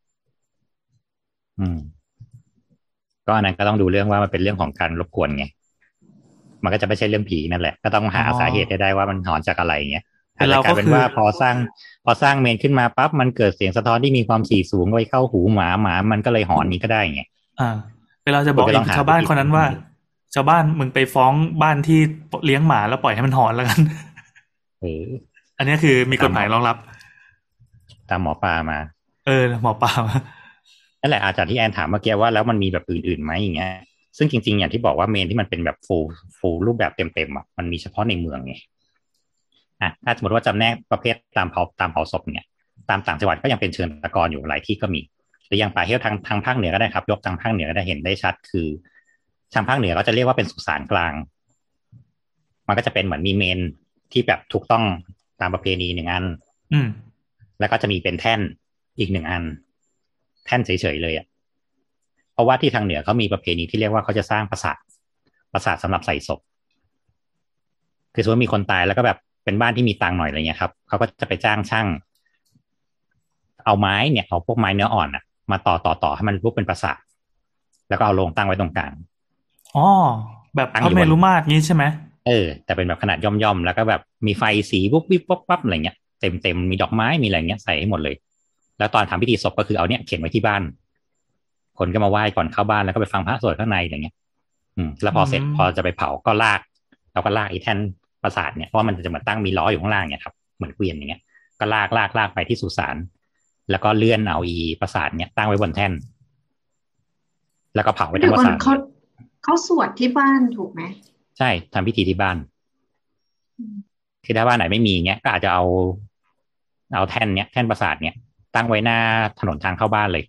ก็อันนั้นก็ต้องดูเรื่องว่ามันเป็นเรื่องของการรบกวนไงมันก็จะไม่ใช่เรื่องผีนั่นแหละก็ต้องหาสาเหตุได้ว่ามันหอนจากอะไรเงี้ยแต่กลายเป็นว่าพอสร้างเมนขึ้นมาปั๊บมันเกิดเสียงสะท้อนที่มีความถี่สูงไว้เข้าหูหมามันก็เลยหอนนี้ก็ได้ไงเวลาจะบอกชาวบ้านคนนั้นว่าชาวบ้านมึงไปฟ้องบ้านที่เลี้ยงหมาแล้วปล่อยให้มันหอนแล้วกันอันนี้คือมีกฎหมายรองรับตามหมอปลามาหมอปลานั่นแหละอาจารย์ที่แอนถามเมื่อกี้ว่าแล้วมันมีแบบอื่นๆไหมอย่างเงี้ยซึ่งจริงๆอย่างที่บอกว่าเมนที่มันเป็นแบบฟูลรูปแบบเต็มๆอ่ะมันมีเฉพาะในเมืองไงถ้าสมมติว่าจำแนกประเภทตามเผาศพเนี่ยตามต่างจังหวัดก็ยังเป็นเชิงตะกอนอยู่หลายที่ก็มีหรืออย่างป่าเฮี้ยวทางภาคเหนือก็ได้ครับยกทางภาคเหนือก็ได้เห็นได้ชัดคือทางภาคเหนือก็จะเรียกว่าเป็นสุสานกลางมันก็จะเป็นเหมือนมีเมนที่แบบถูกต้องตามประเพณี1 อันแล้วก็จะมีเป็นแท่นอีก1 อันแท่นเฉยๆเลยอ่ะเพราะว่าที่ทางเหนือเขามีประเพณีที่เรียกว่าเขาจะสร้างปราสาทสำหรับใส่ศพคือสมมติมีคนตายแล้วก็แบบเป็นบ้านที่มีตังค์หน่อยอะไรเงี้ยครับเขาก็จะไปจ้างช่างเอาไม้เนี่ยเอาพวกไม้เนื้ออ่อนอ่ะมาต่อให้มันรูปเป็นปราสาทแล้วก็เอาลงตั้งไว้ตรงกลางแบบพระเมรุมาตรงี้ใช่ไหมแต่เป็นแบบขนาดย่อมๆแล้วก็แบบมีไฟสีปุ๊บวิบปั๊บอะไรเงี้ยเต็มมีดอกไม้มีอะไรเงี้ยใส่ให้หมดเลยแล้วตอนทำพิธีศพก็คือเอาเนี่ยเขียนไว้ที่บ้านคนก็มาไหว้ก่อนเข้าบ้านแล้วก็ไปฟังพระสวดข้างในอะไรเงี้ยแล้วพอเสร็จพอจะไปเผาก็ลากไอ้แท่นปราสาทเนี่ยเพราะมันจะมาตั้งมีล้ออยู่ข้างล่างเนี่ยครับเหมือนเกวียนอย่างเงี้ยก็ลากไปที่สุสานแล้วก็เลื่อนเอาอีปราสาทเนี่ยตั้งไว้บนแท่นแล้วก็เผาไว้ทั้งปราสาทเขาสวดที่บ้านถูกไหมใช่ทำพิธีที่บ้านคือถ้าบ้านไหนไม่มีเงี้ยก็อาจจะเอาแท่นปราสาทเนี่ยตั้งไว้หน้าถนนทางเข้าบ้านเลย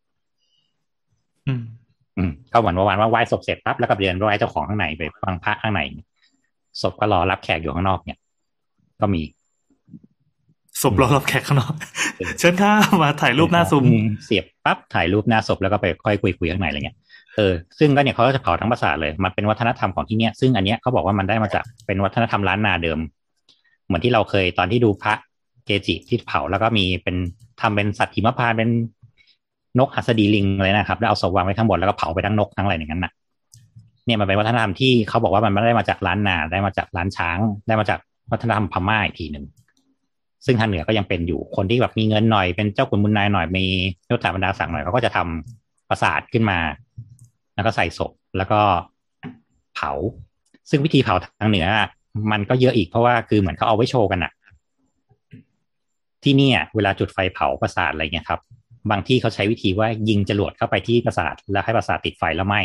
ก็เหมือนว่าไหว้ศพเสร็จปั๊บแล้วก็เดินไหว้เจ้าของข้างในไปฟังพระข้างในศพก็รอรับแขกอยู่ข้างนอกเนี่ยก็มีศพรอรับแขกข้างนอกเชิญค่ะมาถ่ายรูปหน้าซุ้มเสียบปั๊บถ่ายรูปหน้าศพแล้วก็ไปค่อยคุยข้างในอะไรเงี้ยซึ่งก็เนี่ยเขาก็จะเผาทั้งปราสาทเลยมันเป็นวัฒนธรรมของที่เนี่ยซึ่งอันเนี้ยเขาบอกว่ามันได้มาจากเป็นวัฒนธรรมล้านนาเดิมเหมือนที่เราเคยตอนที่ดูพระเกจิที่เผาแล้วก็มีเป็นทำเป็นสัตว์หิมพานต์เป็นนกหัสดีลิงเลยนะครับแล้วเอาศพวางไว้ข้างบนแล้วก็เผาไปทั้งนกทั้งอะไรอย่างนั้นนะเนี่ยมันเป็นวัฒนธรรมที่เขาบอกว่ามันไม่ได้มาจากล้านนาได้มาจากล้านช้างได้มาจากวัฒนธรรมพม่าอีกทีหนึ่งซึ่งทางเหนือก็ยังเป็นอยู่คนที่แบบมีเงินหน่อยเป็นเจ้าขุนมุนนายหน่อยมียศถาบรรดาศักดิ์หน่อยเขาก็จะทำปราสาทขึ้นมาแล้วก็ใส่ศพแล้วก็เผาซึ่งวิธีเผาทางเหนือมันก็เยอะอีกเพราะว่าคือเหมือนเขาเอาไว้โชว์กันอะที่เนี่ยเวลาจุดไฟเผาปราสาทอะไรเงี้ยครับบางที่เขาใช้วิธีว่ายิงจรวดเข้าไปที่ปราสาทแล้วให้ปราสาทติดไฟแล้วไหม้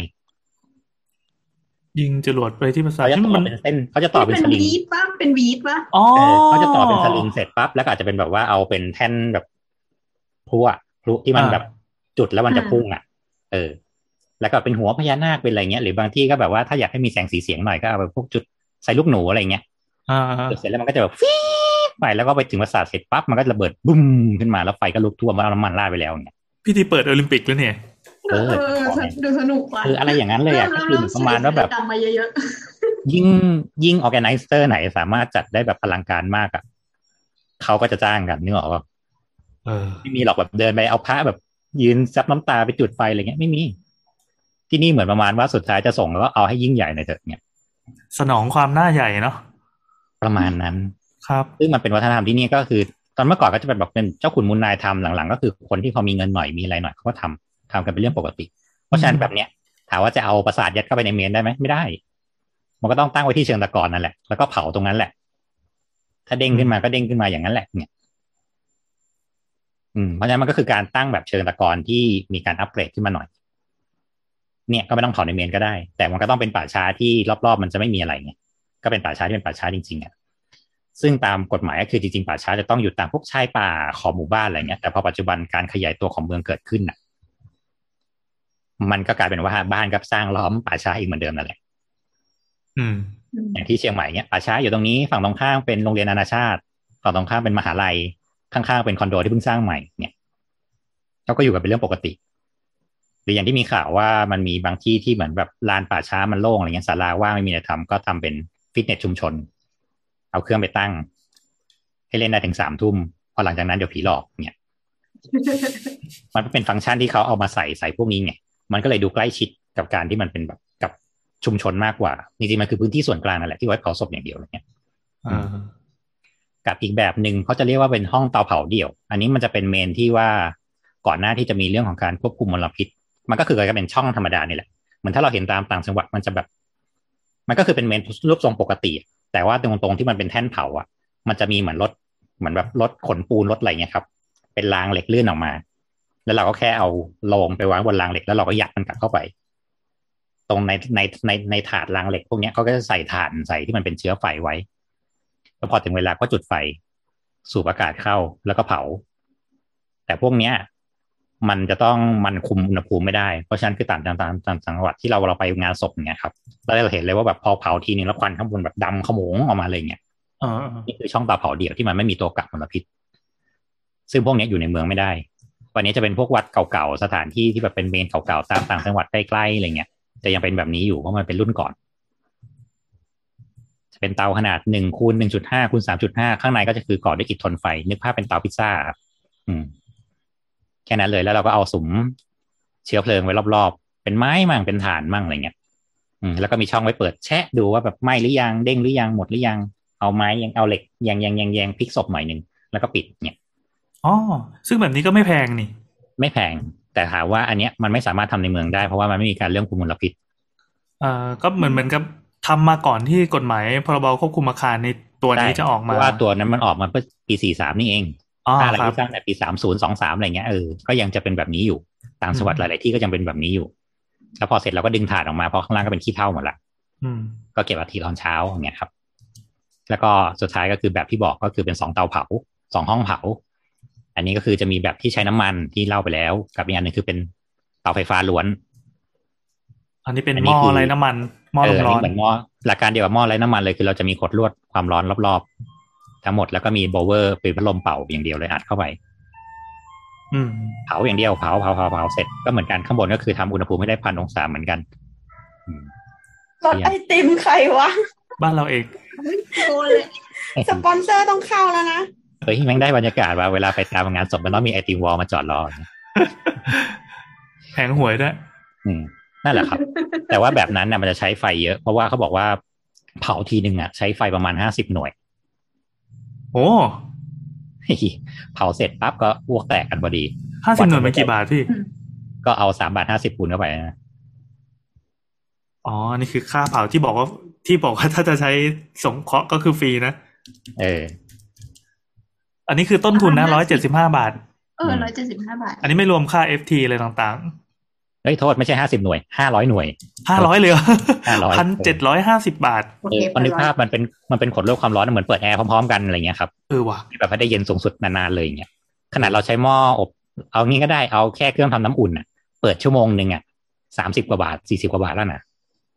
ยิงจรวดไปที่ปราสาทเขาจะต่อเป็นเส้นเขาจะต่อเป็นสลิงเป็นวีดป่ะอ๋อเขาจะต่อเป็นสลิงเสร็จปั๊บแล้วก็อาจจะเป็นแบบว่าเอาเป็นแท่นแบบพลุที่มันแบบจุดแล้วมันจะพุ่งอ่ะแล้วก็เป็นหัวพญานาคเป็นอะไรเงี้ยหรือบางที่ก็แบบว่าถ้าอยากให้มีแสงสีเสียงหน่อยก็เอาไปพวกจุดใส่ลูกหนูอะไรเงี้ยเสร็จแล้วมันก็จะแบบฟี๊ดไปแล้วก็ไปถึงปราสาทเสร็จปั๊บมันก็ระเบิดบึ้มขึ้นมาแล้วไฟก็ลุกท่วมแล้วน้ำมันราดไปแล้วเนี่ยพิธีเปิดโอลิมปิกแล้วเนี่ยดูสนุกว่ะคืออะไรอย่างนั้นเลยอ่ะก็คือประมาณว่าแบบยิ่งออร์แกไนเซอร์ไหนสามารถจัดได้แบบอลังการมากอ่ะเขาก็จะจ้างกันนึกออกป่ะไม่มีหรอกแบบเดินไปเอาพระแบบยืนซับน้ำตาไปจุดไฟอะไรเงี้ยไม่มีที่นี่เหมือนประมาณว่าสุดท้ายจะส่งแล้วก็เอาให้ยิ่งใหญ่หน่อยเถอะเนี่ยสนองความน่าใหญ่เนาะประมาณนั้นครับซึ่งมันเป็นวัฒนธรรมที่นี่ก็คือตอนเมื่อก่อนก็จะเป็นแบบเป็นเจ้าขุนมูลนายทำหลังๆก็คือคนที่เขามีเงินหน่อยมีอะไรหน่อยเขาก็ทำกันเป็นเรื่องปกติเพราะฉะนั้นแบบเนี้ยถามว่าจะเอาปราสาทยัดเข้าไปในเมนได้ไหมไม่ได้มันก็ต้องตั้งไว้ที่เชิงตะกอนนั่นแหละแล้วก็เผาตรงนั้นแหละถ้าเด้งขึ้นมาก็เด้งขึ้นมาอย่างนั้นแหละเนี่ยเพราะฉะนั้นมันก็คือการตั้งแบบเชิงตะกอนที่มีการอัปเกรดขึ้นมาหน่อยเนี่ยก็ไม่ต้องเผาในเมนก็ได้แต่มันก็ต้องเป็นป่าช้าที่รอบๆมันจะไม่มีอะไรไงก็เป็นป่าช้าที่เป็นป่าช้าจริงๆอ่ะซึ่งตามกฎหมายก็คือจริงๆป่าช้าจะต้องอยู่ตามพวกชายป่าขอบหมู่บ้านอะไรเงี้ยแต่พอปัจจุบันการขยายตัวของเมืองเกิดขึ้นน่ะมันก็กลายเป็นว่าบ้านก็สร้างล้อมป่าช้าอีกเหมือนเดิมนั่นแหละอย่างที่เชียงใหม่เนี่ยป่าช้าอยู่ตรงนี้ฝั่งตรงข้ามเป็นโรงเรียนนานาชาติฝั่งตรงข้ามเป็นมหาลัยข้างๆเป็นคอนโดที่เพิ่งสร้างใหม่เนี่ยเขาก็อยู่กันเป็นเรื่องปกติหรืออย่างที่มีข่าวว่ามันมีบางที่ที่เหมือนแบบลานป่าช้ามันโล่งอะไรเงี้ยศาลาว่างไม่มีอะไรทำก็ทำเป็นฟิตเนสชุมชนเอาเครื่องไปตั้งให้เล่นได้ถึง3 ทุ่มพอหลังจากนั้นเดี๋ยวผีหลอกเนี่ย มันเป็นฟังก์ชันที่เขาเอามาใส่พวกนี้ไงมันก็เลยดูใกล้ชิดกับการที่มันเป็นแบบกับชุมชนมากกว่าจริงๆมันคือพื้นที่ส่วนกลางนั่นแหละที่ไว้เผาศพอย่างเดียวอะไรเงี้ยกับอีกแบบหนึ่งเขาจะเรียกว่าเป็นห้องเตาเผาเดี่ยวอันนี้มันจะเป็นเมนที่ว่าก่อนหน้าที่จะมีเรื่องของการควบคุมมลพิษมันก็คือก็เป็นช่องธรรมดานี่แหละเหมือนถ้าเราเห็นตามต่างจังหวัดมันจะแบบมันก็คือเป็นเมนรูปทรงปกติแต่ว่าตรงที่มันเป็นแท่นเผาอ่ะมันจะมีเหมือนรถเหมือนแบบรถขนปูนรถอะไรเงี้ยครับเป็นรางเหล็กลื่นออกมาแล้วเราก็แค่เอาโลงไปวางบนรางเหล็กแล้วเราก็ยัดมันกลับเข้าไปตรงในถาดรางเหล็กพวกนี้เขาก็จะใส่ถ่านใส่ที่มันเป็นเชื้อไฟไว้แล้วพอถึงเวลาก็จุดไฟสูบอากาศเข้าแล้วก็เผาแต่พวกเนี้ยมันจะต้องมันคุมอุณหภูมิไม่ได้เพราะฉะนั้นคือต่างจังหวัดที่เราไปงานศพเงี้ยครับเราเห็นเลยว่าแบบพอเผาทีนึงแล้วควันข้างบนแบบดำขโมงออกมาเลยเงี้ยนี่คือช่องเตาเผาเดี่ยวที่มันไม่มีตัวกักมลพิษซึ่งพวกนี้อยู่ในเมืองไม่ได้วันนี้จะเป็นพวกวัดเก่าๆสถานที่ที่แบบเป็นเมนเก่าๆตามต่างจังหวัดใกล้ๆอะไรเงี้ยจะยังเป็นแบบนี้อยู่เพราะมันเป็นรุ่นก่อนจะเป็นเตาขนาด1 คูณ 1.5 คูณ 3.5 ข้างในก็จะคือก่อด้วยอิฐทนไฟนึกภาพเป็นเตาพิซซ่าครับแค่นั้นเลยแล้วเราก็เอาสุมเชื้อเพลิงไว้รอบๆเป็นไม้มั่งเป็นถ่านมั่งอะไรเงี้ยแล้วก็มีช่องไว้เปิดแชะดูว่าแบบไหม้หรือยังเด้งหรือยังหมดหรือยังเอาไม้ยังเอาเหล็กยังพลิกศพหน่อยนึงแล้วก็ปิดเนี่ยซึ่งแบบนี้ก็ไม่แพงนี่ไม่แพงแต่ถามว่าอันเนี้ยมันไม่สามารถทำในเมืองได้เพราะว่ามันไม่มีการเรื่องคุมมลพิษก็เหมือนกับทำมาก่อนที่กฎหมายพรบควบคุมอาคารในตัวนี้จะออกมาว่าตัวนั้นมันออกมาเมื่อปี43นี่เองอะไรที่สร้างในปี3023อะไรเงี้ยก็ยังจะเป็นแบบนี้อยู่ต่างจังหวัดหลายๆที่ก็ยังเป็นแบบนี้อยู่แล้วพอเสร็จเราก็ดึงถ่านออกมาเพราะข้างล่างก็เป็นขี้เถ้าหมดละก็เก็บอาทิตย์ตอนเช้าอย่างเงี้ยครับแล้วก็สุดท้ายก็คือแบบที่บอกก็คือเป็น2 เตาเผา2 ห้องเผาอันนี้ก็คือจะมีแบบที่ใช้น้ำมันที่เล่าไปแล้วกับอีกอันนึงคือเป็นเตาไฟฟ้าล้วนอันนี้เป็นหม้อไร้น้ำมันหม้อร้อนเหมือนหม้อหลักการเดียวกับหม้อไร้น้ำมันเลยคือเราจะมีขดลวดความร้อนรอบๆทั้งหมดแล้วก็มีโบเวอร์เป็นพัดลมเป่าอย่างเดียวเลยอัดเข้าไปเผาอย่างเดียวเผาเสร็จก็เหมือนกันข้างบนก็คือทำอุณหภูมิให้ได้1,000 องศาเหมือนกันรถไอติมใครวะบ้านเราเองสปอนเซอร์ต้องเข้าแล้วนะเฮ้ยแม่งได้บรรยากาศว่าเวลาไปตามงานศพมันต้องมีไอติมวอลมาจอดรอแผงหวยด้วยนั่นแหละครับ แต่ว่าแบบนั้นน่ะมันจะใช้ไฟเยอะเพราะว่าเขาบอกว่าเผาทีนึงอ่ะใช้ไฟประมาณ50 หน่วยโอ้เผาเสร็จปั๊บก็อ้วกแตกกันพอดี 50 หน่วยเป็นกี่บาทพี่ก็เอา3.50 บาทคูณเข้าไปนะอ๋อนี่คือค่าเผาที่บอกว่าถ้าจะใช้สงเคราะห์ก็คือฟรีนะอันนี้คือต้นทุนนะ175 บาท 175 บาทอันนี้ไม่รวมค่า FT อะไรต่างๆเฮ้ยโทษไม่ใช่50 หน่วย500 หน่วย 500เลยเหรอ 1,750 บาทนึกภาพมันเป็นขดลดความร้อนเหมือนเปิดแอร์พร้อมๆกันอะไรเงี้ยครับว่ะแบบให้ได้เย็นสูงสุดนานๆเลยอย่างเงี้ยขนาดเราใช้หม้ออบเอางี้ก็ได้เอาแค่เครื่องทำน้ำอุ่นน่ะเปิดชั่วโมงนึงอ่ะ30 กว่าบาท40 กว่าบาทแล้วนะ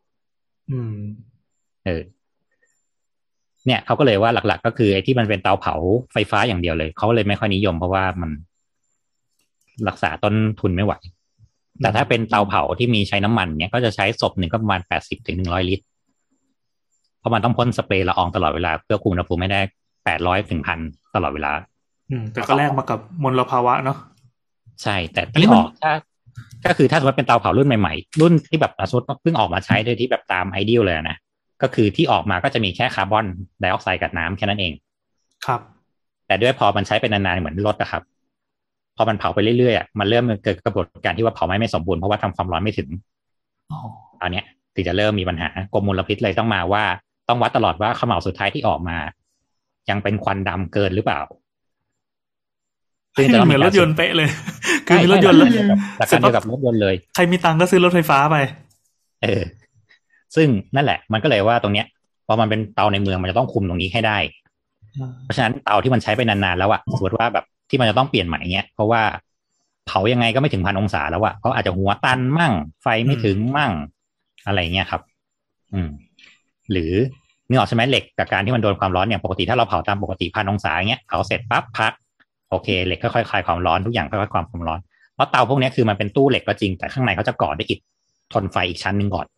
เนี่ยเขาก็เลยว่าหลักๆก็คือไอ้ที่มันเป็นเตาเผาไฟฟ้าอย่างเดียวเลยเขาเลยไม่ค่อยนิยมเพราะว่ามันรักษาต้นทุนไม่ไหวแต่ถ้าเป็นเตาเผาที่มีใช้น้ำมันเนี่ยก็จะใช้ศพหนึ่งก็ประมาณ80 ถึง 100 ลิตรเพราะมันต้องพ่นสเปรย์ละอองตลอดเวลาเพื่อคุมอุณหภูมิไม่ได้800 ถึง 1,000 ตลอดเวลาแต่ก็แลกมากับมลภาวะเนาะใช่แต่ที่ออกก็คือถ้าสมมติเป็นเตาเผารุ่นใหม่ๆรุ่นที่แบบสมมติเพิ่งออกมาใช้โดยที่แบบตามไอเดียเลยนะก็คือที่ออกมาก็จะมีแค่คาร์บอนไดออกไซด์กับน้ำแค่นั้นเองครับแต่ด้วยพอมันใช้เป็นนานๆเหมือนรถอะครับพอมันเผาไปเรื่อยๆมันเริ่มเกิดกระบวนการที่ว่าเผาไหม้ไม่สมบูรณ์เพราะว่าทำความร้อนไม่ถึงอันเนี้ยถึงจะเริ่มมีปัญหากรมมลพิษเลยต้องมาว่าต้องวัดตลอดว่าขม่าวสุดท้ายที่ออกมายังเป็นควันดำเกินหรือเปล่าซึ่งจะเหมือนรถยนต์เป๊ะเลยคือมีรถยนต์แล้วหลักการเดียวกับรถยนต์เลยใครมีตังค์ก็ซื้อรถไฟฟ้าไปซึ่งนั่นแหละมันก็เลยว่าตรงเนี้ยพอมันเป็นเตาในเมืองมันจะต้องคุมตรงนี้ให้ได้เพราะฉะนั้นเตาที่มันใช้ไปนานๆแล้วอะสมมติว่าแบบที่มันจะต้องเปลี่ยนใหม่เงี้ยเพราะว่าเผายังไงก็ไม่ถึง1,000 องศาแล้วอะเขาอาจจะหัวตันมั่งไฟไม่ถึงมั่งอะไรเงี้ยครับหรือนึกออกใช่ไหมเหล็กกับการที่มันโดนความร้อนอย่างปกติถ้าเราเผาตามปกติ1,000 องศาเงี้ยเผาเสร็จปั๊บพักโอเคเหล็กค่อยๆคลายความร้อนทุกอย่างค่อยๆความร้อนเพราะเตาพวกนี้คือมันเป็นตู้เหล็กก็จริงแต่ข้างในเขาจะก่อด้วยอิฐทนไฟอีกชั้นนึงก่อน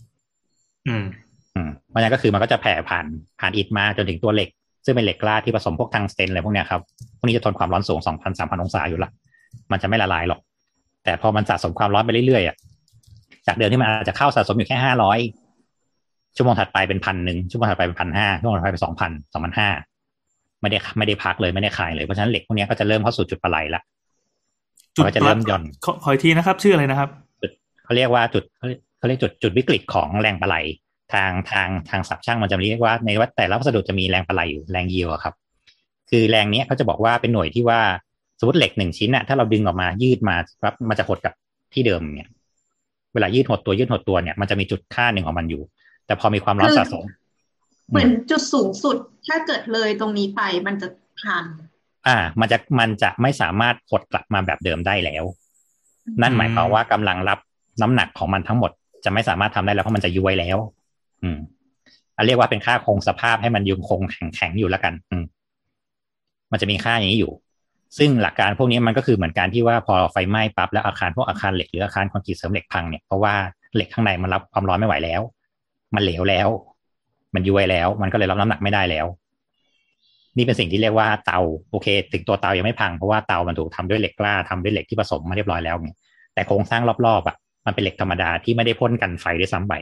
เพราะฉะนั้นก็คือมันก็จะแผ่ผ่านอิฐมาจนถึงตัวเหล็กซึ่งเป็นเหล็กกล้าที่ผสมพวกทังสเตนอะไรพวกเนี้ยครับพวกนี้จะทนความร้อนสูง 2,000-3,000 องศาอยู่ละมันจะไม่ละลายหรอกแต่พอมันสะสมความร้อนไปเรื่อยๆอ่ะจากเดิมที่มันอาจจะเข้าสะสมอยู่แค่500ชั่วโมงถัดไปเป็น1,000ชั่วโมงถัดไปเป็น1,500ชั่วโมงถัดไปเป็น2,000 2,500ไม่ได้พักเลยไม่ได้คลายเลยเพราะฉะนั้นเหล็กพวกนี้ก็จะเริ่มเข้าสู่จุดปลายละก็จะเริ่มหย่อนขออีกทีนะครับชื่ออะไรนะครับเขาเรียกว่าเขาเรียกจุดวิกฤตของแรงปะไหลทางศัพท์ช่างมันจะเรียกว่าในว่าแต่ละวัสดุจะมีแรงปะไหลอยู่แรงยิวครับคือแรงนี้เขาจะบอกว่าเป็นหน่วยที่ว่าสมมติเหล็ก1 ชิ้นน่ะถ้าเราดึงออกมายืดมาครับมันจะหดกับที่เดิมเนี่ยเวลายืดหดตัวเนี่ยมันจะมีจุดค่าหนึ่งของมันอยู่แต่พอมีความร้อนสะสมเหมือนจุดสูงสุดถ้าเกิดเลยตรงนี้ไปมันจะพังมันจะไม่สามารถหดกลับมาแบบเดิมได้แล้วนั่นหมายความว่ากำลังรับน้ำหนักของมันทั้งหมดจะไม่สามารถทำได้แล้วเพราะมันจะย้วยแล้วเรียกว่าเป็นค่าคงสภาพให้มันยังคงแข็งอยู่แล้วกันมันจะมีค่าอย่างนี้อยู่ซึ่งหลักการพวกนี้มันก็คือเหมือนการที่ว่าพอไฟไหม้ปั๊บแล้วอาคารเหล็กหรืออาคารคอนกรีตเสริมเหล็กพังเนี่ยเพราะว่าเหล็กข้างในมันรับความร้อนไม่ไหวแล้วมันเหลวแล้วมันย้วยแล้วมันก็เลยรับน้ำหนักไม่ได้แล้วนี่เป็นสิ่งที่เรียกว่าเตาโอเคถึงตัวเตายังไม่พังเพราะว่าเตามันถูกทำด้วยเหล็กกล้าทำด้วยเหล็กที่ผสมมาเรียบร้อยแล้วเนี่ยแต่โครงสร้างรอบๆมันเป็นเหล็กธรรมดาที่ไม่ได้พ่นกันไฟด้วยซ้ำไป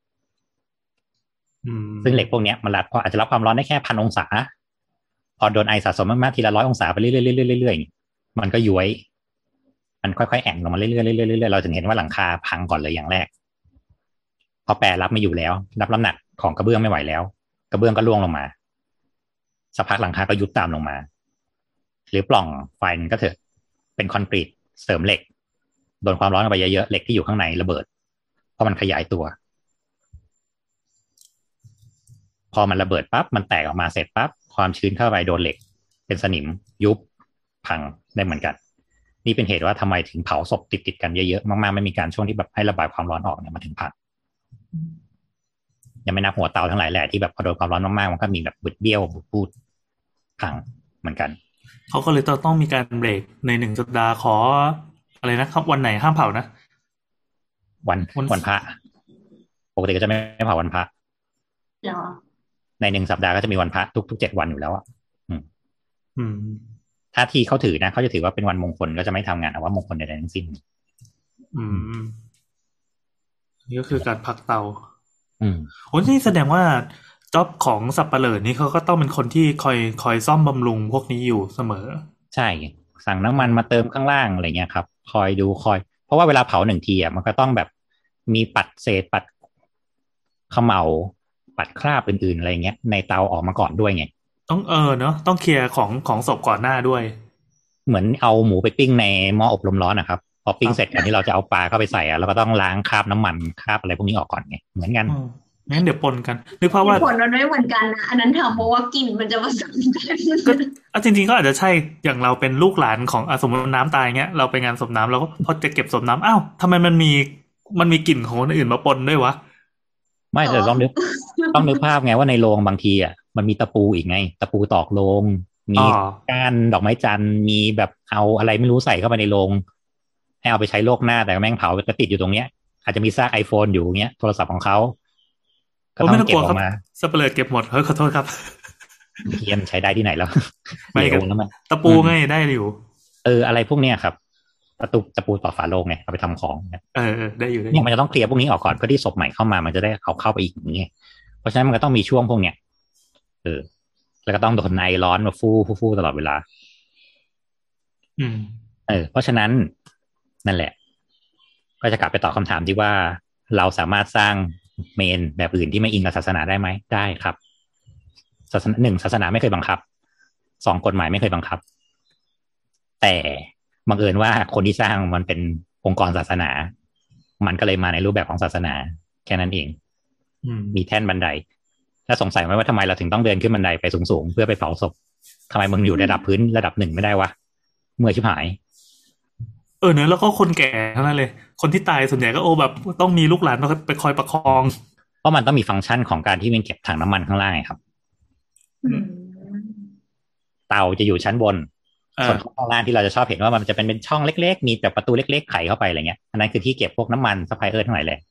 ซึ่งเหล็กพวกนี้มันอาจจะรับความร้อนได้แค่1,000 องศาพอโดนไอสะสมมากๆทีละ100 องศาไปเรื่อยๆมันก็ย้วยมันค่อยๆแอ่งลงมาเรื่อยๆเราถึงเห็นว่าหลังคาพังก่อนเลยอย่างแรกพอแปรรับไม่อยู่แล้วรับน้ำหนักของกระเบื้องไม่ไหวแล้วกระเบื้องก็ร่วงลงมาสักพักหลังคาก็ยุบตามลงมาหรือปล่องไฟมันก็เถอะเป็นคอนกรีตเสริมเหล็กโดนความร้อนเข้าไปเยอะๆเหล็กที่อยู่ข้างในระเบิดเพราะมันขยายตัวพอมันระเบิดปั๊บมันแตกออกมาเสร็จปั๊บความชื้นเข้าไปโดนเหล็กเป็นสนิมยุบพังได้เหมือนกันนี่เป็นเหตุว่าทำไมถึงเผาศพติดกันเยอะๆมากๆไม่มีการช่วงที่แบบให้ระบายความร้อนออกเนี่ยมาถึงพังยังไม่นับหัวเตาทั้งหลายแหละที่แบบพอโดนความร้อนมากๆมันก็มีแบบบุดเบี้ยวบูดพังเหมือนกันเขาก็เลยต้องมีการเบรกใน1 สัปดาห์ขออะไรนะครับวันไหนห้ามเผานะวันพระปกติก็จะไม่เผาวันพระใน1 สัปดาห์ก็จะมีวันพระทุก7 วันอยู่แล้วถ้าที่เขาถือนะเขาจะถือว่าเป็นวันมงคลก็จะไม่ทำงานเอาว่ามงคลใดๆทั้งสิ้นนี่ก็คือการพักเตาอืมโอ้นี่แสดงว่าจ็อบของสับปะเหร่อนี่เขาก็ต้องเป็นคนที่คอยซ่อมบำรุงพวกนี้อยู่เสมอใช่สั่งน้ำมันมาเติมข้างล่างอะไรเงี้ยครับคอยดูเพราะว่าเวลาเผาหนึ่งทีอ่ะมันก็ต้องแบบมีปัดเศษปัดเขม่าปัดคราบอื่นๆอะไรเงี้ยในเตาออกมาก่อนด้วยไงต้องเนาะต้องเคลียร์ของศพก่อนหน้าด้วยเหมือนเอาหมูไปปิ้งในหม้ออบลมร้อนนะครับพอปิ้งเสร็จก่อนที่เราจะเอาปลาเข้าไปใส่อ่ะเราก็ต้องล้างคราบน้ำมันคราบอะไรพวกนี้ออกก่อนไงเหมือนกันงั้นเดี๋ยวปนกันนึกภาพว่าผลมันไม่เหมือนกันนะอันนั้นทำเพราะว่ากลิ่นมันจะผสมกันก็จริงๆก็อาจจะใช่อย่างเราเป็นลูกหลานของสมมติน้ำตายเงี้ยเราไปงานศพน้ำเราก็พอจะเก็บศพน้ำอ้าวทำไมมันมีกลิ่นของคนอื่นมาปนด้วยวะไม่แต่ต้องนึกภาพไงว่าในโรงบางทีอ่ะมันมีตะปูอีกไงตะปูตอกโรงมีก้านดอกไม้จันทร์มีแบบเอาอะไรไม่รู้ใส่เข้าไปในโรงให้เอาไปใช้โลกหน้าแต่แม่งเผาจะติดอยู่ตรงเนี้ยอาจจะมีซาก iPhone อยู่เงี้ยโทรศัพท์ของเขาก็ต้องเก็บออกมาสับเปลือกเก็บหมดเฮ้ยขอโทษครับเทียมใช้ได้ที่ไหนแล้วไม่กันตะปูไงได้อยู่อะไรพวกเนี้ยครับตะปูต่อฝาโลงไงเอาไปทำของได้อยู่เนี่ยมันจะต้องเคลียร์พวกนี้ออกก่อนเพื่อที่ศพใหม่เข้ามามันจะได้เข้าไปอีกอย่างเงี้ยเพราะฉะนั้นมันก็ต้องมีช่วงพวกเนี้ยแล้วก็ต้องโดนไอร้อนมาฟู่ตลอดเวลาเพราะฉะนั้นนั่นแหละก็จะกลับไปตอบคำถามที่ว่าเราสามารถสร้างเมนแบบอื่นที่ไม่อิงกับศาสนาได้ไหมได้ครับศาสนาไม่เคยบังคับ2กฎหมายไม่เคยบังคับแต่บังเอิญว่าคนที่สร้างมันเป็นองค์กรศาสนามันก็เลยมาในรูปแบบของศาสนาแค่นั้นเองมีแท่นบันไดแล้วสงสัยไหมว่าทำไมเราถึงต้องเดินขึ้นบันไดไปสูงๆเพื่อไปเผาศพทำไมมึงอยู่ระดับพื้นระดับ1ไม่ได้วะเมื่อยชิบหายเนอะแล้วก็คนแก่เท่านั้นเลยคนที่ตายส่วนใหญ่ก็แบบต้องมีลูกหลานไปคอยประคองเพราะมันต้องมีฟังก์ชันของการที่มันเก็บถังน้ำมันข้างล่างครับเตาจะอยู่ชั้นบนส่วนข้างล่างที่เราจะชอบเห็นว่ามันจะเป็นช่องเล็กๆมีแต่ประตูเล็กๆไขเข้าไปอะไรเงี้ยอันนั้นคือที่เก็บพวกน้ำมันซัพพลายเออร์ทั้งหลายเลย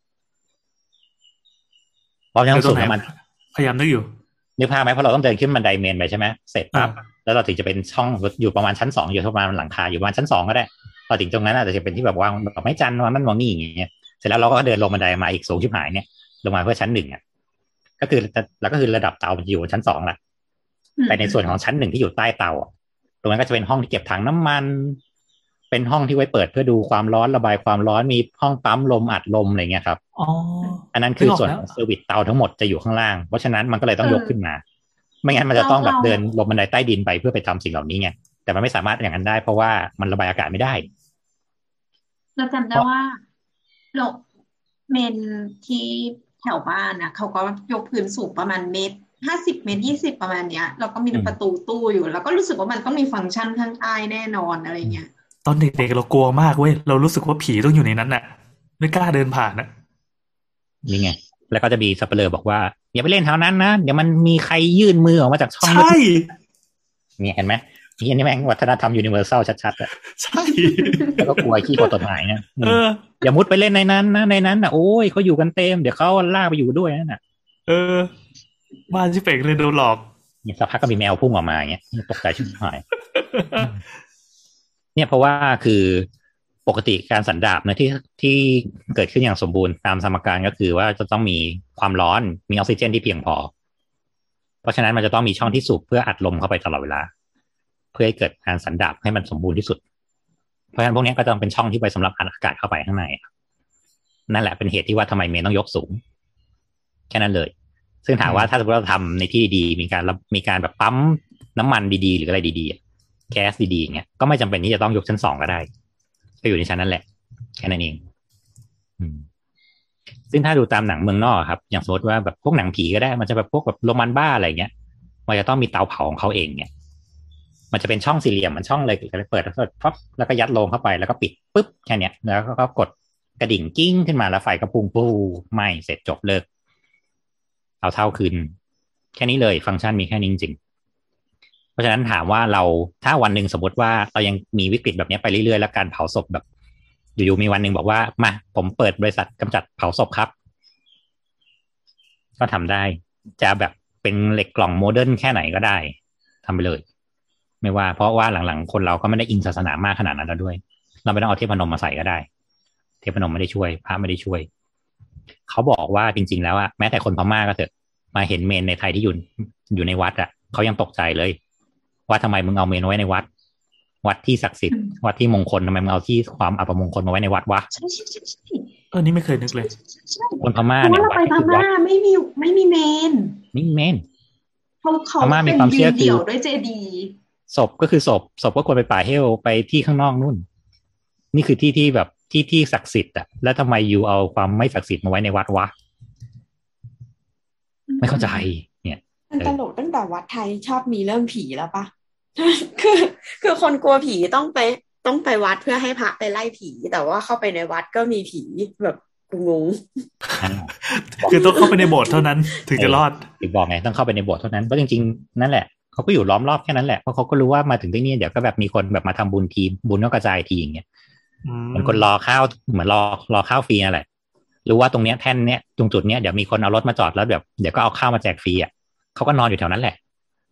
เพราะฉะนั้นสูงน้ำมันพยายามนึกอยู่นึกภาพไหมเพราะเราต้องเดินขึ้นบันไดเมนไปใช่ไหมเสร็จปั๊บแล้วเราถึงจะเป็นช่องอยู่ประมาณชั้น2อยู่ประมาณหลังคาอยู่ประมาณชั้น2ก็ได้พอถึงตรงนั้นอาจจะเป็นที่แบบวางแบบไม้จันทร์วางนั่นวางนี่อย่างเงี้ยเสร็จแล้วเราก็เดินลงบันไดมาอีกสูงชิบหายเนี่ยลงมาเพื่อชั้น1ก็คือแล้วก็คือระดับเตามันอยู่ชั้น2แหละแต่ในส่วนของชั้น1ที่อยู่ใต้เตาตรงนั้นก็จะเป็นห้องที่เก็บถังน้ำมันเป็นห้องที่ไว้เปิดเพื่อดูความร้อนระบายความร้อนมีห้องปั๊มลมอัดลมอะไรเงี้ยครับอันนั้นคือส่วนของเซอร์วิสเตาทั้งหมดจะอยู่ข้างล่างเพราะฉะนั้นมันก็เลยต้องยกขึ้นมาไม่งั้นมันจะต้องแบบเดินลงบันไดใต้ดินไปเพื่อไปทำสิ่งเหล่านี้ไงแต่มันไม่สามารถอย่างนั้นได้เพราะว่ามันระบายอากาศไม่ได้เราจำได้ว่าเมนที่แถวบ้านนะเขาก็ยกพื้นสูงประมาณ1.50 เมตร20ประมาณเนี้ยแล้วก็มีประตูตู้อยู่แล้วก็รู้สึกว่ามันต้องมีฟังก์ชันข้างใต้แน่นอนอะไรเงี้ยตอนเด็กๆเรากลัวมากเว้ยเรารู้สึกว่าผีต้องอยู่ในนั้นน่ะไม่กล้าเดินผ่านน่ะนี่ไงแล้วก็จะมีสัปเหร่อบอกว่าอย่าไปเล่นแถวนั้นนะเดี๋ยวมันมีใครยื่นมือออกมาจากช่องใช่นี่เห็นไหมนี่แม่งวัฒนธรรมยูนิเวอร์แซลชัดๆอ่ะใช่แล้วก็กลัวขี้กลัวตดหมายนะอย่ามุดไปเล่นในนั้นนะในนั้นนะโอ้ยเขาอยู่กันเต็มเดี๋ยวเขาล่าไปอยู่ด้วยนั่นน่ะบ้านชิเป่งเลยโดนหลอกเนี่ยสักพักก็มีแมวพุ่งออกมาอย่างเงี้ยตกใจชิบหายเนี่ยเพราะว่าคือปกติการสันดาปนะที่เกิดขึ้นอย่างสมบูรณ์ตามสมการก็คือว่าจะต้องมีความร้อนมีออกซิเจนที่เพียงพอเพราะฉะนั้นมันจะต้องมีช่องที่สูบเพื่ออัดลมเข้าไปตลอดเวลาเพื่อให้เกิดการสันดาปให้มันสมบูรณ์ที่สุดเพราะฉะนั้นพวกนี้ก็ต้องเป็นช่องที่ไปสำหรับอัดอากาศเข้าไปข้างในนั่นแหละเป็นเหตุที่ว่าทำไมเมนต้องยกสูงแค่นั้นเลยซึ่งถามว่าถ้าสมมติเราทำในที่ดีๆมีการแบบปั๊มน้ำมันดีๆหรืออะไรดีๆแก๊สดีๆอย่างเงี้ยก็ไม่จำเป็นที่จะต้องยกชั้น2ก็ได้ก็อยู่ในชั้นนั้นแหละแค่นั้นเองซึ่งถ้าดูตามหนังเมืองนอกครับอย่างสมมติว่าแบบพวกหนังผีก็ได้มันจะแบบพวกแบบโรมันบ้าอะไรเงี้ยมันจะต้องมีเตาเผาของเขาเองเนี่ยมันจะเป็นช่องสี่เหลี่ยมมันช่องเลยเปิดแล้วก็ยัดลงเข้าไปแล้วก็ปิดปึ๊บแค่เนี้ยแล้วก็กดกระดิ่งกิ้งขึ้นมาแล้วไฟก็พุ่งปูไหม้เสร็จจบเลิกเอาเท่าคืนแค่นี้เลยฟังก์ชันมีแค่นี้จริงเพราะฉะนั้นถามว่าเราถ้าวันหนึ่งสมมติว่าเรายังมีวิกฤตแบบนี้ไปเรื่อยๆแล้วการเผาศพแบบอยู่ๆมีวันหนึ่งบอกว่ามาผมเปิดบริษัทกำจัดเผาศพครับก็ทำได้จะแบบเป็นเหล็กกล่องโมเดิร์นแค่ไหนก็ได้ทำไปเลยไม่ว่าเพราะว่าหลังๆคนเราก็ไม่ได้อิงศาสนามากขนาดนั้นแล้วด้วยเราไม่ต้องเอาเทพนมมาใส่ก็ได้เทพนมไม่ได้ช่วยพระไม่ได้ช่วยเขาบอกว่าจริงๆแล้วอะแม้แต่คนพม่าก็เถอะมาเห็นเมนในไทยที่อยู่ในวัดอะเขายังตกใจเลยว่าทำไมมึงเอาเมนไว้ในวัดที่ศักดิ์สิทธิ์วัดที่มงคลทำไมมึงเอาที่ความอัปมงคลมาไว้ในวัดวะใช่ใช่ใช่ใช่นี่ไม่เคยนึกเลยคนพม่าเพราะเนี่ว่าย เราไปพม่าไม่มีเมนนี่เมนเขาพม่ามีความเชื่อเดี่ยวด้วยเจดีศพก็คือศพก็ควรไปป่าเฮลไปที่ข้างนอกนู่นนี่คือที่แบบที่ศักดิ์สิทธิ์อ่ะแล้วทำไมอยู่เอาความไม่ศักดิ์สิทธิ์มาไว้ในวัดวะไม่เข้าใจเนี่ยมันตลกตั้งแต่วัดไทยชอบมีเรื่องผีแล้วปะ คือคนกลัวผีต้องไปวัดเพื่อให้พระไปไล่ผีแต่ว่าเข้าไปในวัดก็มีผีแบบงงคือต้องเข้าไปในโบสถ์เท่านั้นถึงจะรอดถึงบอกไงต้องเข้าไปในโบสถ์เท่านั้นเพราะจริงๆนั่นแหละเขาก็อยู่ล้อมรอบแค่นั้นแหละเพราะเขาก็รู้ว่ามาถึงที่นี่เดี๋ยวก็แบบมีคนแบบมาทำบุญทีบุญก็กระจายทีอย่างเงี้ยมันคนรอข้าวเหมือนรอข้าวฟรีนั่นแหละรู้ว่าตรงเนี้ยแท่นเนี้ยตรงจุดเนี้ยเดี๋ยวมีคนเอารถมาจอดแล้วแบบเดี๋ยวก็เอาข้าวมาแจกฟรีอ่ะเขาก็นอนอยู่แถวนั้นแหละ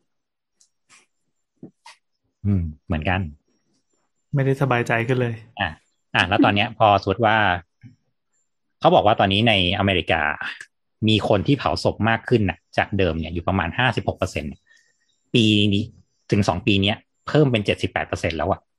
เหมือนกันไม่ได้สบายใจขึ้นเลยแล้วตอนเนี้ยพอสมมติว่าเขาบอกว่าตอนนี้ในอเมริกามีคนที่เผาศพมากขึ้นนะจากเดิมเนี่ยอยู่ประมาณ 56% ปีนี้ถึง2 ปีนี้เพิ่มเป็น 78% แล้วอะ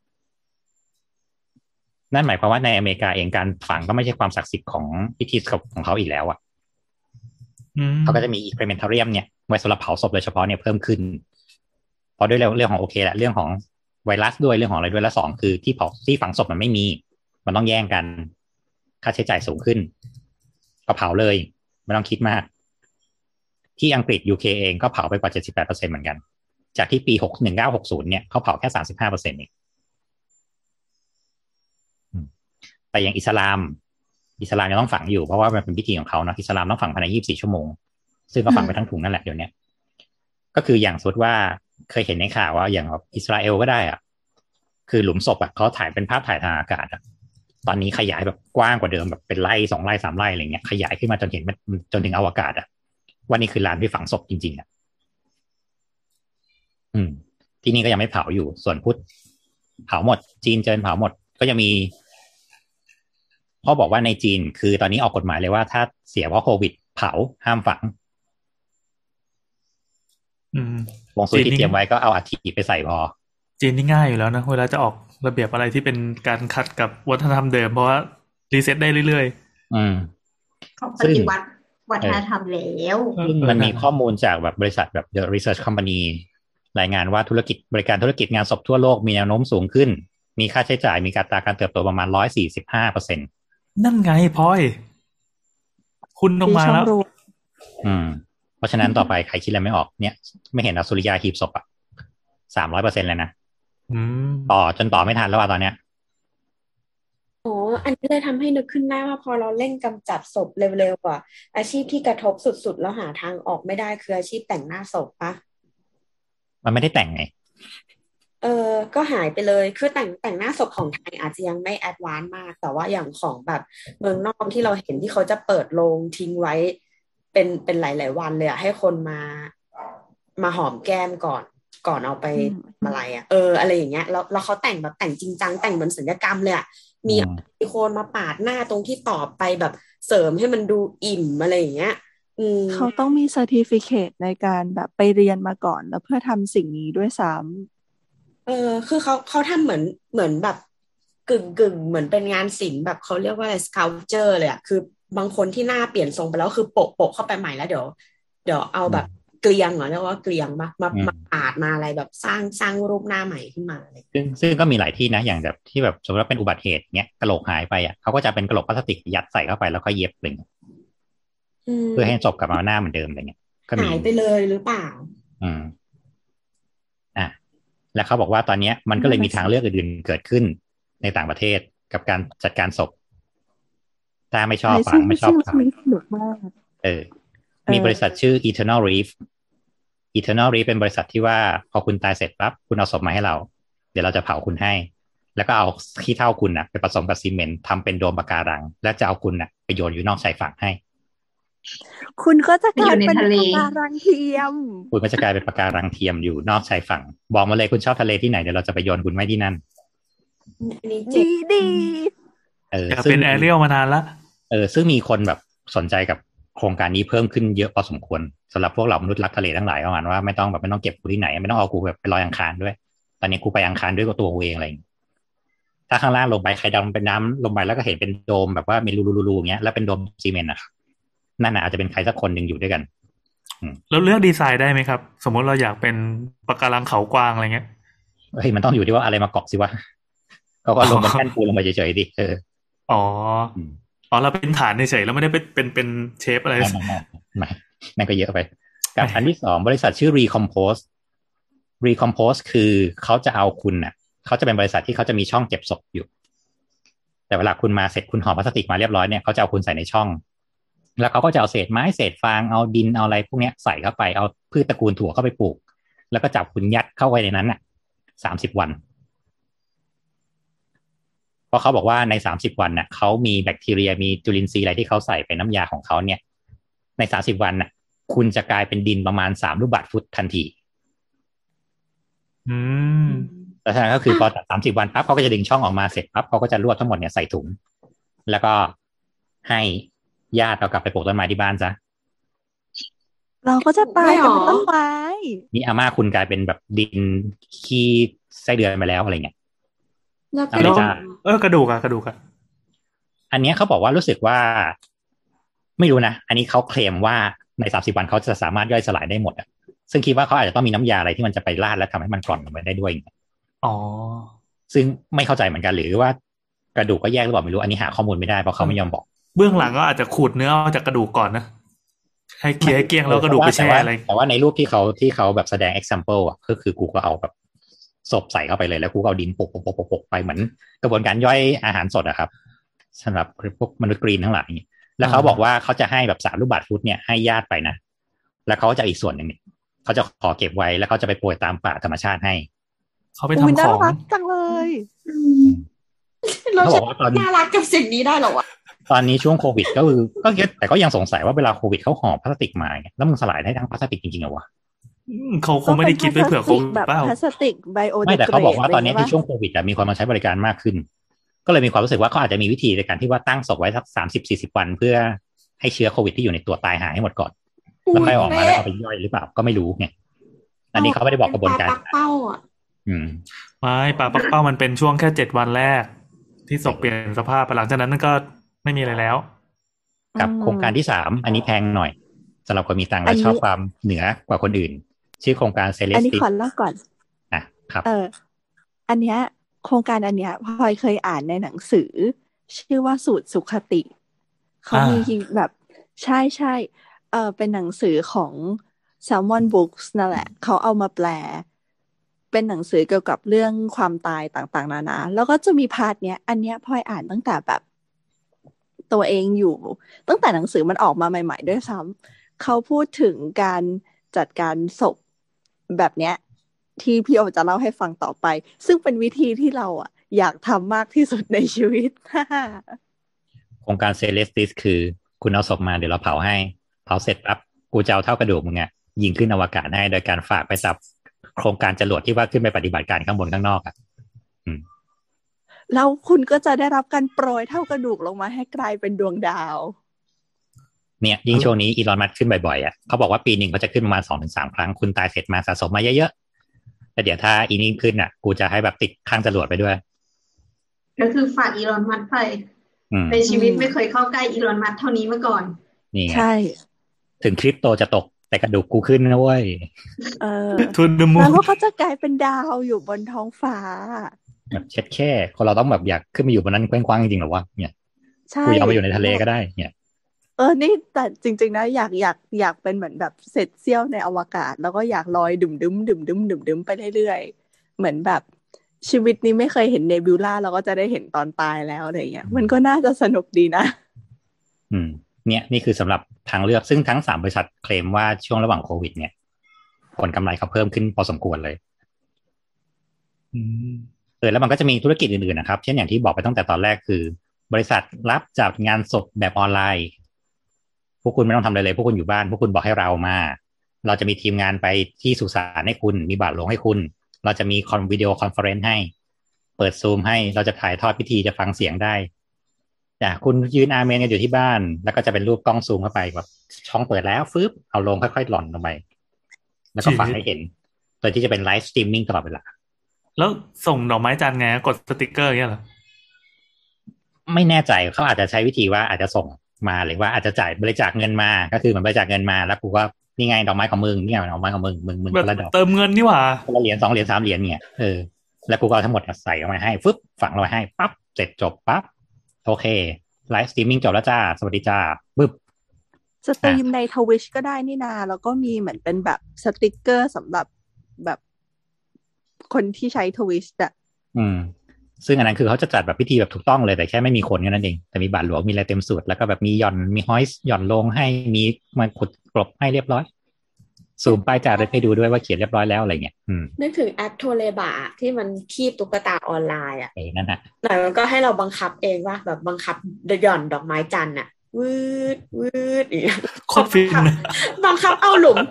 นั่นหมายความว่าในอเมริกาเองการฝังก็ไม่ใช่ความศักดิ์สิทธิ์ของพิธีของเขาอีกแล้วอะเขาก็จะมีครีเมนทาเรียมเนี่ยไว้สำหรับเผาศพโดยเฉพาะเนี่ยเพิ่มขึ้นเพราะด้วยเรื่องของโอเคแหละเรื่องของไวรัสด้วยเรื่องของอะไรด้วยและ2คือที่ฝังศพมันไม่มีมันต้องแย่งกันค่าใช้จ่ายสูงขึ้นก็เผาเลยไม่ต้องคิดมากที่อังกฤษ UK เองก็เผาไปกว่า 78% เหมือนกันจากที่ปี1960เนี่ยเขาเผาแค่ 35% เองแต่อย่างอิสลามยังต้องฝังอยู่เพราะว่ามันเป็นพิธีของเขานะอิสลามต้องฝังภายใน24 ชั่วโมงซึ่งก็ฝังไปทั้งถุงนั่นแหละเดี๋ยวนี้ก็คืออย่างสมมติว่าเคยเห็นในข่าวว่าอย่างอิสราเอลก็ได้อะคือหลุมศพอะเขาถ่ายเป็นภาพถ่ายทางอากาศอะตอนนี้ขยายแบบกว้างกว่าเดิมแบบเป็นไร่2 ไร่ 3 ไร่อะไรเงี้ยขยายขึ้นมาจนเห็นจนถึงอวกาศอะว่านี่คือลานที่ฝังศพจริงๆอะที่นี่ก็ยังไม่เผาอยู่ส่วนพุทธเผาหมดจีนเจินเผาหมดก็จะมีพ่อบอกว่าในจีนคือตอนนี้ออกกฎหมายเลยว่าถ้าเสียเพราะโควิดเผาห้ามฝังวงสุที่เตรียมไว้ก็เอาอัฐิไปใส่พอจีนนี่ง่ายอยู่แล้วนะเวลาจะออกระเบียบอะไรที่เป็นการขัดกับวัฒนธรรมเดิมเพราะว่ารีเซ็ตได้เรื่อยๆเขาปฏิวัติวัฒนธรรมแล้วมันมีข้อมูลจากแบบบริษัทแบบ The Research Company รายงานว่าบริการธุรกิจงานศพทั่วโลกมีแนวโน้มสูงขึ้นมีค่าใช้จ่ายมีอัตราการเติบโตประมาณ 145% นั่นไงพลอยคุณลงมาแล้วเพราะฉะนั้นต่อไปใครคิดอะไรไม่ออกเนี่ยไม่เห็นสุริยาหีบศพ300% เลยนะจนต่อไม่ทันแล้วตอนเนี้ยอันนี้เลยทำให้นึกขึ้นได้ว่าพอเราเร่งกำจัดศพเร็วๆอาชีพที่กระทบสุดๆแล้วหาทางออกไม่ได้คืออาชีพแต่งหน้าศพปะมันไม่ได้แต่งไงก็หายไปเลยคือแต่งหน้าศพของไทยอาจจะยังไม่แอดวานซ์มากแต่ว่าอย่างของแบบเมืองนอกที่เราเห็นที่เขาจะเปิดโรงทิ้งไว้เป็นหลายๆวันเลยให้คนมาหอมแก้มก่อนเอาไปอะไรอะไรอย่างเงี้ยแล้วเขาแต่งแบบแต่งจริงจังแต่งเหมือนศัลยกรรมเลยมีโคนมาปาดหน้าตรงที่ตอบไปแบบเสริมให้มันดูอิ่มอะไรอย่างเงี้ยเขาต้องมีเซอร์ติฟิเคตในการแบบไปเรียนมาก่อนแล้วเพื่อทำสิ่งนี้ด้วยซ้ำคือเขาทำเหมือนแบบกึ่งเหมือนเป็นงานศิลป์แบบเขาเรียกว่าอะไร sculpture เลยคือบางคนที่หน้าเปลี่ยนทรงไปแล้วคือโปะเข้าไปใหม่แล้วเดี๋ยวเอาแบบเกลียงเรียกว่าเกลียงมาปาดมาอะไรแบบสร้างรูปหน้าใหม่ขึ้นมาอะไรซึ่งก็มีหลายที่นะอย่างแบบที่แบบสมมติว่าเป็นอุบัติเหตุเนี้ยกะโหลกหายไปเขาก็จะเป็นกะโหลกพลาสติกยัดใส่เข้าไปแล้วก็เย็บเลยเพื่อให้จบกลับมาหน้าเหมือนเดิมอะไรเงี้ยก็หายไปเลยหรือเปล่าแล้วเขาบอกว่าตอนนี้มันก็เลยมีทางเลือกอื่นๆเกิดขึ้นในต่างประเทศกับการจัดการศพถ้าไม่ชอบฝังไม่ชอบฝังมีบริษัทชื่อ Eternal Reef เป็นบริษัทที่ว่าพอคุณตายเสร็จปั๊บคุณเอาศพมาให้เราเดี๋ยวเราจะเผาคุณให้แล้วก็เอาขี้เถ้าคุณไปผสมกับซีเมนต์ทำเป็นโดมปะการังแล้วจะเอาคุณไปโยนอยู่นอกชายฝั่งให้คุณก็จะกลายเป็นปะการังเทียมคุณก็จะกลายเป็นปะการังเทียมอยู่นอกชายฝั่งบอกมาเลยคุณชอบทะเลที่ไหนเดี๋ยวเราจะไปโยนคุณไว้ที่นั่นดีอยากเป็นแอเรียลมานานละซึ่งมีคนแบบสนใจกับโครงการนี้เพิ่มขึ้นเยอะพอสมควรสำหรับพวกเรามนุษย์รักทะเลทั้งหลายประมาณว่าไม่ต้องเก็บกูที่ไหนไม่ต้องเอากูแบบไปลอยอังคารด้วยตอนนี้กูไปอังคารด้วยกับตัวกูเองอะไรอย่างเงี้ยถ้าข้างล่างลงไปใครดำเป็นน้ำลงไปแล้วก็เห็นเป็นโดมแบบว่ามีรูๆๆอย่างเงี้ยแล้วเป็นโดมซีเมนต์อ่ะนั่นอาจจะเป็นใครสักคนหนึ่งอยู่ด้วยกันแล้วเลือกดีไซน์ได้ไหมครับสมมติเราอยากเป็นปะการังเขากวางอะไรเงี้ยมันต้องอยู่ที่ว่าอะไรมาเกาะสิวะเขาก็ลงบนแท่นปูลงไปเฉยๆดิอ๋อเราเป็นฐานเฉยๆแล้วไม่ได้เป็นเชฟอะไรไม่นั่นก็เยอะไปกับอันที่สองบริษัทชื่อ Recompose คือเขาจะเอาคุณน่ะเขาจะเป็นบริษัทที่เขาจะมีช่องเก็บศพอยู่แต่เวลาคุณมาเสร็จคุณห่อพลาสติกมาเรียบร้อยเนี่ยเขาจะเอาคุณใส่ในช่องแล้วเขาก็จะเอาเศษไม้เศษฟางเอาดินเอาอะไรพวกนี้ใส่เข้าไปเอาพืชตระกูลถั่วเข้าไปปลูกแล้วก็จับคุณยัดเข้าไว้ในนั้นน่ะ30 วันเพราะเขาบอกว่าใน30 วันน่ะเขามีแบคทีเรียมีจุลินทรีย์อะไรที่เขาใส่ไปน้ำยาของเขาเนี่ยใน30 วันน่ะคุณจะกลายเป็นดินประมาณ3 ลูกบาศก์ฟุตทันทีแต่ฉะนั้นก็คือพอ30 วันปั๊บเขาก็จะดึงช่องออกมาเสร็จปั๊บเขาก็จะรวบทั้งหมดเนี่ยใส่ถุงแล้วก็ให้ญาติเอากลับไปปลูกต้นไม้ที่บ้านซะเราก็จะตายกับต้นไม้นี่อาม่าคุณกลายเป็นแบบดินขี้ไส้เดือนไปแล้วอะไรเงี้ยแล้วกระดูกอะอันนี้เขาบอกว่ารู้สึกว่าไม่รู้นะอันนี้เขาเคลมว่าใน30 วันเขาจะสามารถย่อยสลายได้หมดอ่ะซึ่งคิดว่าเขาอาจจะต้องมีน้ำยาอะไรที่มันจะไปราดและทำให้มันกร่อนลงไปได้ด้วยซึ่งไม่เข้าใจเหมือนกันหรือว่ากระดูกก็แยกหรือเปล่าไม่รู้อันนี้หาข้อมูลไม่ได้เพราะเขาไม่ยอมบอกเบื้องหลังก็อาจจะขูดเนื้อออกจากกระดูกก่อนนะให้เคลียร์ให้เกลี้ยงแล้วกระดูกไปแช่อะไรแต่ว่าในรูปที่เขาแบบแสดง example อ่ะก็คือกูก็เอาแบบศพใส่เข้าไปเลยแล้วกูก็เอาดินปกไปเหมือนกระบวนการย่อยอาหารสดอะครับสำหรับพวกมนุษย์กรีนทั้งหลายแล้วเขาบอกว่าเขาจะให้แบบ3 ลูกบาศก์ฟุตเนี่ยให้ญาติไปนะแล้วเขาจะอีกส่วนหนึ่งเขาจะขอเก็บไว้แล้วเขาจะไปโปรยตามป่าธรรมชาติให้เขาไปทำของจังเลยเราจะน่ารักกับสิ่งนี้ได้หรอวะตอนนี้ช่วงโควิดก็คือแต่ก็ยังสงสัยว่าเวลาโควิดเขาห่อพลาสติกมาแล้วมึงสลายได้ทั้งพลาสติกจริงๆเหรอวะเขาคงไม่ได้คิดไว้เผื่อโควิดเปล่าพลาสติกไบโอดีเกรดไม่แต่เขาบอกว่าตอนนี้ที่ช่วงโควิดมีคนมาใช้บริการมากขึ้นก็เลยมีความรู้สึกว่าเขาอาจจะมีวิธีในการที่ว่าตั้งศพไว้สัก30-40 วันเพื่อให้เชื้อโควิดที่อยู่ในตัวตายหายให้หมดก่อนแล้วค่อยออกมาแล้วเอาไปย่อยหรือเปล่าก็ไม่รู้ไงอันนี้เขาไม่ได้บอกกระบวนการเป้าอ่ะไม่ปลาปักเป้ามันเป็นช่วงแค่7 วันแรกที่ศพเปลี่ยนสภาพหลังจากนั้นก็ไม่มีอะไรแล้วกับโครงการที่3อันนี้แพงหน่อยสำหรับคนมีตังค์และชอบความเหนือกว่าคนอื่นชื่อโครงการเซเลสติอันนี้ขอเล่าก่อนครับอันเนี้ยโครงการอันเนี้ยพลอยเคยอ่านในหนังสือชื่อว่าสูตรสุขติเขามีแบบใช่เป็นหนังสือของ Salmon Books นั่นแหละเขาเอามาแปลเป็นหนังสือเกี่ยวกับเรื่องความตายต่างๆนานาแล้วก็จะมีพาร์ทเนี้ยอันเนี้ยพลอยอ่านตั้งแต่แบบตัวเองอยู่ตั้งแต่หนังสือมันออกมาใหม่ๆด้วยซ้ำเขาพูดถึงการจัดการศพแบบเนี้ยที่พี่โอจะเล่าให้ฟังต่อไปซึ่งเป็นวิธีที่เราอยากทำมากที่สุดในชีวิตโครงการเซเลสติสคือคุณเอาศพมาเดี๋ยวเราเผาให้เผาเสร็จปั๊บกูจะเอาเท่ากระดูกมึงยิงขึ้นอวกาศให้โดยการฝากไปกับโครงการจรวดที่ว่าขึ้นไปปฏิบัติการข้างบนข้างนอกแล้วคุณก็จะได้รับการโปรยเท่ากระดูกลงมาให้กลายเป็นดวงดาวเนี่ยยิ่งช่วงนี้อีลอนมัสก์ขึ้นบ่อยๆเขาบอกว่าปีนึงเขาจะขึ้นประมาณ 2-3 ครั้งคุณตายเสร็จมาสะสมมาเยอะๆแต่เดี๋ยวถ้าอีนี่ขึ้นกูจะให้แบบติดข้างจรวดไปด้วยก็คือฝากอีลอนมัสก์ไปในชีวิตไม่เคยเข้าใกล้อีลอนมัสก์เท่านี้มาก่อนนี่ใช่ถึงคริปโตจะตกแต่กระดูกกูขึ้นนะเว้ยทุนดมูแล้วก็จะกลายเป็นดาวอยู่บนท้องฟ้าแบบเช็ดแค่คนเราต้องแบบอยากขึ้นมาอยู่บนนั้นกว้างๆจริงๆหรอวะเนี่ยกูอยากมาอยู่ในทะเลก็ได้เนี่ยนี่แต่จริงๆนะอยากเป็นเหมือนแบบเศษเสี้ยวในอวกาศแล้วก็อยากลอยดึมไปเรื่อยๆเหมือนแบบชีวิตนี้ไม่เคยเห็นเนบิวล่าเราก็จะได้เห็นตอนตายแล้วอะไรเงี้ยมันก็น่าจะสนุกดีนะเนี่ยนี่คือสำหรับทางเลือกซึ่งทั้ง3บริษัทเคลมว่าช่วงระหว่างโควิดเนี่ยผลกำไรเขาเพิ่มขึ้นพอสมควรเลยแล้วมันก็จะมีธุรกิจอื่นๆนะครับเช่นอย่างที่บอกไปตั้งแต่ตอนแรกคือบริษัทรับจัดงานศพแบบออนไลน์พวกคุณไม่ต้องทำอะไรเลยพวกคุณอยู่บ้านพวกคุณบอกให้เรามาเราจะมีทีมงานไปที่สุสานให้คุณมีบาตรหลวงให้คุณเราจะมีวิดีโอคอนเฟอเรนซ์ให้เปิดซูมให้เราจะถ่ายทอดพิธีจะฟังเสียงได้คุณยืนอาเมนกันอยู่ที่บ้านแล้วก็จะเป็นรูปกล้องซูมเข้าไปแบบช่องเปิดแล้วฟึบเอาลงค่อยๆหล่อนลงไปแล้วก็ฝังให้เห็นโดยที่จะเป็นไลฟ์สตรีมมิ่งตลอดเวลาแล้วส่งดอกไม้จันทร์ไงกดสติกเกอร์อย่างเงี้ยเหรอไม่แน่ใจเขาอาจจะใช้วิธีว่าอาจจะส่งมาหรือว่าอาจจะจ่ายบริจาคเงินมาก็คือเหมือนบริจาคเงินมาแล้วกูก็นี่ไงดอกไม้ของมึงนี่ไงดอกไม้ของมึงแบบคนละดอกเติมเงินนี่หว่าคนละเหรียญ2 เหรียญ 3 เหรียญเนี่ยแล้วกูก็เอาทั้งหมดใส่เข้ามาให้ฟึบฝังลงไปให้ปั๊บเสร็จจบปั๊บโอเคไลฟ์สตรีมมิ่งจบแล้วจ้าสวัสดีจ้าบึ้บสตรีมในทวิชก็ได้นี่นาแล้วก็มีเหมือนเป็นแบบสติกเกอร์สำหรับแบบคนที่ใช้ทวิชอ่ะซึ่งอันนั้นคือเขาจะจัดแบบพิธีแบบถูกต้องเลยแต่แค่ไม่มีคนแค่นั้นเองแต่มีบาทหลวงมีอะไรเต็มสูตรแล้วก็แบบมีหย่อนมีห้อยหย่อนลงให้มีมาขุดกลบให้เรียบร้อยซูมป้ายจ่าให้ดูด้วยว่าเขียนเรียบร้อยแล้วอะไรเงี้ยนึกถึงแอปโทเลบะที่มันคีบตุ๊กตาออนไลน์อ่ะนั่นน่ะหน่อยมันก็ให้เราบังคับเองว่าแบบบังคับหย่อนดอกไม้จันทร์อ่ะวืดอย่างเงี้ยโคตรฟินบังคับเอาหลุม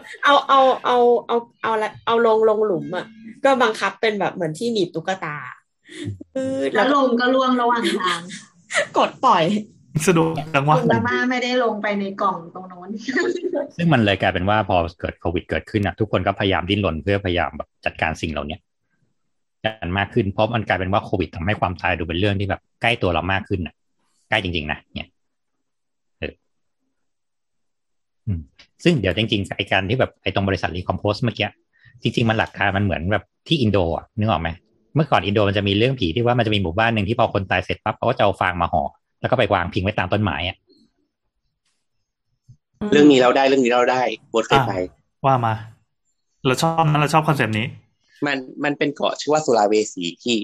เอาลงหลุมอ่ะก็บังคับเป็นแบบเหมือนที่หนีบตุ๊กตาแล้วลงก็ล่วงระหว่างทางกดปล่อยสะดวกจังวะคุณมาไม่ได้ลงไปในกล่องตรงโน้นซึ่งมันเลยกลายเป็นว่าพอเกิดโควิดเกิดขึ้นทุกคนก็พยายามดิ้นรนเพื่อพยายามแบบจัดการสิ่งเหล่านี้กันมากขึ้นเพราะมันกลายเป็นว่าโควิดทำให้ความตายดูเป็นเรื่องที่แบบใกล้ตัวเรามากขึ้นใกล้จริงๆนะเนี่ยซึ่งเดี๋ยวจริงๆไอการที่แบบไอตรงบริษัทรีคอมโพสเมื่อกี้จริงๆมันหลักการมันเหมือนแบบที่อินโดนึกออกไหมเมื่อก่อนอินโดมันจะมีเรื่องผีที่ว่ามันจะมีหมู่บ้านหนึ่งที่พอคนตายเสร็จปั๊บเขาก็จะเอาฟางมาห่อแล้วก็ไปวางพิงไว้ตามต้นไม้เรื่องนี้เราได้โบทเคยไปว่ามาเราชอบคอนเซปต์นี้มันเป็นเกาะชื่อว่าสุราเวสีที่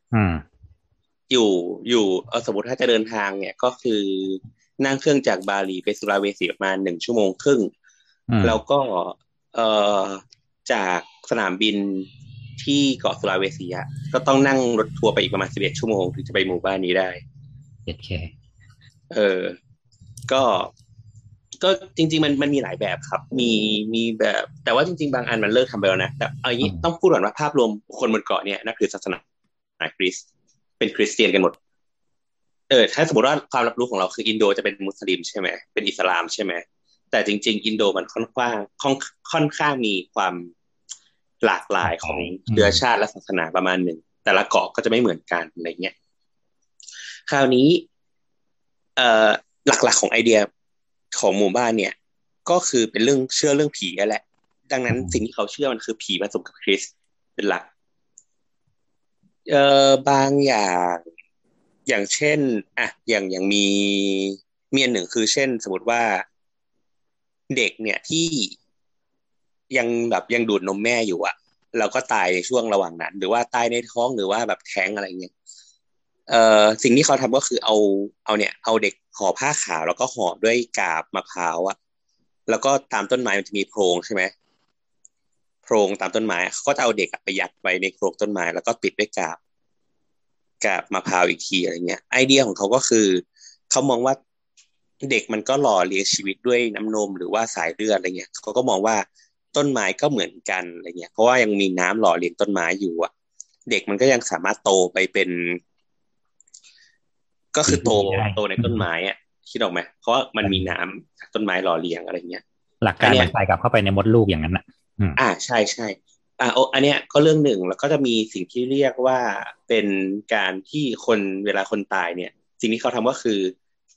อยู่สมมติถ้าจะเดินทางเนี่ยก็คือนั่งเครื่องจากบาหลีไปสุราเวสีประมาณ1 ชั่วโมงครึ่งแล้วก็จากสนามบินที่เกาะสุราเวสีก็ต้องนั่งรถทัวร์ไปอีกประมาณ11 ชั่วโมงถึงจะไปหมู่บ้านนี้ได้ก็จริงๆมันมีหลายแบบครับมีแบบแต่ว่าจริงๆบางอันมันเลิกทำไปแล้วนะแต่เอาอย่างนี้ต้องพูดก่อนว่าภาพรวมคนบนเกาะเนี่ยนับถือศาสนาคริสต์เป็นคริสเตียนกันหมดถ้าสมมติว่าความรับรู้ของเราคืออินโดจะเป็นมุสลิมใช่ไหมเป็นอิสลามใช่ไหมแต่จริงๆอินโดมันค่อนข้างมีความหลากหลายของเชื้อชาติและศาสนาประมาณหนึ่งแต่ละเกาะก็จะไม่เหมือนกันอะไรเงี้ยคราวนี้หลักๆของไอเดียของหมู่บ้านเนี่ยก็คือเป็นเรื่องเชื่อเรื่องผีนั่นแหละดังนั้นสิ่งที่เขาเชื่อมันคือผีผสมกับคริสต์เป็นหลักบางอย่างเช่นอย่างมีอันหนึ่งคือเช่นสมมติว่าเด็กเนี่ยที่ยังดูดนมแม่อยู่เราก็ตายในช่วงระหว่างนั้นหรือว่าตายในท้องหรือว่าแบบแท้งอะไรเงี้ยสิ่งที่เขาทำก็คือเอาเด็กห่อผ้าขาวแล้วก็ห่อด้วยกาบมะพร้าวแล้วก็ตามต้นไม้มันจะมีโพรงใช่ไหมโพรงตามต้นไม้เขาก็จะเอาเด็กไปยัดไว้ในโพรงต้นไม้แล้วก็ปิดด้วยกาบมะพร้าวอีกทีอะไรเงี้ยไอเดียของเขาก็คือเขามองว่าเด็กมันก็หล่อเลี้ยงชีวิตด้วยน้ำนมหรือว่าสายเลือดอะไรเงี้ยเขาก็มองว่าต้นไม้ก็เหมือนกันอะไรเงี้ยเพราะว่ายังมีน้ำหล่อเลี้ยงต้นไม้อยู่เด็กมันก็ยังสามารถโตไปเป็นก็คือโตในต้นไม้คิดออกไหมเพราะมันมีน้ำจากต้นไม้หล่อเลี้ยงอะไรเงี้ยหลักการมันใส่กลับเข้าไปในมดลูกอย่างนั้นใช่อันเนี้ยก็เรื่องหนึ่งแล้วก็จะมีสิ่งที่เรียกว่าเป็นการที่เวลาคนตายเนี่ยสิ่งที่เขาทำก็คือ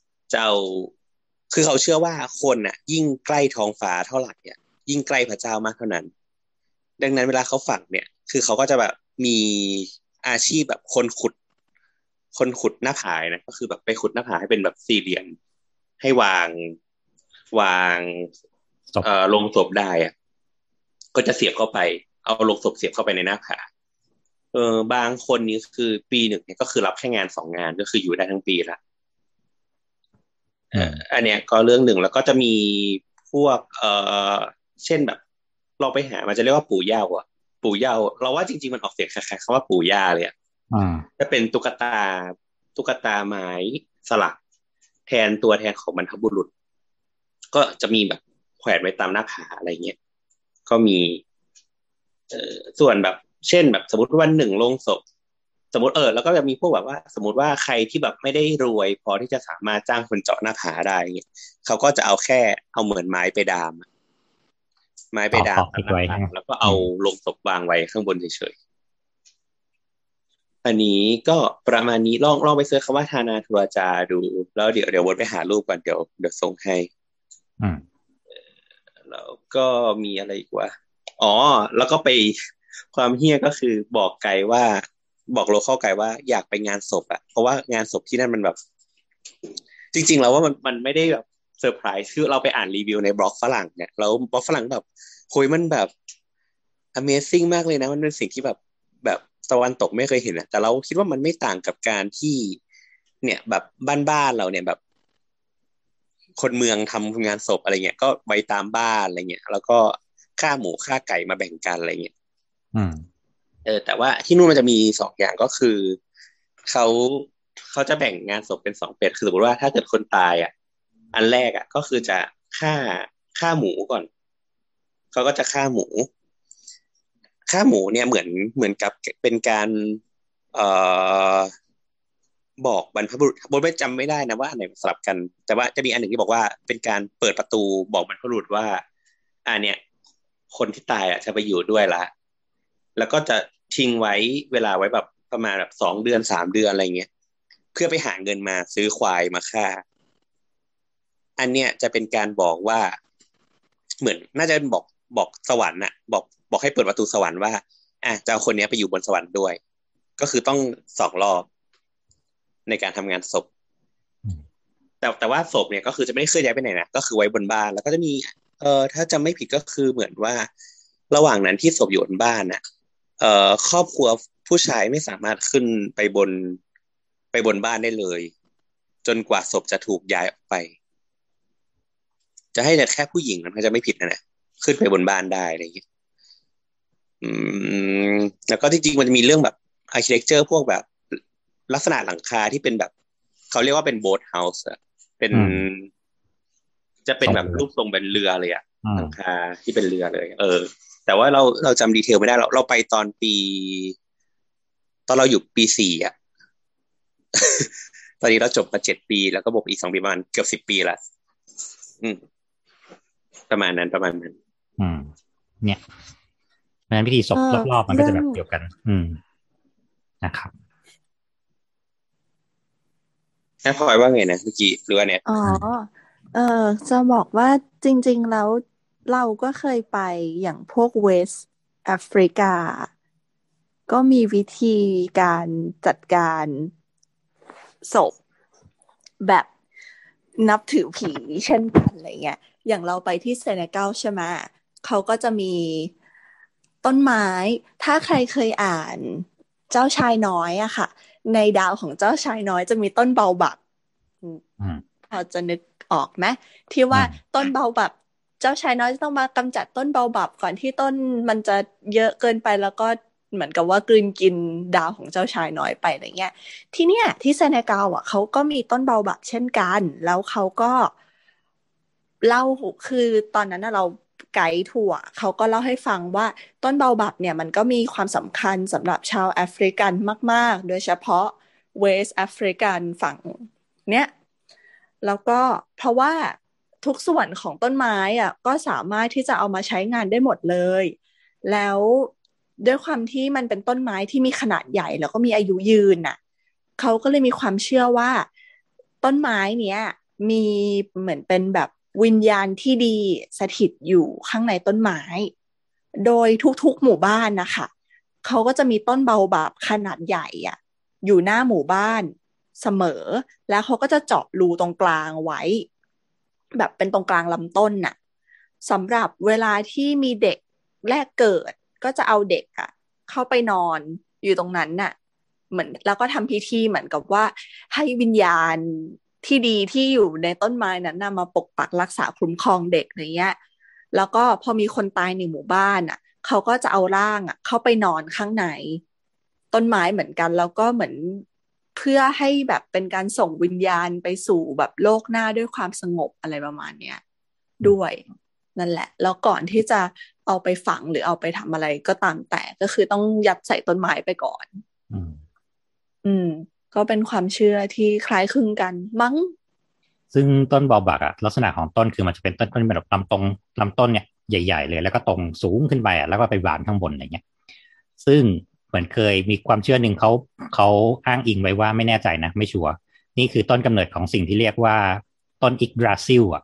คือเขาเชื่อว่าคนยิ่งใกล้ท้องฟ้าเท่าไหร่ยิ่งใกล้พระเจ้ามากเท่านั้นดังนั้นเวลาเขาฝังเนี่ยคือเขาก็จะแบบมีอาชีพแบบคนขุดหน้าผานะก็คือแบบไปขุดหน้าผาให้เป็นแบบสี่เหลี่ยมให้วางลงศพได้ก็จะเสียบเข้าไปเอาลงศพเสียบเข้าไปในหน้าผาบางคนนี้คือปีหนึ่งเนี่ยก็คือรับแค่งาน2 งานก็คืออยู่ได้ทั้งปีละอันเนี้ยก็เรื่องหนึ่งแล้วก็จะมีพวกเช่นแบบเราไปหามันจะเรียกว่าปู่ย่าปู่ย่าเราว่าจริงๆมันออกเสียงคล้ายๆคำว่าปู่ย่าเลยจะเป็นตุ๊กตาไม้สลักแทนตัวแทนของบรรพบุรุษก็จะมีแบบแขวนไว้ตามหน้าผาอะไรเงี้ยก็มีส่วนแบบเช่นแบบสมมติวันหนึ่งโลงศพมมติแล้วก็จะมีพวกแบบว่าสมมติว่าใครที่แบบไม่ได้รวยพอที่จะสามารถจ้างคนเจาะหน้าผาได้เงี้ยเขาก็จะเอาเหมือนไม้ไปดามแล้วก็เอาลงศพวางไว้ข้างบนเฉยๆอันนี้ก็ประมาณนี้ลองไปเสิร์ชคำว่าทานาทุราจาดูแล้วเดี๋ยววนไปหารูปก่อนเดี๋ยวส่งให้แล้วก็มีอะไรอีกวะแล้วก็ไปความเหี้ยก็คือบอกไกด์ว่าบอกโลคอลไกด์ว่าอยากไปงานศพเพราะว่างานศพที่นั่นมันแบบจริงๆแล้วว่ามันไม่ได้แบบเซอร์ไพรส์คือเราไปอ่านรีวิวในบล็อกฝรั่งเนี่ยแล้วบล็อกฝรั่งแบบโหยมันแบบ Amazing มากเลยนะมันเป็นสิ่งที่แบบตะวันตกไม่เคยเห็นแต่เราคิดว่ามันไม่ต่างกับการที่เนี่ยแบบบ้านๆเราเนี่ยแบบคนเมืองทำงานศพอะไรเงี้ยก็ไว้ตามบ้านอะไรเงี้ยแล้วก็ฆ่าหมูฆ่าไก่มาแบ่งกันอะไรเงี้ยแต่ว่าที่นู่นมันจะมี2อย่างก็คือเขาจะแบ่งงานศพเป็น2เป็นคือสมมติว่าถ้าเกิดคนตายอันแรกก็คือจะฆ่าหมูก่อนเขาก็จะฆ่าหมูเนี่ยเหมือนกับเป็นการบอกบรรพบุรุษโบไม่จำไม่ได้นะว่าอันไหนสลับกันแต่ว่าจะมีอันหนึ่งที่บอกว่าเป็นการเปิดประตูบอกบรรพบุรุษว่าเนี่ยคนที่ตายจะไปอยู่ด้วยละแล้วก็จะทิ้งไว้เวลาไว้แบบประมาณแบบ2 เดือน3 เดือนอะไรเงี้ยเพื่อไปหาเงินมาซื้อควายมาฆ่าอันเนี้ยจะเป็นการบอกว่าเหมือนน่าจะเป็นบอกสวรรค์บอกให้เปิดประตูสวรรค์ว่าจะเอาคนนี้ไปอยู่บนสวรรค์ด้วยก็คือต้อง2 รอบในการทำงานศพแต่ว่าศพเนี่ยก็คือจะไม่ได้เคลื่อนย้ายไปไหนนะก็คือไว้บนบ้านแล้วก็จะมีถ้าจำไม่ผิดก็คือเหมือนว่าระหว่างนั้นที่ศพอยู่บนบ้านครอบครัวผู้ชายไม่สามารถขึ้นไปบนบ้านได้เลยจนกว่าศพจะถูกย้ายออกไปจะให้แต่แค่ผู้หญิงมันจะไม่ผิดนะขึ้นไปบนบ้านได้อะไรอย่างเงี้ยแล้วก็จริงๆมันจะมีเรื่องแบบอาร์คิเทคเจอร์พวกแบบลักษณะหลังคาที่เป็นแบบเขาเรียกว่าเป็นโบ๊ทเฮาส์เป็นจะเป็นแบบรูปทรงเป็นเรือเลยหลังคาที่เป็นเรือเลยแต่ว่าเราจำดีเทลไม่ได้เราไปตอนเราอยู่ปี 4ตอนนี้เราจบมา7 ปีแล้วก็บวกอีก2 ปีประมาณเกือบ10 ปีละประมาณนั้นเนี่ยเพราะฉะนั้นพิธีศพรอบๆมันก็จะแบบเดียวกันนะครับพลอยว่าไงนะเมื่อกี้หรือว่าเนี่ยจะบอกว่าจริงๆแล้วเราก็เคยไปอย่างพวกเวสต์แอฟริกาก็มีวิธีการจัดการศพแบบนับถือผีเช่นกันอะไรเงี้ยอย่างเราไปที่เซเนกัลใช่ไหมเขาก็จะมีต้นไม้ถ้าใครเคยอ่านเจ้าชายน้อยอะค่ะในดาวของเจ้าชายน้อยจะมีต้นเบาบักพอจะนึกออกไหมที่ว่าต้นเบาบักเจ้าชายน้อยจะต้องมากำจัดต้นเบาบักก่อนที่ต้นมันจะเยอะเกินไปแล้วก็เหมือนกับว่ากลืนกินดาวของเจ้าชายน้อยไปอะไรเงี้ยที่เนี้ยที่เซเนกัลเขาก็มีต้นเบาบักเช่นกันแล้วเขาก็เล่าคือตอนนั้นเราไกด์ทัวร์เขาก็เล่าให้ฟังว่าต้นเบาบักเนี่ยมันก็มีความสำคัญสำหรับชาวแอฟริกันมากๆโดยเฉพาะเวสต์แอฟริกันฝั่งเนี้ยแล้วก็เพราะว่าทุกส่วนของต้นไม้ก็สามารถที่จะเอามาใช้งานได้หมดเลยแล้วด้วยความที่มันเป็นต้นไม้ที่มีขนาดใหญ่แล้วก็มีอายุยืนเขาก็เลยมีความเชื่อว่าต้นไม้เนี้ยมีเหมือนเป็นแบบวิญญาณที่ดีสถิตอยู่ข้างในต้นไม้โดยทุกๆหมู่บ้านนะคะเขาก็จะมีต้นเบาบักขนาดใหญ่อยู่หน้าหมู่บ้านเสมอแล้วเขาก็จะเจาะรูตรงกลางไว้แบบเป็นตรงกลางลำต้นสำหรับเวลาที่มีเด็กแรกเกิดก็จะเอาเด็กเข้าไปนอนอยู่ตรงนั้นเหมือนแล้วก็ทำพิธีเหมือนกับว่าให้วิญญาณที่ดีที่อยู่ในต้นไม้นั้นมาปกปักรักษาคุ้มครองเด็กอะไรเงี้ยแล้วก็พอมีคนตายในหมู่บ้านเขาก็จะเอาร่างเข้าไปนอนข้างในต้นไม้เหมือนกันแล้วก็เหมือนเพื่อให้แบบเป็นการส่งวิญญาณไปสู่แบบโลกหน้าด้วยความสงบอะไรประมาณเนี้ยด้วยนั่นแหละแล้วก่อนที่จะเอาไปฝังหรือเอาไปทำอะไรก็ตามแต่ก็คือต้องยัดใส่ต้นไม้ไปก่อนก็เป็นความเชื่อที่คล้ายคลึงกันมั้งซึ่งต้นบอบักอะลักษณะของต้นคือมันจะเป็นต้นแบบลำต้นเนี่ยใหญ่ๆเลยแล้วก็ตรงสูงขึ้นไปอะแล้วก็ไปบานข้างบนอะไรเงี้ยซึ่งเหมือนเคยมีความเชื่อหนึ่งเขาอ้างอิงไว้ว่าไม่แน่ใจนะไม่ชัวร์นี่คือต้นกำเนิดของสิ่งที่เรียกว่าต้นอิกดราซิลอะ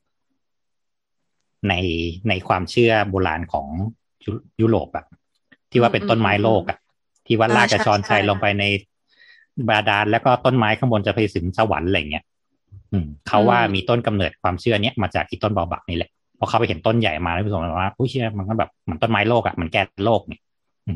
ในความเชื่อโบราณของยุโรปอะที่ว่าเป็นต้นไม้โลกอะที่ว่าลากกระชอนชัยลงไปในบาดาลแล้วก็ต้นไม้ข้างบนจะไปถึงสวรรค์อะไรเงี้ยเขาว่ามีต้นกำเนิดความเชื่อเนี้ยมาจากที่ต้นบอบักนี่แหละพอเขาไปเห็นต้นใหญ่มาแล้วรู้สึกว่าผู้เชื่อมันก็แบบเหมือนต้นไม้โลกอะมันแก้โลกเนี่ย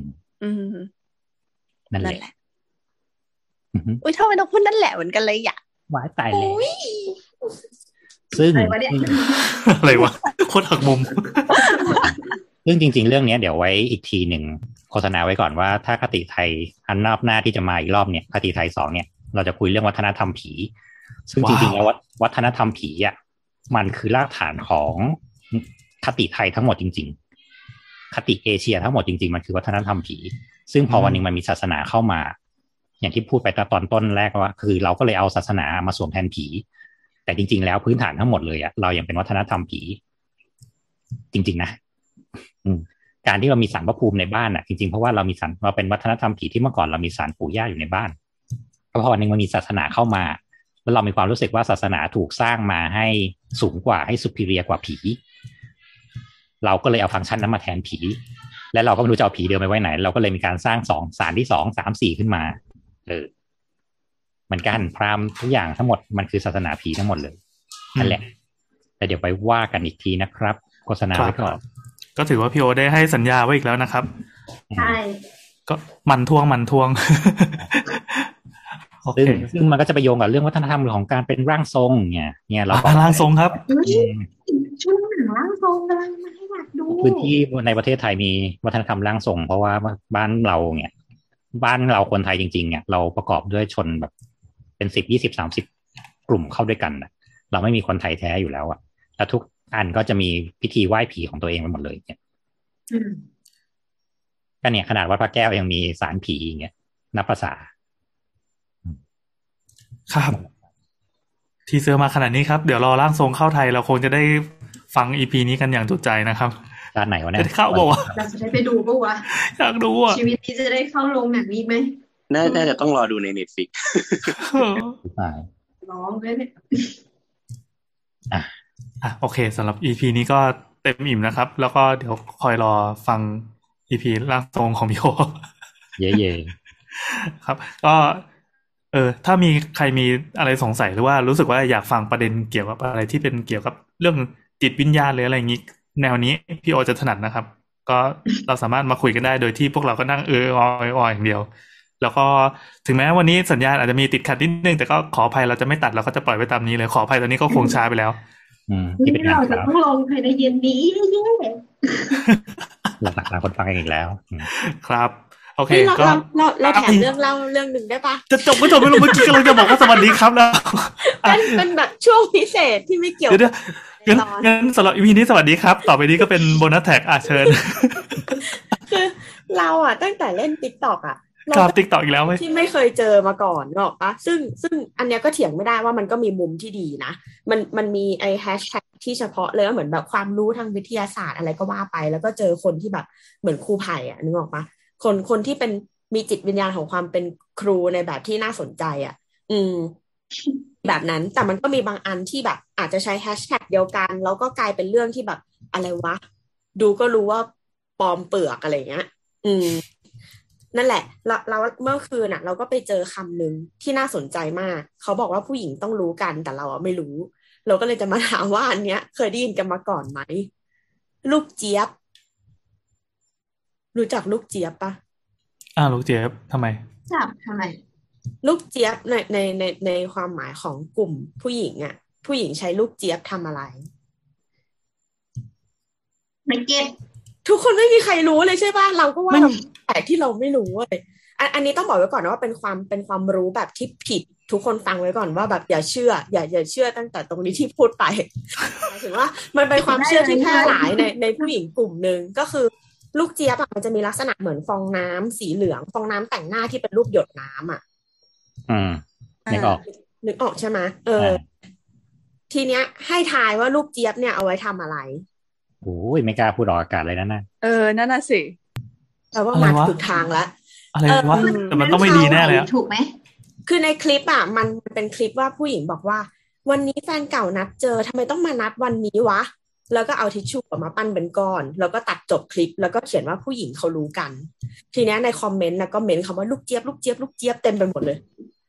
นั่นแหละอุ้ยทำไมต้องพูดนั่นแหละเหมือนกันเลยอ่ะหวายตายเลยซึ่งอะไรวะโคตรหักมุมซึ่งจริงๆเรื่องนี้เดี๋ยวไว้อีกทีหนึ่งโฆษณาไว้ก่อนว่าถ้าคติไทยอันรอบหน้าที่จะมาอีกรอบเนี่ยคติไทย2เนี่ยเราจะคุยเรื่องวัฒนธรรมผีซึ่งจริงๆแล้ววัฒนธรรมผีอ่ะมันคือรากฐานของคติไทยทั้งหมดจริงๆคติเอเชียทั้งหมดจริงๆมันคือวัฒนธรรมผีซึ่งพอวันนึงมันมีศาสนาเข้ามาอย่างที่พูดไปตอนต้นแรกว่าคือเราก็เลยเอาศาสนามาสวมแทนผีแต่จริงๆแล้วพื้นฐานทั้งหมดเลยอ่ะเรายังเป็นวัฒนธรรมผีจริงๆนะการที่เรามีศาลพระภูมิในบ้านอ่ะจริงๆเพราะว่าเราเป็นวัฒนธรรมผีที่เมื่อก่อนเรามีศาลปู่ย่าอยู่ในบ้านพอวันนึงมันมีศาสนาเข้ามาแล้วเรามีความรู้สึกว่าศาสนาถูกสร้างมาให้สูงกว่าให้ซุปีเรียกว่าผีเราก็เลยเอาฟังก์ชันนั้นมาแทนผีและเราก็ไม่รู้จะเอาผีเดิมไปไว้ไหนเราก็เลยมีการสร้างศาลที่2 3 4ขึ้นมาเหมือนกันพราหมณ์ทุกอย่างทั้งหมดมันคือศาสนาผีทั้งหมดเลยนั่นแหละแต่เดี๋ยวไปว่ากันอีกทีนะครับโฆษณาไว้ก่อนก็ถือว่าพี่โอได้ให้สัญญาไว้อีกแล้วนะครับใช่ก็มันทวงซึ่งมันก็จะไปโยงกับเรื่องวัฒนธรรมของการเป็นร่างทรงเนี่ยเราร่างทรงครับช่วงหนังร่างทรงเลยมาให้อยากดูพื้นที่ในประเทศไทยมีวัฒนธรรมร่างทรงเพราะว่าบ้านเราคนไทยจริงๆเนี่ยเราประกอบด้วยชนแบบเป็น10 20 30กลุ่มเข้าด้วยกันนะเราไม่มีคนไทยแท้อยู่แล้วอะแล้วทุกอันก็จะมีพิธีไหว้ผีของตัวเองไปหมดเลยเนี่ยก็เนี่ยขนาดวัดพระแก้วยังมีศาลผีอย่างเงี้ยนับภาษาครับทีเซอร์มาขนาดนี้ครับเดี๋ยวรอร่างทรงเข้าไทยเราคงจะได้ฟัง EP นี้กันอย่างจุใจนะครับด้านไหนวะเนี่ยเข้าบอกว่าเราจะได้ไปดูป่ะวะอยากดูอ่ะชีวิตนี้จะได้เข้าโรงแบบนี้ไหมน่าจะต้องรอดูใน Netflix ร้องเลยเนี่ยโอเคสำหรับ EP นี้ก็เต็มอิ่มนะครับแล้วก็เดี๋ยวคอยรอฟัง EP ร่างทรงของพี่โอเย่ๆครับก็ถ้ามีใครมีอะไรสงสัยหรือว่ารู้สึกว่าอยากฟังประเด็นเกี่ยวกับอะไรที่เป็นเกี่ยวกับเรื่องจิตวิญญาณหรืออะไรอย่างนี้แนวนี้พี่โอจะถนัดนะครับก็เราสามารถมาคุยกันได้โดยที่พวกเราก็นั่งอย่างเดียวแล้วก็ถึงแม้วันนี้สัญญาณอาจจะมีติดขัดนิดนึงแต่ก็ขออภัยเราจะไม่ตัดเราก็จะปล่อยไว้ตามนี้เลยขออภัยตอนนี้ก็คงช้าไปแล้วที่เราจะต้องลงภายในเย็นนี้หลักๆคนฟังกันอีกแล้วครับโอเคก็เราแถมเรื่องเล่าเรื่องหนึ่งได้ปะจะจบไม่จบไม่รู้เมื่อกี้กำลังจะบอกว่าสวัสดีครับแล้วเป็นแบบช่วงพิเศษที่ไม่เกี่ยวงั้นสำหรับ EP นี้สวัสดีครับต่อไปนี้ก็เป็นโบนัสแท็กเชิญคือเราตั้งแต่เล่น TikTok ครับ TikTok อีกแล้วมั้ยที่ไม่เคยเจอมาก่อนหรอกปะซึ่งอันเนี้ยก็เถียงไม่ได้ว่ามันก็มีมุมที่ดีนะมันมีไอ้แฮชแท็กที่เฉพาะเลยเหมือนแบบความรู้ทางวิทยาศาสตร์อะไรก็ว่าไปแล้วก็เจอคนที่แบบเหมือนครูไผ่นึกออกปะคนที่เป็นมีจิตวิญญาณของความเป็นครูในแบบที่น่าสนใจแบบนั้นแต่มันก็มีบางอันที่แบบอาจจะใช้แฮชแท็กเดียวกันแล้วก็กลายเป็นเรื่องที่แบบอะไรวะดูก็รู้ว่าปลอมเปลือกอะไรเงี้ยนั่นแหละเราเมื่อคืนเราก็ไปเจอคำนึงที่น่าสนใจมากเขาบอกว่าผู้หญิงต้องรู้กันแต่เราไม่รู้เราก็เลยจะมาถามว่าอันเนี้ยเคยได้ยินกันมาก่อนไหมลูกเจี๊ยบรู้จักลูกเจี๊ยบปะลูกเจี๊ยบทำไมลูกเจี๊ยบในความหมายของกลุ่มผู้หญิงผู้หญิงใช้ลูกเจี๊ยบทำอะไรไม่เก็ตทุกคนไม่มีใครรู้เลยใช่ป่ะเราก็ว่าเราแต่ที่เราไม่รู้อันนี้ต้องบอกไว้ก่อนนะว่าเป็นความรู้แบบที่ผิดทุกคนฟังไว้ก่อนว่าแบบอย่าเชื่ออย่าเชื่อตั้งแต่ตรงนี้ที่พูดไปหมายถึงว่ามันเป็นความเชื่อที่แพร่หลายในผู้หญิงกลุ่มนึงก็คือลูกเจี๊ยบมันจะมีลักษณะเหมือนฟองน้ำสีเหลืองฟองน้ำแต่งหน้าที่เป็นรูปหยดน้ำนึกออกใช่ไหมทีเนี้ยให้ทายว่าลูกเจี๊ยบเนี่ยเอาไว้ทำอะไรโอ้ยไม่กล้าพูดออกอากาศเลยนะนั่นน่ะสิแต่ว่ามาถูกทางแล้วอะไรวะแต่มันต้องไม่ดีแน่เลยถูกไหมคือในคลิปอ่ะมันเป็นคลิปว่าผู้หญิงบอกว่าวันนี้แฟนเก่านัดเจอทำไมต้องมานัดวันนี้วะแล้วก็เอาทิชชู่ออกมาปั้นเป็นก้อนแล้วก็ตัดจบคลิปแล้วก็เขียนว่าผู้หญิงเขารู้กันทีนี้ในคอมเมนต์นะก็เมนคำว่าลูกเจี๊ยบลูกเจี๊ยบลูกเจี๊ยบเต็มไปหมดเลย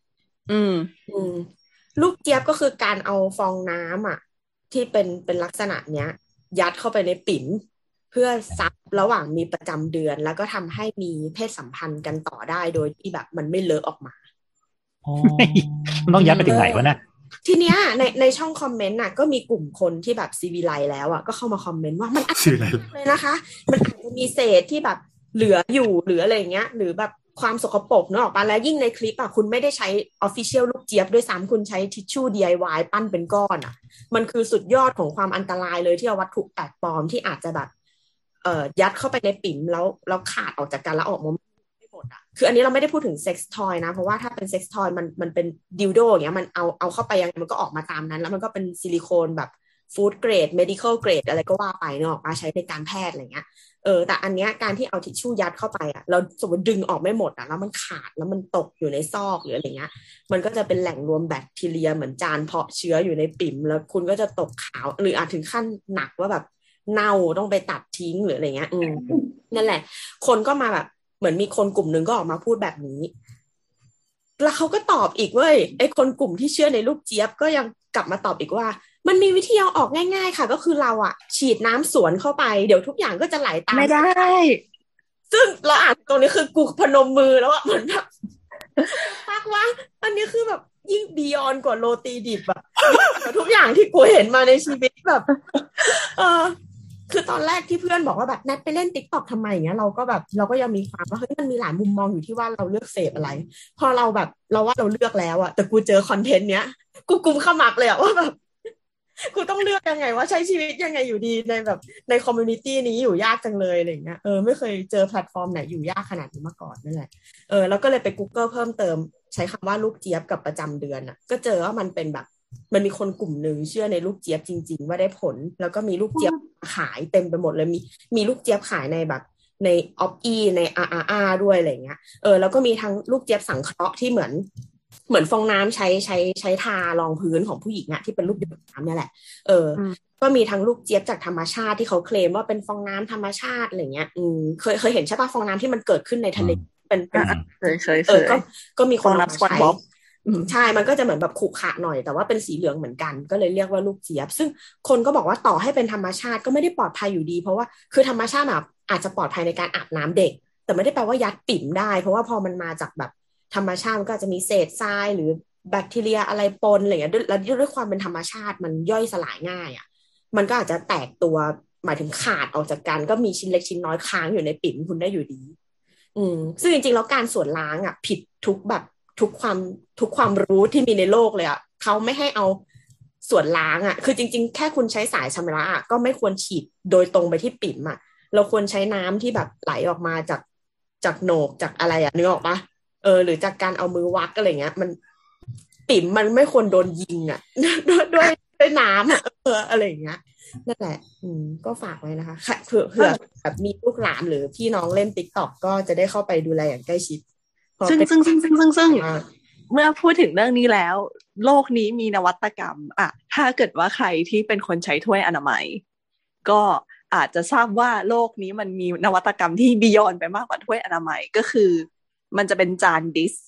ลูกเจี๊ยบก็คือการเอาฟองน้ำอ่ะที่เป็นลักษณะเนี้ยยัดเข้าไปในปิ่นเพื่อซับระหว่างมีประจำเดือนแล้วก็ทำให้มีเพศสัมพันธ์กันต่อได้โดยที่แบบมันไม่เลอะออกมามันต้องยัดไปถึงไหนวะนะทีเนี้ยในช่องคอมเมนต์น่ะก็มีกลุ่มคนที่แบบซีวิไลแล้วอ่ะก็เข้ามาคอมเมนต์ว่ามันอาจจะเลยนะคะมันอาจจะมีเศษที่แบบเหลืออยู่หรืออะไรเงี้ยหรือแบบความสกปรกเนอะออกมาแล้วยิ่งในคลิปอ่ะคุณไม่ได้ใช้ official ลูกเจี๊ยบด้วยซ้ำคุณใช้ทิชชู่ DIY ปั้นเป็นก้อนอ่ะมันคือสุดยอดของความอันตรายเลยที่เอาวัตถุแปลกปลอมที่อาจจะแบบยัดเข้าไปในปิ่มแล้วขาดออกจากกันแล้วออกมาไม่หมดอ่ะคืออันนี้เราไม่ได้พูดถึงเซ็กซ์ทอยนะเพราะว่าถ้าเป็นเซ็กซ์ทอยมันเป็นดิวโดอย่างเงี้ยมันเอาเข้าไปยังไงมันก็ออกมาตามนั้นแล้วมันก็เป็นซิลิโคนแบบฟู้ดเกรดเมดิคอลเกรดอะไรก็ว่าไปเนาะมาใช้ในการแพทย์อะไรเงี้ยแต่อันเนี้ยการที่เอาทิชชู่ยัดเข้าไปอ่ะเราสมมติดึงออกไม่หมดอ่ะแล้วมันขาดแล้วมันตกอยู่ในซอกหรืออะไรเงี้ยมันก็จะเป็นแหล่งรวมแบคทีเรียเหมือนจานเพาะเชื้ออยู่ในปิ่มแล้วคุณก็จะตกขาวหรืออาจถึงขั้นหนักว่าแบบเน่าต้องไปตัดทิ้งหรืออะไรเงี้ยนั่นแหละคนก็มาแบบเหมือนมีคนกลุ่มนึงก็ออกมาพูดแบบนี้แล้วเขาก็ตอบอีกเว้ยไอ้คนกลุ่มที่เชื่อในลูกเจี๊ยบก็ยังกลับมาตอบอีกว่ามันมีวิธีเอาออกง่ายๆค่ะก็คือเราอ่ะฉีดน้ำสวนเข้าไปเดี๋ยวทุกอย่างก็จะไหลตามไม่ได้ซึ่งเราอ่านตรงนี้คือกูพนมมือแล้วอ่ะเหมือนแบบฟักว่าอันนี้คือแบบยิ่งบียอนกว่าโรตีดิบอะทุกอย่างที่กูเห็นมาในชีวิตแบบคือตอนแรกที่เพื่อนบอกว่าแบบนัดไปเล่น TikTok ทำไมอย่างเงี้ยเราก็ยังมีความว่าเฮ้ยมันมีหลายมุมมองอยู่ที่ว่าเราเลือกเสพอะไรพอเราแบบเราว่าเราเลือกแล้วอะแต่กูเจอคอนเทนต์เนี้ยกูกุมขมับเลยอะว่าแบบกูต้องเลือกยังไงว่าใช้ชีวิตยังไงอยู่ดีในแบบในคอมมูนิตี้นี้อยู่ยากจังเลยอะไรเงี้ยไม่เคยเจอแพลตฟอร์มไหนอยู่ยากขนาดนี้มาก่อนนั่นแหละแล้วก็เลยไป Google เพิ่มเติมใช้คำว่าลูกเจี๊ยบกับประจำเดือนอะก็เจอว่ามันเป็นแบบมันมีคนกลุ่มหนึ่งเชื่อในลูกเจี๊ยบจริงๆว่าได้ผลแล้วก็มีลูกเจี๊ยบขายเต็มไปหมดเลยมีลูกเจี๊ยบขายในแบบในออฟอีใน RRR ด้วยอะไรเงี้ยแล้วก็มีทั้งลูกเจี๊ยบสังเคราะห์ที่เหมือนฟองน้ำใช้ทารองพื้นของผู้หญิงอะที่เป็นลูกเจี๊ยบน้ำเนี่ยแหละก็มีทั้งลูกเจี๊ยบจากธรรมชาติที่เขาเคลมว่าเป็นฟองน้ำธรรมชาติอะไรเงี้ยเคยเห็นใช่ป่ะฟองน้ำที่มันเกิดขึ้นในทะเลเป็นเคยก็มีคนมาใช้ใช่มันก็จะเหมือนแบบขรุขระหน่อยแต่ว่าเป็นสีเหลืองเหมือนกันก็เลยเรียกว่าลูกเจี๊ยบซึ่งคนก็บอกว่าต่อให้เป็นธรรมชาติก็ไม่ได้ปลอดภัยอยู่ดีเพราะว่าคือธรรมชาติแบบอาจจะปลอดภัยในการอาบน้ำเด็กแต่ไม่ได้แปลว่ายัดปิ่มได้เพราะว่าพอมันมาจากแบบธรรมชาติมันก็จะมีเศษทรายหรือแบคทีเรียอะไรปนอะไรอย่างเงี้ยแล้วด้วยความเป็นธรรมชาติมันย่อยสลายง่ายอ่ะมันก็อาจจะแตกตัวหมายถึงขาดออกจากกันก็มีชิ้นเล็กชิ้นน้อยค้างอยู่ในปิ่มคุณได้อยู่ดีซึ่งจริงๆแล้วการส่วนล้างอ่ะผิดทุกความรู้ที่มีในโลกเลยอ่ะเขาไม่ให้เอาส่วนล้างอ่ะคือจริงๆแค่คุณใช้สายชำระก็ไม่ควรฉีดโดยตรงไปที่ปิ่มอ่ะเราควรใช้น้ำที่แบบไหลออกมาจากโหนกจากอะไรอ่ะนึกออกปะหรือจากการเอามือวักอะไรเงี้ยมันปิ่มมันไม่ควรโดนยิงอ่ะด้วยน้ำอ่ะอะไรอย่างเงี้ยนั่นแหละก็ฝากไว้นะคะเผื่อแบบมีลูกหลานหรือพี่น้องเล่น TikTok ก็จะได้เข้าไปดูแลอย่างใกล้ชิดซึ่งเมื่อพูดถึงเรื่องนี้แล้วโลกนี้มีนวัตกรรมถ้าเกิดว่าใครที่เป็นคนใช้ถ้วยอนามัยก็อาจจะทราบว่าโลกนี้มันมีนวัตกรรมที่บียอนไปมากกว่าถ้วยอนามัยก็คือมันจะเป็นจานดิส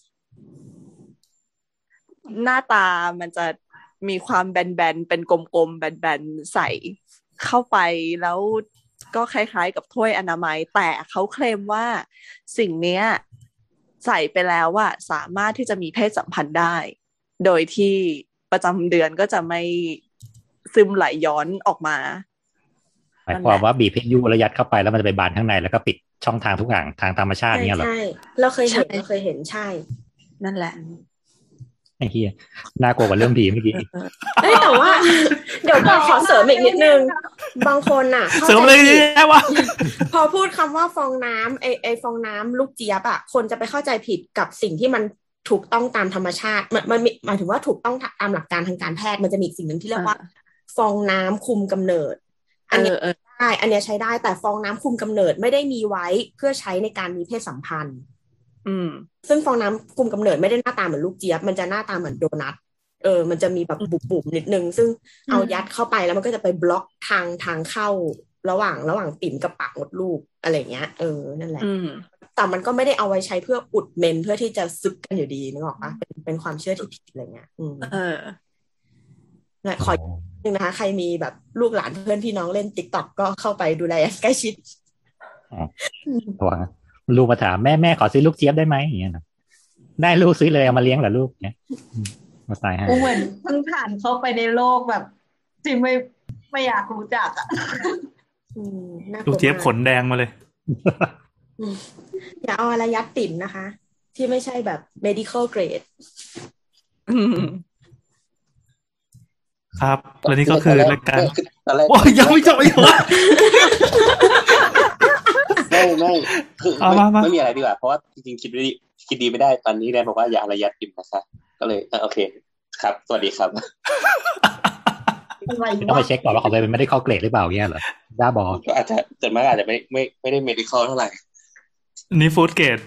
หน้าตามันจะมีความแบนๆเป็นกลมๆแบนๆใส่เข้าไปแล้วก็คล้ายๆกับถ้วยอนามัยแต่เขาเคลมว่าสิ่งนี้ใส่ไปแล้วว่าสามารถที่จะมีเพศสัมพันธ์ได้โดยที่ประจำเดือนก็จะไม่ซึมไหลย้อนออกมาหมายความว่าบีบเพชรยูระยัดเข้าไปแล้วมันจะไปบานข้างในแล้วก็ปิดช่องทางทุกอย่างทางธรรมชาติเนี่ยหรอใช่เราเคยเห็นใช่นั่นแหละไอ้เหี้ยน่ากลัวกว่าเรื่องผีเมื่อกี้แต่ว่าเดี๋ยวขอเสริมอีกนิดนึงบางคนน่ะเสริมเลยได้ว่าพอพูดคำว่าฟองน้ำไอฟองน้ำลูกเจี๊ยบอ่ะคนจะไปเข้าใจผิดกับสิ่งที่มันถูกต้องตามธรรมชาติมันหมายถึงว่าถูกต้องตามหลักการทางการแพทย์มันจะมีสิ่งหนึ่งที่เรียกว่าฟองน้ำคุมกำเนิดอันนี้ได้อันนี้ใช้ได้แต่ฟองน้ำคุมกำเนิดไม่ได้มีไว้เพื่อใช้ในการมีเพศสัมพันธ์ซึ่งฟองน้ำคุมกำเนิดไม่ได้หน้าตาเหมือนลูกเจี๊ยบมันจะหน้าตาเหมือนโดนัทมันจะมีแบบบุ๋มๆนิดนึงซึ่งเอายัดเข้าไปแล้วมันก็จะไปบล็อกทางเข้าระหว่างปิ่มกับปากมดลูกอะไรเงี้ยนั่นแหละแต่มันก็ไม่ได้เอาไว้ใช้เพื่ออุดเมนเพื่อที่จะซึกกันอยู่ดีนึกออกปะเป็นความเชื่อที่ผิดอะไรเงี้ยขอนึงนะคะใครมีแบบลูกหลานเพื่อนพี่น้องเล่น TikTok ก็เข้าไปดูแลใกล้ชิดระวังลูกมาถามแม่ขอซื้อลูกเจี๊ยบได้ไหมอย่างเงี้ยนะได้ลูกซื้อเลยเอามาเลี้ยงเหรอลูกเงี้ยมาตายให้เหมือนเพิ่งผ่านเข้าไปในโลกแบบที่ไม่อยากรู้จักอ่ะลูกเจี๊ยบขนแดงมาเลยอย่าเอาอะไรยัดติ่มนะคะที่ไม่ใช่แบบ medical grade ครับและนี่ก็คือรายการโอ้ยยังไม่จบอีกเหรอไม่คือไม่มีอะไรดีกว่าเพราะว่าจริงๆคิดดีไม่ได้ตอนนี้แนนบอกว่าอย่าอะไรยัดติ่มนะคะก็เลยโอเคครับสวัสดีครับต้องไปเช็คก่อนว่าเขาไม่ได้เข้าเกรดหรือเปล่าเงี้ยเหรอด้าบอก็อาจจะแต่มากอาจจะไม่ได้ medical เท่าไหร่นี่ฟู้ดเกรด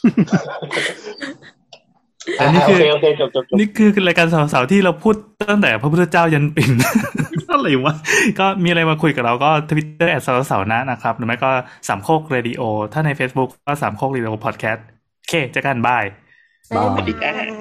นี่คือรายการสาวๆที่เราพูดตั้งแต่พระพุทธเจ้ายันปิ่นอะไรวะก็มีอะไรมาคุยกับเราก็ Twitter @sawsawna นะครับหรือไม่ก็สามโคกเรดิโอถ้าใน Facebook ก็สามโคกเรดิโอพอดแคสต์โอเคเจอกันบายสวัสดีครับ